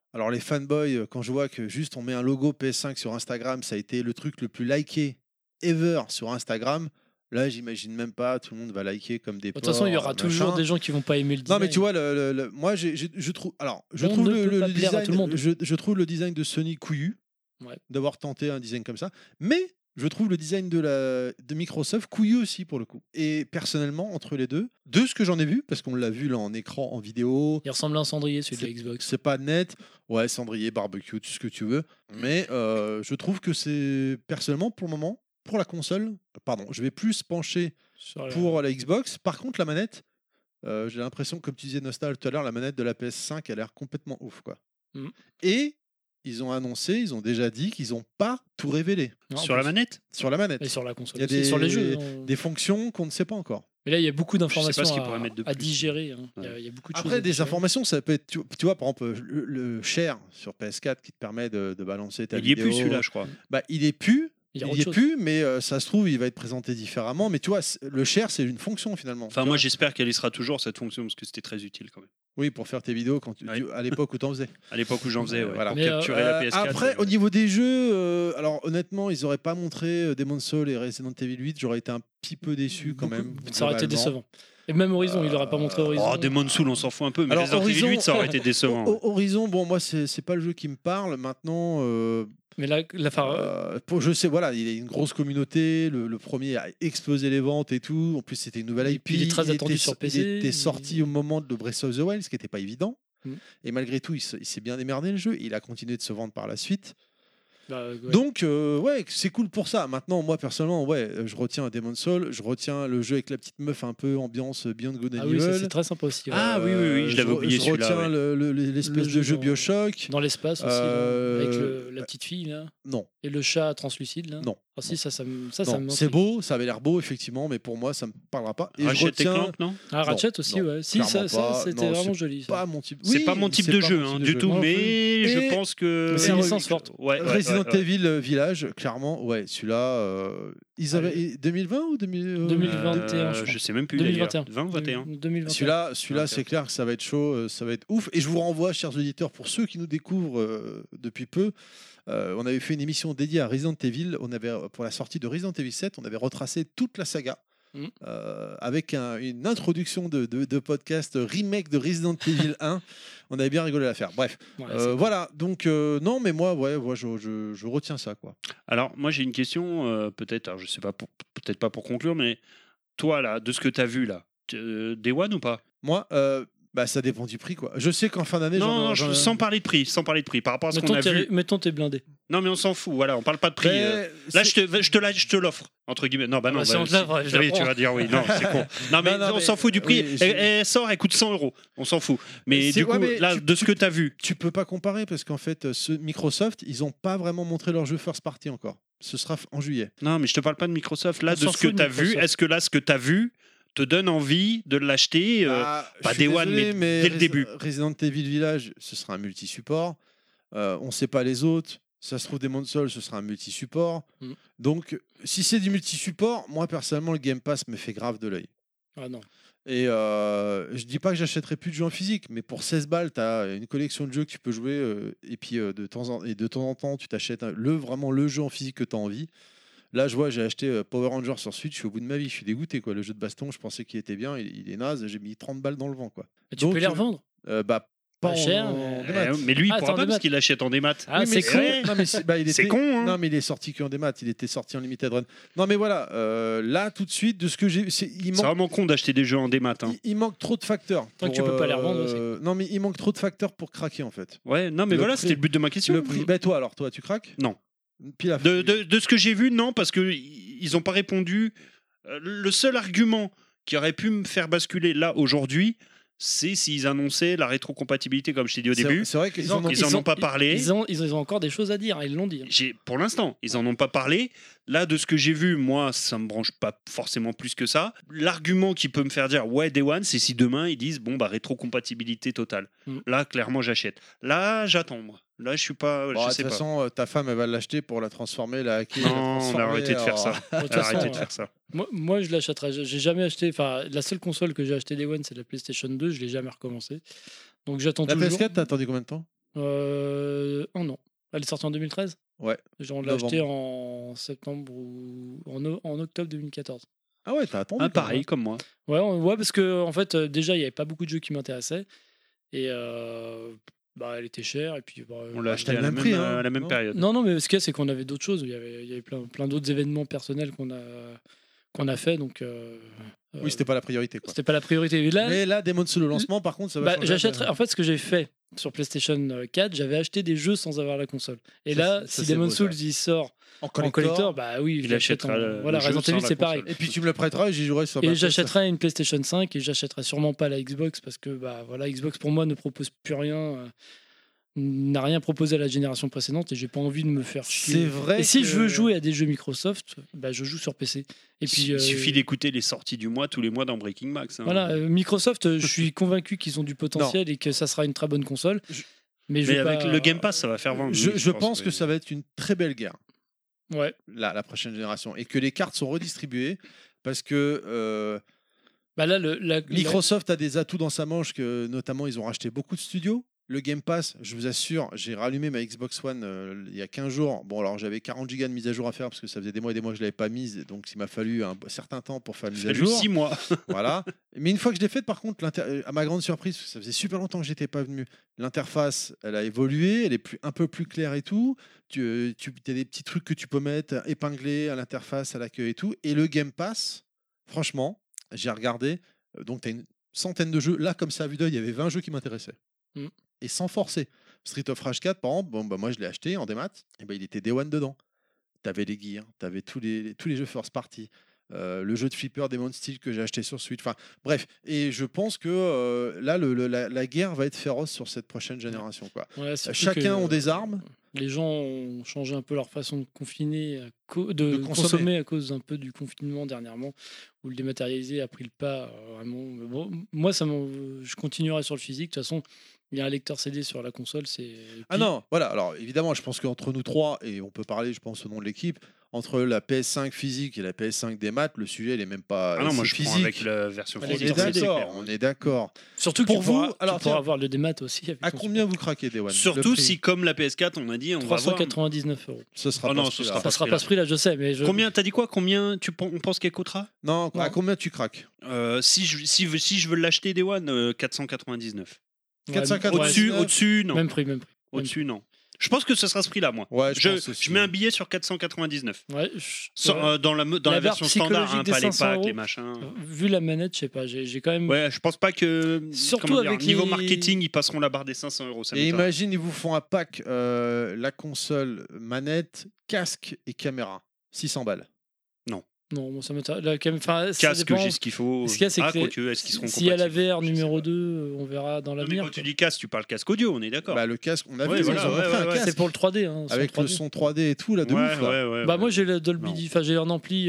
Alors les fanboys, quand je vois que juste on met un logo PS5 sur Instagram, ça a été le truc le plus liké ever sur Instagram. Là, j'imagine même pas, tout le monde va liker comme des
De toute façon, il y aura toujours des gens qui vont pas aimer le design.
Non, mais tu vois, moi, je trouve. Alors, je
On
trouve
ne peut pas plaire à tout le monde.
je trouve le design de Sony couillu
Ouais.
d'avoir tenté un design comme ça. Mais je trouve le design de Microsoft couillu aussi pour le coup. Et personnellement, entre les deux, de ce que j'en ai vu, parce qu'on l'a vu là en écran, en vidéo.
Il ressemble à un cendrier, celui de la Xbox.
C'est pas net. Ouais, cendrier, barbecue, tout ce que tu veux. Mais je trouve que c'est personnellement pour le moment, pour la console, pardon, je vais plus pencher pour la Xbox. Par contre, la manette, j'ai l'impression, comme tu disais Nostal tout à l'heure, la manette de la PS5 a l'air complètement ouf, quoi. Et ils ont annoncé, ils ont déjà dit qu'ils n'ont pas tout révélé.
Non,
Sur la manette
Sur la manette.
Et sur la console.
Il y a
aussi, sur les jeux.
des fonctions qu'on ne sait pas encore.
Mais là, il y a beaucoup
Je sais pas ce
d'informations
qu'ils pourraient mettre de
à
plus.
digérer. Hein.
Ouais.
Il y a beaucoup de choses.
Après,
à
des
digérer.
informations, ça peut être, tu vois, par exemple, le share sur PS4 qui te permet de balancer ta
Il y est
vidéo.
plus celui-là, je crois.
Bah, il est plus.
Il y a
Il
autre
y est
chose.
plus, mais ça se trouve, il va être présenté différemment. Mais tu vois, le share, c'est une fonction finalement.
Enfin,
Tu
moi,
vois.
j'espère qu'elle y sera toujours cette fonction parce que c'était très utile quand même.
Oui, pour faire tes vidéos quand
Ouais.
à l'époque où tu en faisais.
À l'époque où j'en faisais, ouais.
Voilà.
Pour
Mais,
capturer la PS4.
Après, au niveau des jeux, alors honnêtement, ils n'auraient pas montré Demon's Souls et Resident Evil 8. J'aurais été un petit peu déçu quand même.
Ça aurait été
globalement.
décevant. Et même Horizon, il n'aurait pas montré Horizon.
Oh, Demon's Souls, on s'en fout un peu, mais
Alors,
Resident Evil
Horizon-
8, ça aurait été décevant.
Horizon, bon, moi, c'est pas le jeu qui me parle. Maintenant,
Mais là,
je sais, voilà, il y a une grosse communauté. Le premier a explosé les ventes et tout. En plus, c'était une nouvelle
Et
IP.
puis, il est très attendu
était,
sur PC.
Il était sorti au moment de Breath of the Wild, ce qui n'était pas évident.
Mm.
Et malgré tout, il s'est bien démerdé le jeu. Il a continué de se vendre par la suite.
ouais.
Donc, ouais, c'est cool pour ça. Maintenant, moi, personnellement, ouais, je retiens Demon's Souls. Je retiens le jeu avec la petite meuf un peu ambiance Beyond Good and
Ah oui, ça,
Evil.
c'est très sympa aussi. ouais.
Ah oui, je l'avais oublié
Je
celui-là.
retiens
Ouais.
l'espèce
Le
de jeu
dans-
Bioshock.
Dans l'espace aussi, là, avec la petite fille là,
Non.
et le chat translucide là.
Non.
Ah si, ça me
Non,
m'intrigue.
c'est beau, ça avait l'air beau effectivement, mais pour moi ça me parlera pas. Et je
Ratchet et
retiens
Clank, non
Ah, Ratchet aussi,
non,
ouais. Si,
clairement
ça
pas.
c'était
Non,
vraiment
c'est
joli. Ça.
pas mon type.
C'est
Oui,
pas mon type
c'est
de
pas
jeu,
mon type
hein,
de
du
jeu.
tout,
Moi non
mais
plus.
je
Et-
pense que.
Mais c'est une licence forte.
Ouais,
Resident
ouais.
Evil Village, clairement, ouais, celui-là, ils avaient 2020 ou
2021, je crois.
Je sais même plus.
2021.
d'ailleurs. 20 ou 21.
2021.
Celui-là,
Ok.
c'est clair que ça va être chaud, ça va être ouf. Et je vous renvoie, chers auditeurs, pour ceux qui nous découvrent depuis peu, on avait fait une émission dédiée à Resident Evil. On avait, pour la sortie de Resident Evil 7, on avait retracé toute la saga. Avec une introduction de podcast remake de Resident Evil 1. On avait bien rigolé à faire. Bref,
Ouais, c'est-
voilà. Donc, non, mais moi, je retiens ça, quoi.
Alors, moi, j'ai une question, peut-être, alors, je sais pas, peut-être pas pour conclure, mais toi, là, de ce que tu as vu, là, Day One ou pas?
Moi, bah, ça dépend du prix, quoi. Je sais qu'en fin d'année,
Non,
j'en ai-
sans parler de prix, par rapport à ce qu'on a vu.
Mettons tes blindés.
Non, mais on s'en fout, voilà, on parle pas de prix.
Mais
Là,
c'est-
je te l'offre, entre guillemets. Non, bah non,
si on te l'offre, je la
oui, tu
prends.
vas dire oui, non, c'est con. Non, mais
Non,
on
mais-
s'en fout du prix.
oui,
Elle sort, elle coûte 100 €. On s'en fout. Mais
C'est-
du coup,
ouais, mais
là, de ce que tu as vu,
tu peux pas comparer parce qu'en fait, Microsoft, ils ont pas vraiment montré leur jeu first party encore. Ce sera en juillet.
non, mais je te parle pas de Microsoft. Là,
On
de
s'en
ce que
fout de
tu as vu,
Microsoft.
est-ce que là, ce que tu as vu te donne envie de l'acheter
Bah,
pas
je suis
Day One,
désolé,
mais dès le début.
Resident Evil Village, ce sera un multi-support. On sait pas les autres. Ça se trouve, Demon's Souls, ce sera un multi-support.
Mm.
Donc, si c'est du multi-support, moi, personnellement, le Game Pass me fait grave de l'œil.
Ah non.
Et je dis pas que j'achèterai plus de jeux en physique, mais pour 16 balles, tu as une collection de jeux que tu peux jouer. Et puis, de temps en temps, tu t'achètes vraiment le jeu en physique que tu as envie. Là, je vois, j'ai acheté Power Rangers sur Switch, je suis au bout de ma vie, je suis dégoûté, quoi. Le jeu de baston, je pensais qu'il était bien, il est naze, j'ai mis 30 balles dans le vent, quoi.
Et tu
Donc,
peux les revendre.
Bah, pas
Pas cher,
en
mais-
démat.
Mais lui, il
Ah,
pourra
attends,
pas
des
parce
maths.
qu'il l'achète en démat.
Ah,
Oui, mais
c'est con.
Non, mais
C'est con, hein.
Non, mais il est sorti qu'en démat, il était sorti en limited run. Non, mais voilà, là, tout de suite, de ce que j'ai, il
C'est
manque,
vraiment con d'acheter des jeux en démat. Hein.
il manque trop de facteurs.
Tant que tu peux pas les revendre aussi.
Non, mais il manque trop de facteurs pour craquer, en fait.
Ouais, non, mais
Le
voilà,
prix-
c'était le but de ma question.
Le prix. Bah, toi, tu craques
Non.
Pilaf.
De ce que j'ai vu, non, parce que ils ont pas répondu. Le seul argument qui aurait pu me faire basculer là aujourd'hui, c'est s'ils annonçaient la rétrocompatibilité, comme je t'ai dit au début.
C'est vrai qu'ils en ont.
Ils en ont pas parlé.
Ils ont encore des choses à dire, ils l'ont dit.
Pour l'instant, ils en ont pas parlé. Là, de ce que j'ai vu, moi, ça me branche pas forcément plus que ça. L'argument qui peut me faire dire ouais, Day One, c'est si demain ils disent bon bah rétrocompatibilité totale. Là, clairement, j'achète. Là, j'attends moi. Là, je suis pas.
Bon,
je
de
sais
toute
pas.
façon, ta femme, elle va l'acheter pour la transformer, la hacker.
Non, on a arrêté de faire ça.
De toute façon,
Arrêtez de faire ça.
Moi, je l'achèterai. J'ai jamais acheté. Enfin, la seule console que j'ai acheté Day One, c'est la PlayStation 2. Je l'ai jamais recommencé. Donc j'attends
La
toujours.
PS4, t'as attendu combien de temps
Un an. Elle est sortie en 2013.
Ouais.
Genre, on l'a
Novembre.
acheté en septembre ou en octobre 2014.
Ah ouais, t'as attendu.
Ah,
quand même,
pareil, comme moi.
Ouais, parce que en fait, déjà, il n'y avait pas beaucoup de jeux qui m'intéressaient. Et elle était chère. Et puis,
On l'a acheté
le
à la
même prix,
même,
hein.
à la même
Non.
période.
Non, mais ce qu'il y a, c'est qu'on avait d'autres choses. Il y avait plein d'autres événements personnels qu'on a fait. Donc,
Oui, c'était pas la priorité. Quoi.
c'était pas la priorité. Et là,
Mais là, Demon's Souls, le lancement, par contre, ça va changer.
j'achèterais. En fait, ce que j'ai fait sur PlayStation 4, j'avais acheté des jeux sans avoir la console. Et là,
ça,
si
c'est
Demon's
beau, ça.
Souls il sort
En
en collector, bah oui,
Il
je l'achète
achètera le
Voilà,
jeu
Resident
sans
Evil,
la
c'est pareil.
console.
Et puis tu me le prêteras et j'y jouerai sur ma
Et
PS.
j'achèterai une PlayStation 5 et j'achèterai sûrement pas la Xbox parce que Xbox pour moi ne propose plus rien, n'a rien proposé à la génération précédente et j'ai pas envie de me faire chier.
C'est vrai.
Et si
que-
je veux jouer à des jeux Microsoft, je joue sur PC. Et puis
Il suffit d'écouter les sorties du mois tous les mois dans Breaking Max. Hein.
voilà, Microsoft, je suis convaincu qu'ils ont du potentiel et que ça sera une très bonne console. Mais
Mais avec le Game Pass, ça va faire vendre.
Je,
oui,
je pense que
oui.
ça va être une très belle guerre,
Ouais.
la prochaine génération. Et que les cartes sont redistribuées parce que Microsoft a des atouts dans sa manche, que notamment ils ont racheté beaucoup de studios. Le Game Pass, je vous assure, j'ai rallumé ma Xbox One il y a 15 jours. Bon, alors j'avais 40 gigas de mise à jour à faire parce que ça faisait des mois et des mois que je ne l'avais pas mise. Donc il m'a fallu un certain temps pour faire la mise à
Ça fait
jour.
6 mois.
Voilà. Mais une fois que je l'ai faite, par contre, à ma grande surprise, parce que ça faisait super longtemps que j'étais pas venu, l'interface, elle a évolué, elle est un peu plus claire et tout. Tu as des petits trucs que tu peux mettre épinglés à l'interface, à l'accueil et tout. Et le Game Pass, franchement, j'ai regardé. Donc, tu as une centaine de jeux. Là, comme ça, à vue d'œil, il y avait 20 jeux qui m'intéressaient.
Mm.
Et sans forcer. Street of Rage 4, par exemple, moi, je l'ai acheté en démat. Et il était Day One dedans. Tu avais les gears, tu avais tous les jeux first party. Le jeu de flipper Demon's Steel que j'ai acheté sur Switch. Enfin, bref. Et je pense que là, la guerre va être féroce sur cette prochaine génération. Quoi.
Ouais, surtout
Chacun
que,
ont des armes.
Les gens ont changé un peu leur façon de confiner, de
De
consommer à cause un peu du confinement dernièrement, où le dématérialisé a pris le pas. Vraiment. Mais bon, moi, je continuerai sur le physique. De toute façon, il y a un lecteur CD sur la console.
Ah non, voilà. Alors évidemment, je pense qu'entre nous trois, et on peut parler, je pense, au nom de l'équipe, entre la PS5 physique et la PS5 des maths, le sujet, il est même pas.
Ah non, moi
c'est
je prends
physique.
avec la version
On est
On est
physique.
CD,
d'accord, on est d'accord.
Surtout que
Pour
tu pourras,
vous, alors,
tu pourras
tiens.
avoir le démat aussi. Avec
À
ton
combien vous craquez, Day One?
Surtout
Le prix.
si, comme la PS4, on a dit, on va voir.
399 €.
Ce sera
Oh
pas
non,
ce
ce
prix-là.
sera
Ça sera pas ce prix-là, je sais, mais
Combien, t'as dit quoi? Combien on pense qu'elle coûtera?
Non, à
Non.
combien tu craques?
Si je veux l'acheter Day One, 499.
Ouais,
499.
Au-dessus, non.
Même prix, même prix.
Au-dessus, non. Je pense que ce sera ce prix-là, moi.
Ouais, je pense aussi.
je mets un billet sur 499.
Ouais,
Dans la
La
version
barre
standard,
psychologique
pas
des
les
500
packs,
€.
les machins.
Vu la manette, je sais pas, j'ai quand même.
Ouais, je pense pas que.
Surtout
comment dire,
avec
niveau
les-
marketing, ils passeront la barre des 500 €. Ça
Et
m'étonne.
imagine, ils vous font un pack la console, manette, casque et caméra. 600 balles.
Non, moi, ça m'intéresse. Enfin, ça
Casque,
dépend.
j'ai ce qu'il faut.
Ce qu'il y a, c'est que
quoique, est-ce qu'ils seront
S'il y a la
compatibles
VR
Je sais
numéro
pas.
2, on verra dans
Non, mais
l'avenir.
quand tu dis casque, tu parles casque audio, on est d'accord.
Bah, le casque, on a
Ouais,
vu,
voilà,
ils ont montré
ouais,
un
ouais,
casque
C'est pour le 3D. Hein, son
avec
3D.
le son 3D et tout, là, de
ouais,
ouf. Là.
ouais.
Bah moi j'ai le
Non.
j'ai un ampli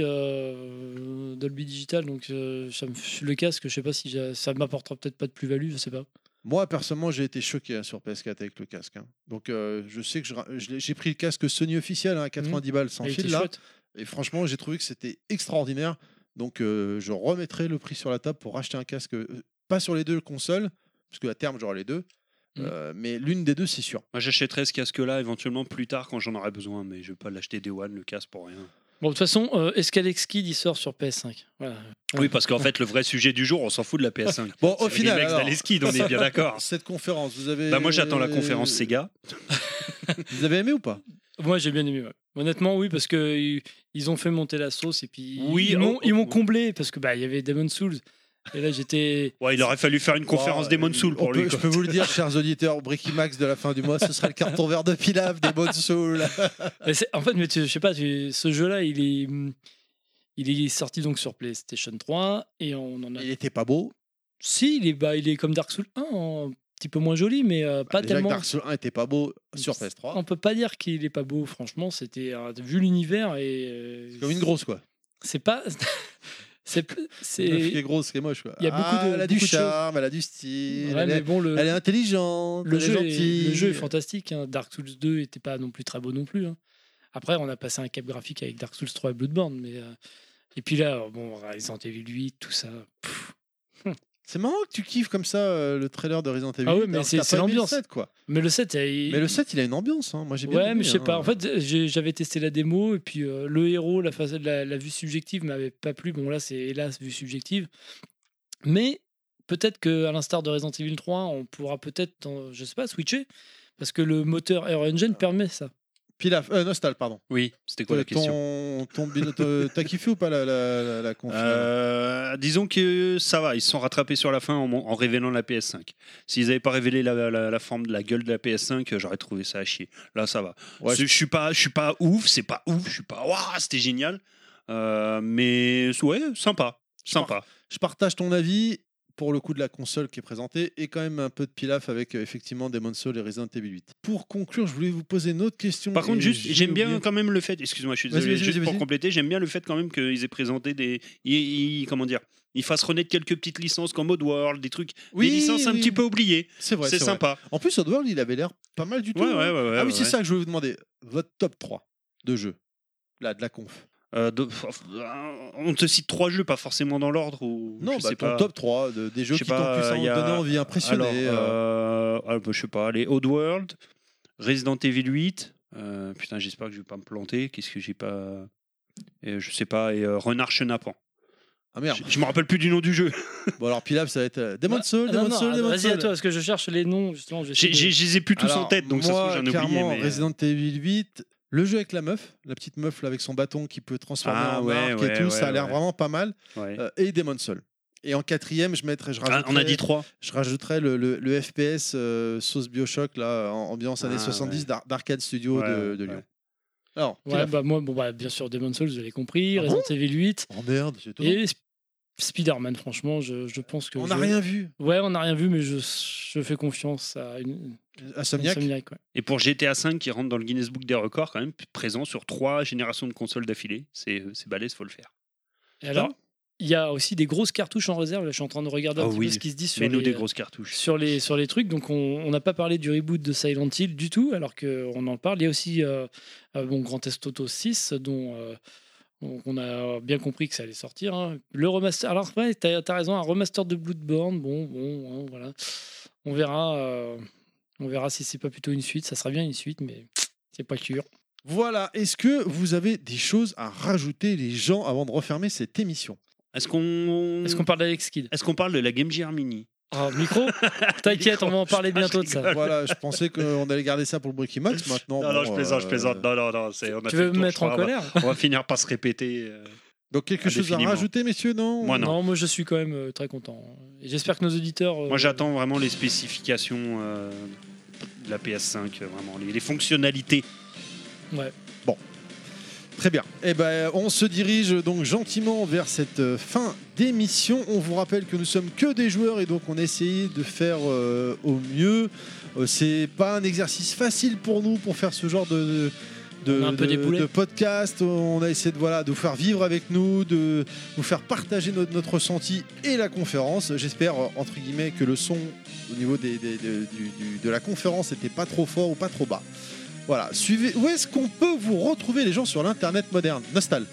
Dolby Digital, donc le casque, je sais pas si ça m'apportera peut-être pas de plus-value, je sais pas.
Moi, personnellement, j'ai été choqué sur PS4 avec le casque. Hein. Donc, je sais que j'ai pris le casque Sony officiel à 90 balles sans
Il
fil,
était
là.
chouette.
Et franchement, j'ai trouvé que c'était extraordinaire. Donc, je remettrai le prix sur la table pour racheter un casque, pas sur les deux consoles, parce qu'à terme, j'aurai les deux. Mais l'une des deux, c'est sûr.
Moi, j'achèterai ce casque-là éventuellement plus tard quand j'en aurai besoin, mais je vais pas l'acheter Day One, le casque, pour rien.
Bon, de toute façon, Escalex Kid il sort sur PS5. Voilà.
Oui, parce qu'en fait, le vrai sujet du jour, on s'en fout de la PS5.
Bon, au
C'est
final,
les mecs
alors,
d'Aleskid, on est bien d'accord.
cette conférence, vous avez.
Bah, moi, j'attends la conférence Sega.
Vous avez aimé ou pas?
Moi j'ai bien aimé. Ouais. Honnêtement, oui, parce que ils ont fait monter la sauce et puis
Oui,
ils m'ont comblé parce que il y avait Demon's Souls et là j'étais.
Ouais, il aurait fallu faire une conférence des Soul pour lui.
Je peux vous le dire, chers auditeurs, au Bricky Max de la fin du mois, ce sera le carton vert de Pilaf des Soul.
En fait, mais je sais pas, ce jeu-là, il est sorti donc sur PlayStation 3 et on en a.
Il était pas beau.
Si, il est comme Dark Souls 1, un petit peu moins joli, mais pas
Déjà que
tellement.
Dark Souls 1 était pas beau sur PS3.
On peut pas dire qu'il est pas beau, franchement. C'était vu l'univers et
C'est comme une grosse, quoi.
c'est pas.
Une meuf qui est grosse, qui est moche, quoi.
Il y a beaucoup de-
Elle a du
beaucoup de
charme, elle a du style.
Ouais,
elle,
mais
est,
bon,
elle est intelligente.
le
elle est
jeu
gentille.
le jeu est fantastique. Hein. Dark Souls 2 était pas non plus très beau non plus. Hein. Après, on a passé un cap graphique avec Dark Souls 3 et Bloodborne, mais et puis là, bon, Resident Evil 8, tout ça.
C'est marrant que tu kiffes comme ça le trailer de Resident Evil.
Ah ouais,
8,
mais
alors que
c'est
t'as pas aimé
l'ambiance.
le 7, quoi.
Mais le 7,
Mais le 7, il a une ambiance. Hein. Moi, j'ai bien
ouais,
aimé,
mais je sais
hein.
pas. En fait, j'avais testé la démo et puis le héros, la vue subjective m'avait pas plu. Bon, là, c'est hélas vue subjective. Mais peut-être qu'à l'instar de Resident Evil 3, on pourra peut-être, je sais pas, switcher. Parce que le moteur Air Engine permet ça.
Pilaf, Nostal, pardon.
Oui, c'était quoi la question?
T'as kiffé ou pas la conf
Disons que ça va, ils se sont rattrapés sur la fin en révélant la PS5. S'ils n'avaient pas révélé la forme de la gueule de la PS5, j'aurais trouvé ça à chier. Là, ça va.
Ouais,
je suis pas ouf, c'est pas ouf, je suis pas waouh, c'était génial. Mais ouais, sympa.
Je partage ton avis. Pour le coup de la console qui est présentée et quand même un peu de pilaf avec effectivement Demon's Souls et Resident Evil 8. Pour conclure, je voulais vous poser une autre question.
Par contre, juste, j'aime bien
oublié.
quand même le fait, excuse-moi, je suis désolé,
Vas-y,
juste pour
vas-y.
compléter, j'aime bien le fait quand même qu'ils aient présenté comment dire, ils fassent renaître quelques petites licences comme Oddworld, des trucs,
Oui,
des licences un
oui.
petit peu oubliées.
C'est vrai,
C'est
vrai.
sympa.
En plus, Oddworld, il avait l'air pas mal du tout.
Ouais,
hein.
ouais,
Ah oui,
ouais,
c'est
ouais.
ça que je voulais vous demander. Votre top 3 de jeux, là, de la conf.
On te cite 3 jeux, pas forcément dans l'ordre ou
Non,
je
bah,
sais
ton
pas.
top 3 des jeux
Je sais
qui t'ont
pas,
pu
il y a-
donner envie, impressionné.
Je sais pas, les Oddworld, Resident Evil 8. Putain, j'espère que je vais pas me planter. Qu'est-ce que j'ai pas Je sais pas. Et Renard Chenapan.
Ah merde.
Je me rappelle plus du nom du jeu.
Bon, alors Pilaf, ça va être Demon's Souls,
Ah, non,
Demon's Souls,
non,
Demon's
vas-y à
Souls.
toi, parce que je cherche les noms, justement.
Je les ai plus tous
Alors,
en tête, donc ça se
moi,
trouve, j'en ai oublié.
clairement,
Mais...
Resident Evil 8, le jeu avec la meuf, la petite meuf là, avec son bâton qui peut transformer
Ah,
en
ouais,
arc
ouais,
et tout, ça a
ouais,
l'air
ouais.
vraiment pas mal.
Ouais.
Et Demon's Souls. Et en quatrième, je rajouterais,
on a dit 3.
je rajouterais le FPS sauce Bioshock, là, ambiance années 70 d'Arcade Studio de Lyon.
ouais.
Alors,
Ouais,
Pilaf.
bah, moi, bien sûr, Demon's Souls, je l'ai compris.
Ah
Resident Evil 8.
Oh merde, c'est tout.
Et Spider-Man, franchement, je pense que.
On n'a rien vu.
Ouais, on n'a rien vu, mais je fais confiance à
Insomniac.
Insomniac, ouais.
Et pour GTA 5 qui rentre dans le Guinness Book des records, quand même, présent sur 3 générations de consoles d'affilée, c'est balèze, faut le faire.
Et alors, il y a aussi des grosses cartouches en réserve. Là, je suis en train de regarder un petit peu ce qui se dit sur
Mais nous, des
les,
grosses cartouches.
sur les trucs. Donc, on n'a pas parlé du reboot de Silent Hill du tout, alors qu'on en parle. Il y a aussi Grand Theft Auto 6, dont on a bien compris que ça allait sortir. Hein. Le remaster. Alors, ouais, t'as raison, un remaster de Bloodborne. Bon, hein, voilà. On verra si c'est pas plutôt une suite. Ça sera bien une suite, mais c'est pas sûr.
Voilà. Est-ce que vous avez des choses à rajouter, les gens, avant de refermer cette émission?
Est-ce qu'on
parle d'Alex Kidd?
Est-ce qu'on parle de la Game Gear Mini?
Ah, micro? T'inquiète, on va en parler bientôt de ça.
Voilà, je pensais qu'on allait garder ça pour le Breaking Max. Maintenant,
Non,
bon,
je plaisante. Non, on a
Tu
fait
veux
le
me
tour,
mettre
je
en
crois.
colère?
On va finir par se répéter.
Donc, quelque chose à
Indéfiniment.
rajouter, messieurs, non?
Moi, non.
Moi je suis quand même très content. Et j'espère que nos auditeurs.
Moi, j'attends vraiment les spécifications de la PS5, vraiment les fonctionnalités.
Ouais.
Très bien. Eh ben, on se dirige donc gentiment vers cette fin d'émission. On vous rappelle que nous sommes que des joueurs et donc on a essayé de faire au mieux. C'est pas un exercice facile pour nous pour faire ce genre de
On a un peu déboulé.
de podcast. On a essayé de vous faire vivre avec nous, de vous faire partager notre ressenti et la conférence. J'espère, entre guillemets, que le son au niveau de la conférence n'était pas trop fort ou pas trop bas. Voilà, suivez. Où est-ce qu'on peut vous retrouver, les gens, sur l'internet moderne? Nostal.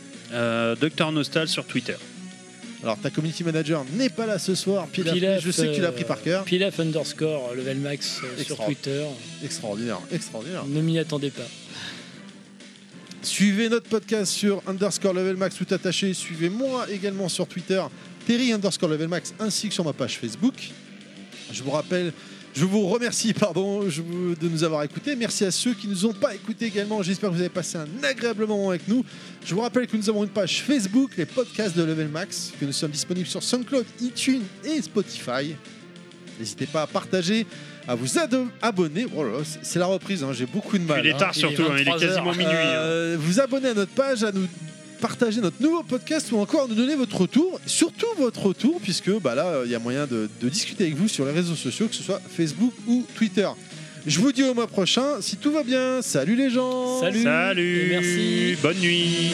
Dr Nostal sur Twitter.
Alors, ta community manager n'est pas là ce soir. Pilaf,
Pilaf,
je sais que tu l'as pris par cœur.
Pilaf _ level max sur
Extra.
Twitter.
Extraordinaire, extraordinaire.
Ne m'y attendez pas.
Suivez notre podcast sur _levelmax tout attaché. Suivez-moi également sur Twitter, Terry _levelmax, ainsi que sur ma page Facebook. Je vous remercie de nous avoir écoutés. Merci à ceux qui ne nous ont pas écoutés également. J'espère que vous avez passé un agréable moment avec nous. Je vous rappelle que nous avons une page Facebook, les podcasts de Level Max, que nous sommes disponibles sur SoundCloud, iTunes et Spotify. N'hésitez pas à partager, à vous abonner. Oh là là, c'est la reprise, hein, j'ai beaucoup de mal.
Il est tard
il est
surtout, il est
23
quasiment
heures.
minuit.
Vous abonner à notre page, à nous partager notre nouveau podcast ou encore nous donner votre retour, surtout votre retour, puisque là il y a moyen de discuter avec vous sur les réseaux sociaux, que ce soit Facebook ou Twitter. Je vous dis au mois prochain, si tout va bien. Salut les gens.
Salut.
Salut.
Et merci.
Bonne nuit.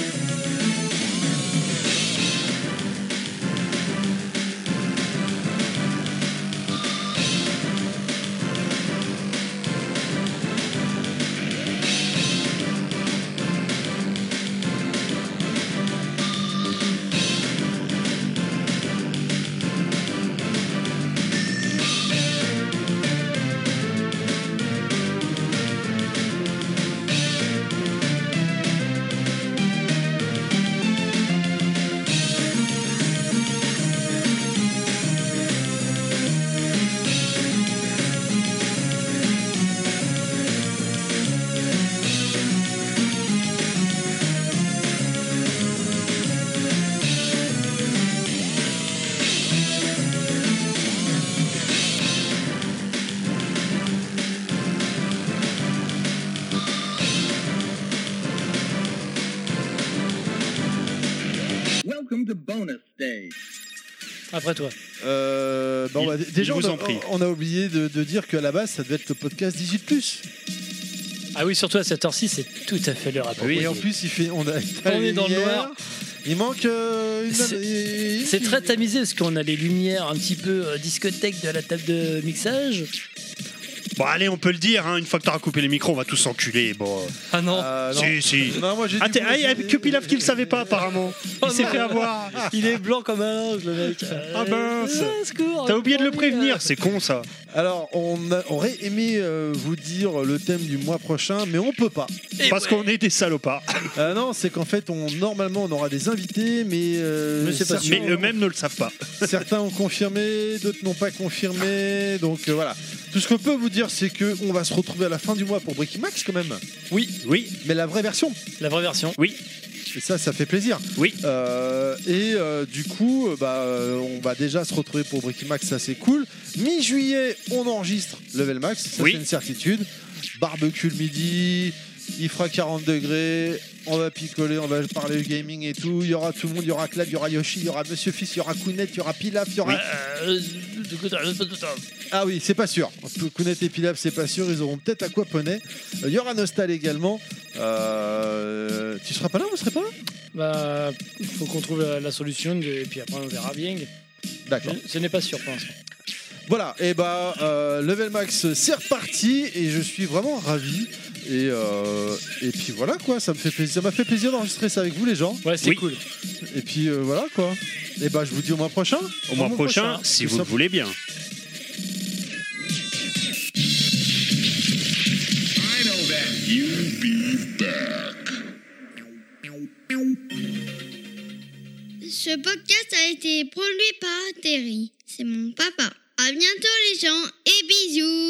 Welcome to bonus day.
Après toi.
Déjà,
vous en prie.
on a oublié de dire qu'à la base, ça devait être le podcast 18+.
Ah oui, surtout à cette heure-ci, c'est tout à fait l'heure à
Oui, et en plus, on
est dans le noir.
Il manque
C'est très tamisé parce qu'on a les lumières un petit peu discothèque de la table de mixage.
Bon, allez, on peut le dire, hein, une fois que t'auras coupé les micros, on va tous s'enculer. Bon.
Ah non.
Si.
Non, moi, j'ai
Que Pilaf qui le savait pas, apparemment. Il s'est fait avoir.
Il est blanc comme un ange, le mec.
Ah mince.
Secours,
T'as oublié de le prévenir, c'est con ça.
Alors, on aurait aimé vous dire le thème du mois prochain, mais on peut pas.
Parce qu'on est des salopards.
Non, c'est qu'en fait, normalement, on aura des invités, mais
Mais eux-mêmes ne le savent pas.
certains ont confirmé, d'autres n'ont pas confirmé. Donc voilà. Tout ce qu'on peut vous dire, c'est qu'on va se retrouver à la fin du mois pour Breaking Max quand même.
Oui,
Mais la vraie version.
la vraie version.
Oui.
Et ça fait plaisir.
Oui.
Du coup, on va déjà se retrouver pour Breaking Max, ça c'est cool. Mi-juillet, on enregistre Level Max, ça
Oui.
c'est une certitude. Barbecue le midi, il fera 40 degrés, on va picoler, on va parler gaming et tout. Il y aura tout le monde, il y aura Clad, il y aura Yoshi, il y aura Monsieur Fils, il y aura Kounet, il y aura Pilaf, il y aura... Ah oui, c'est pas sûr. Kounet et Pilaf, c'est pas sûr. Ils auront peut-être Aquaponey. Il y aura Nostal également. Tu seras pas là, vous serez pas là?
Bah, il faut qu'on trouve la solution et puis après on verra bien.
D'accord.
Ce n'est pas sûr pour l'instant.
Voilà, et Level Max, c'est reparti et je suis vraiment ravi. Et puis voilà quoi, ça m'a fait plaisir d'enregistrer ça avec vous les gens.
Ouais, c'est cool.
Et puis voilà quoi. Et je vous dis au mois prochain.
Au mois prochain, si vous le voulez bien.
I know that you'll be back.
Ce podcast a été produit par Terry. C'est mon papa. À bientôt les gens et bisous.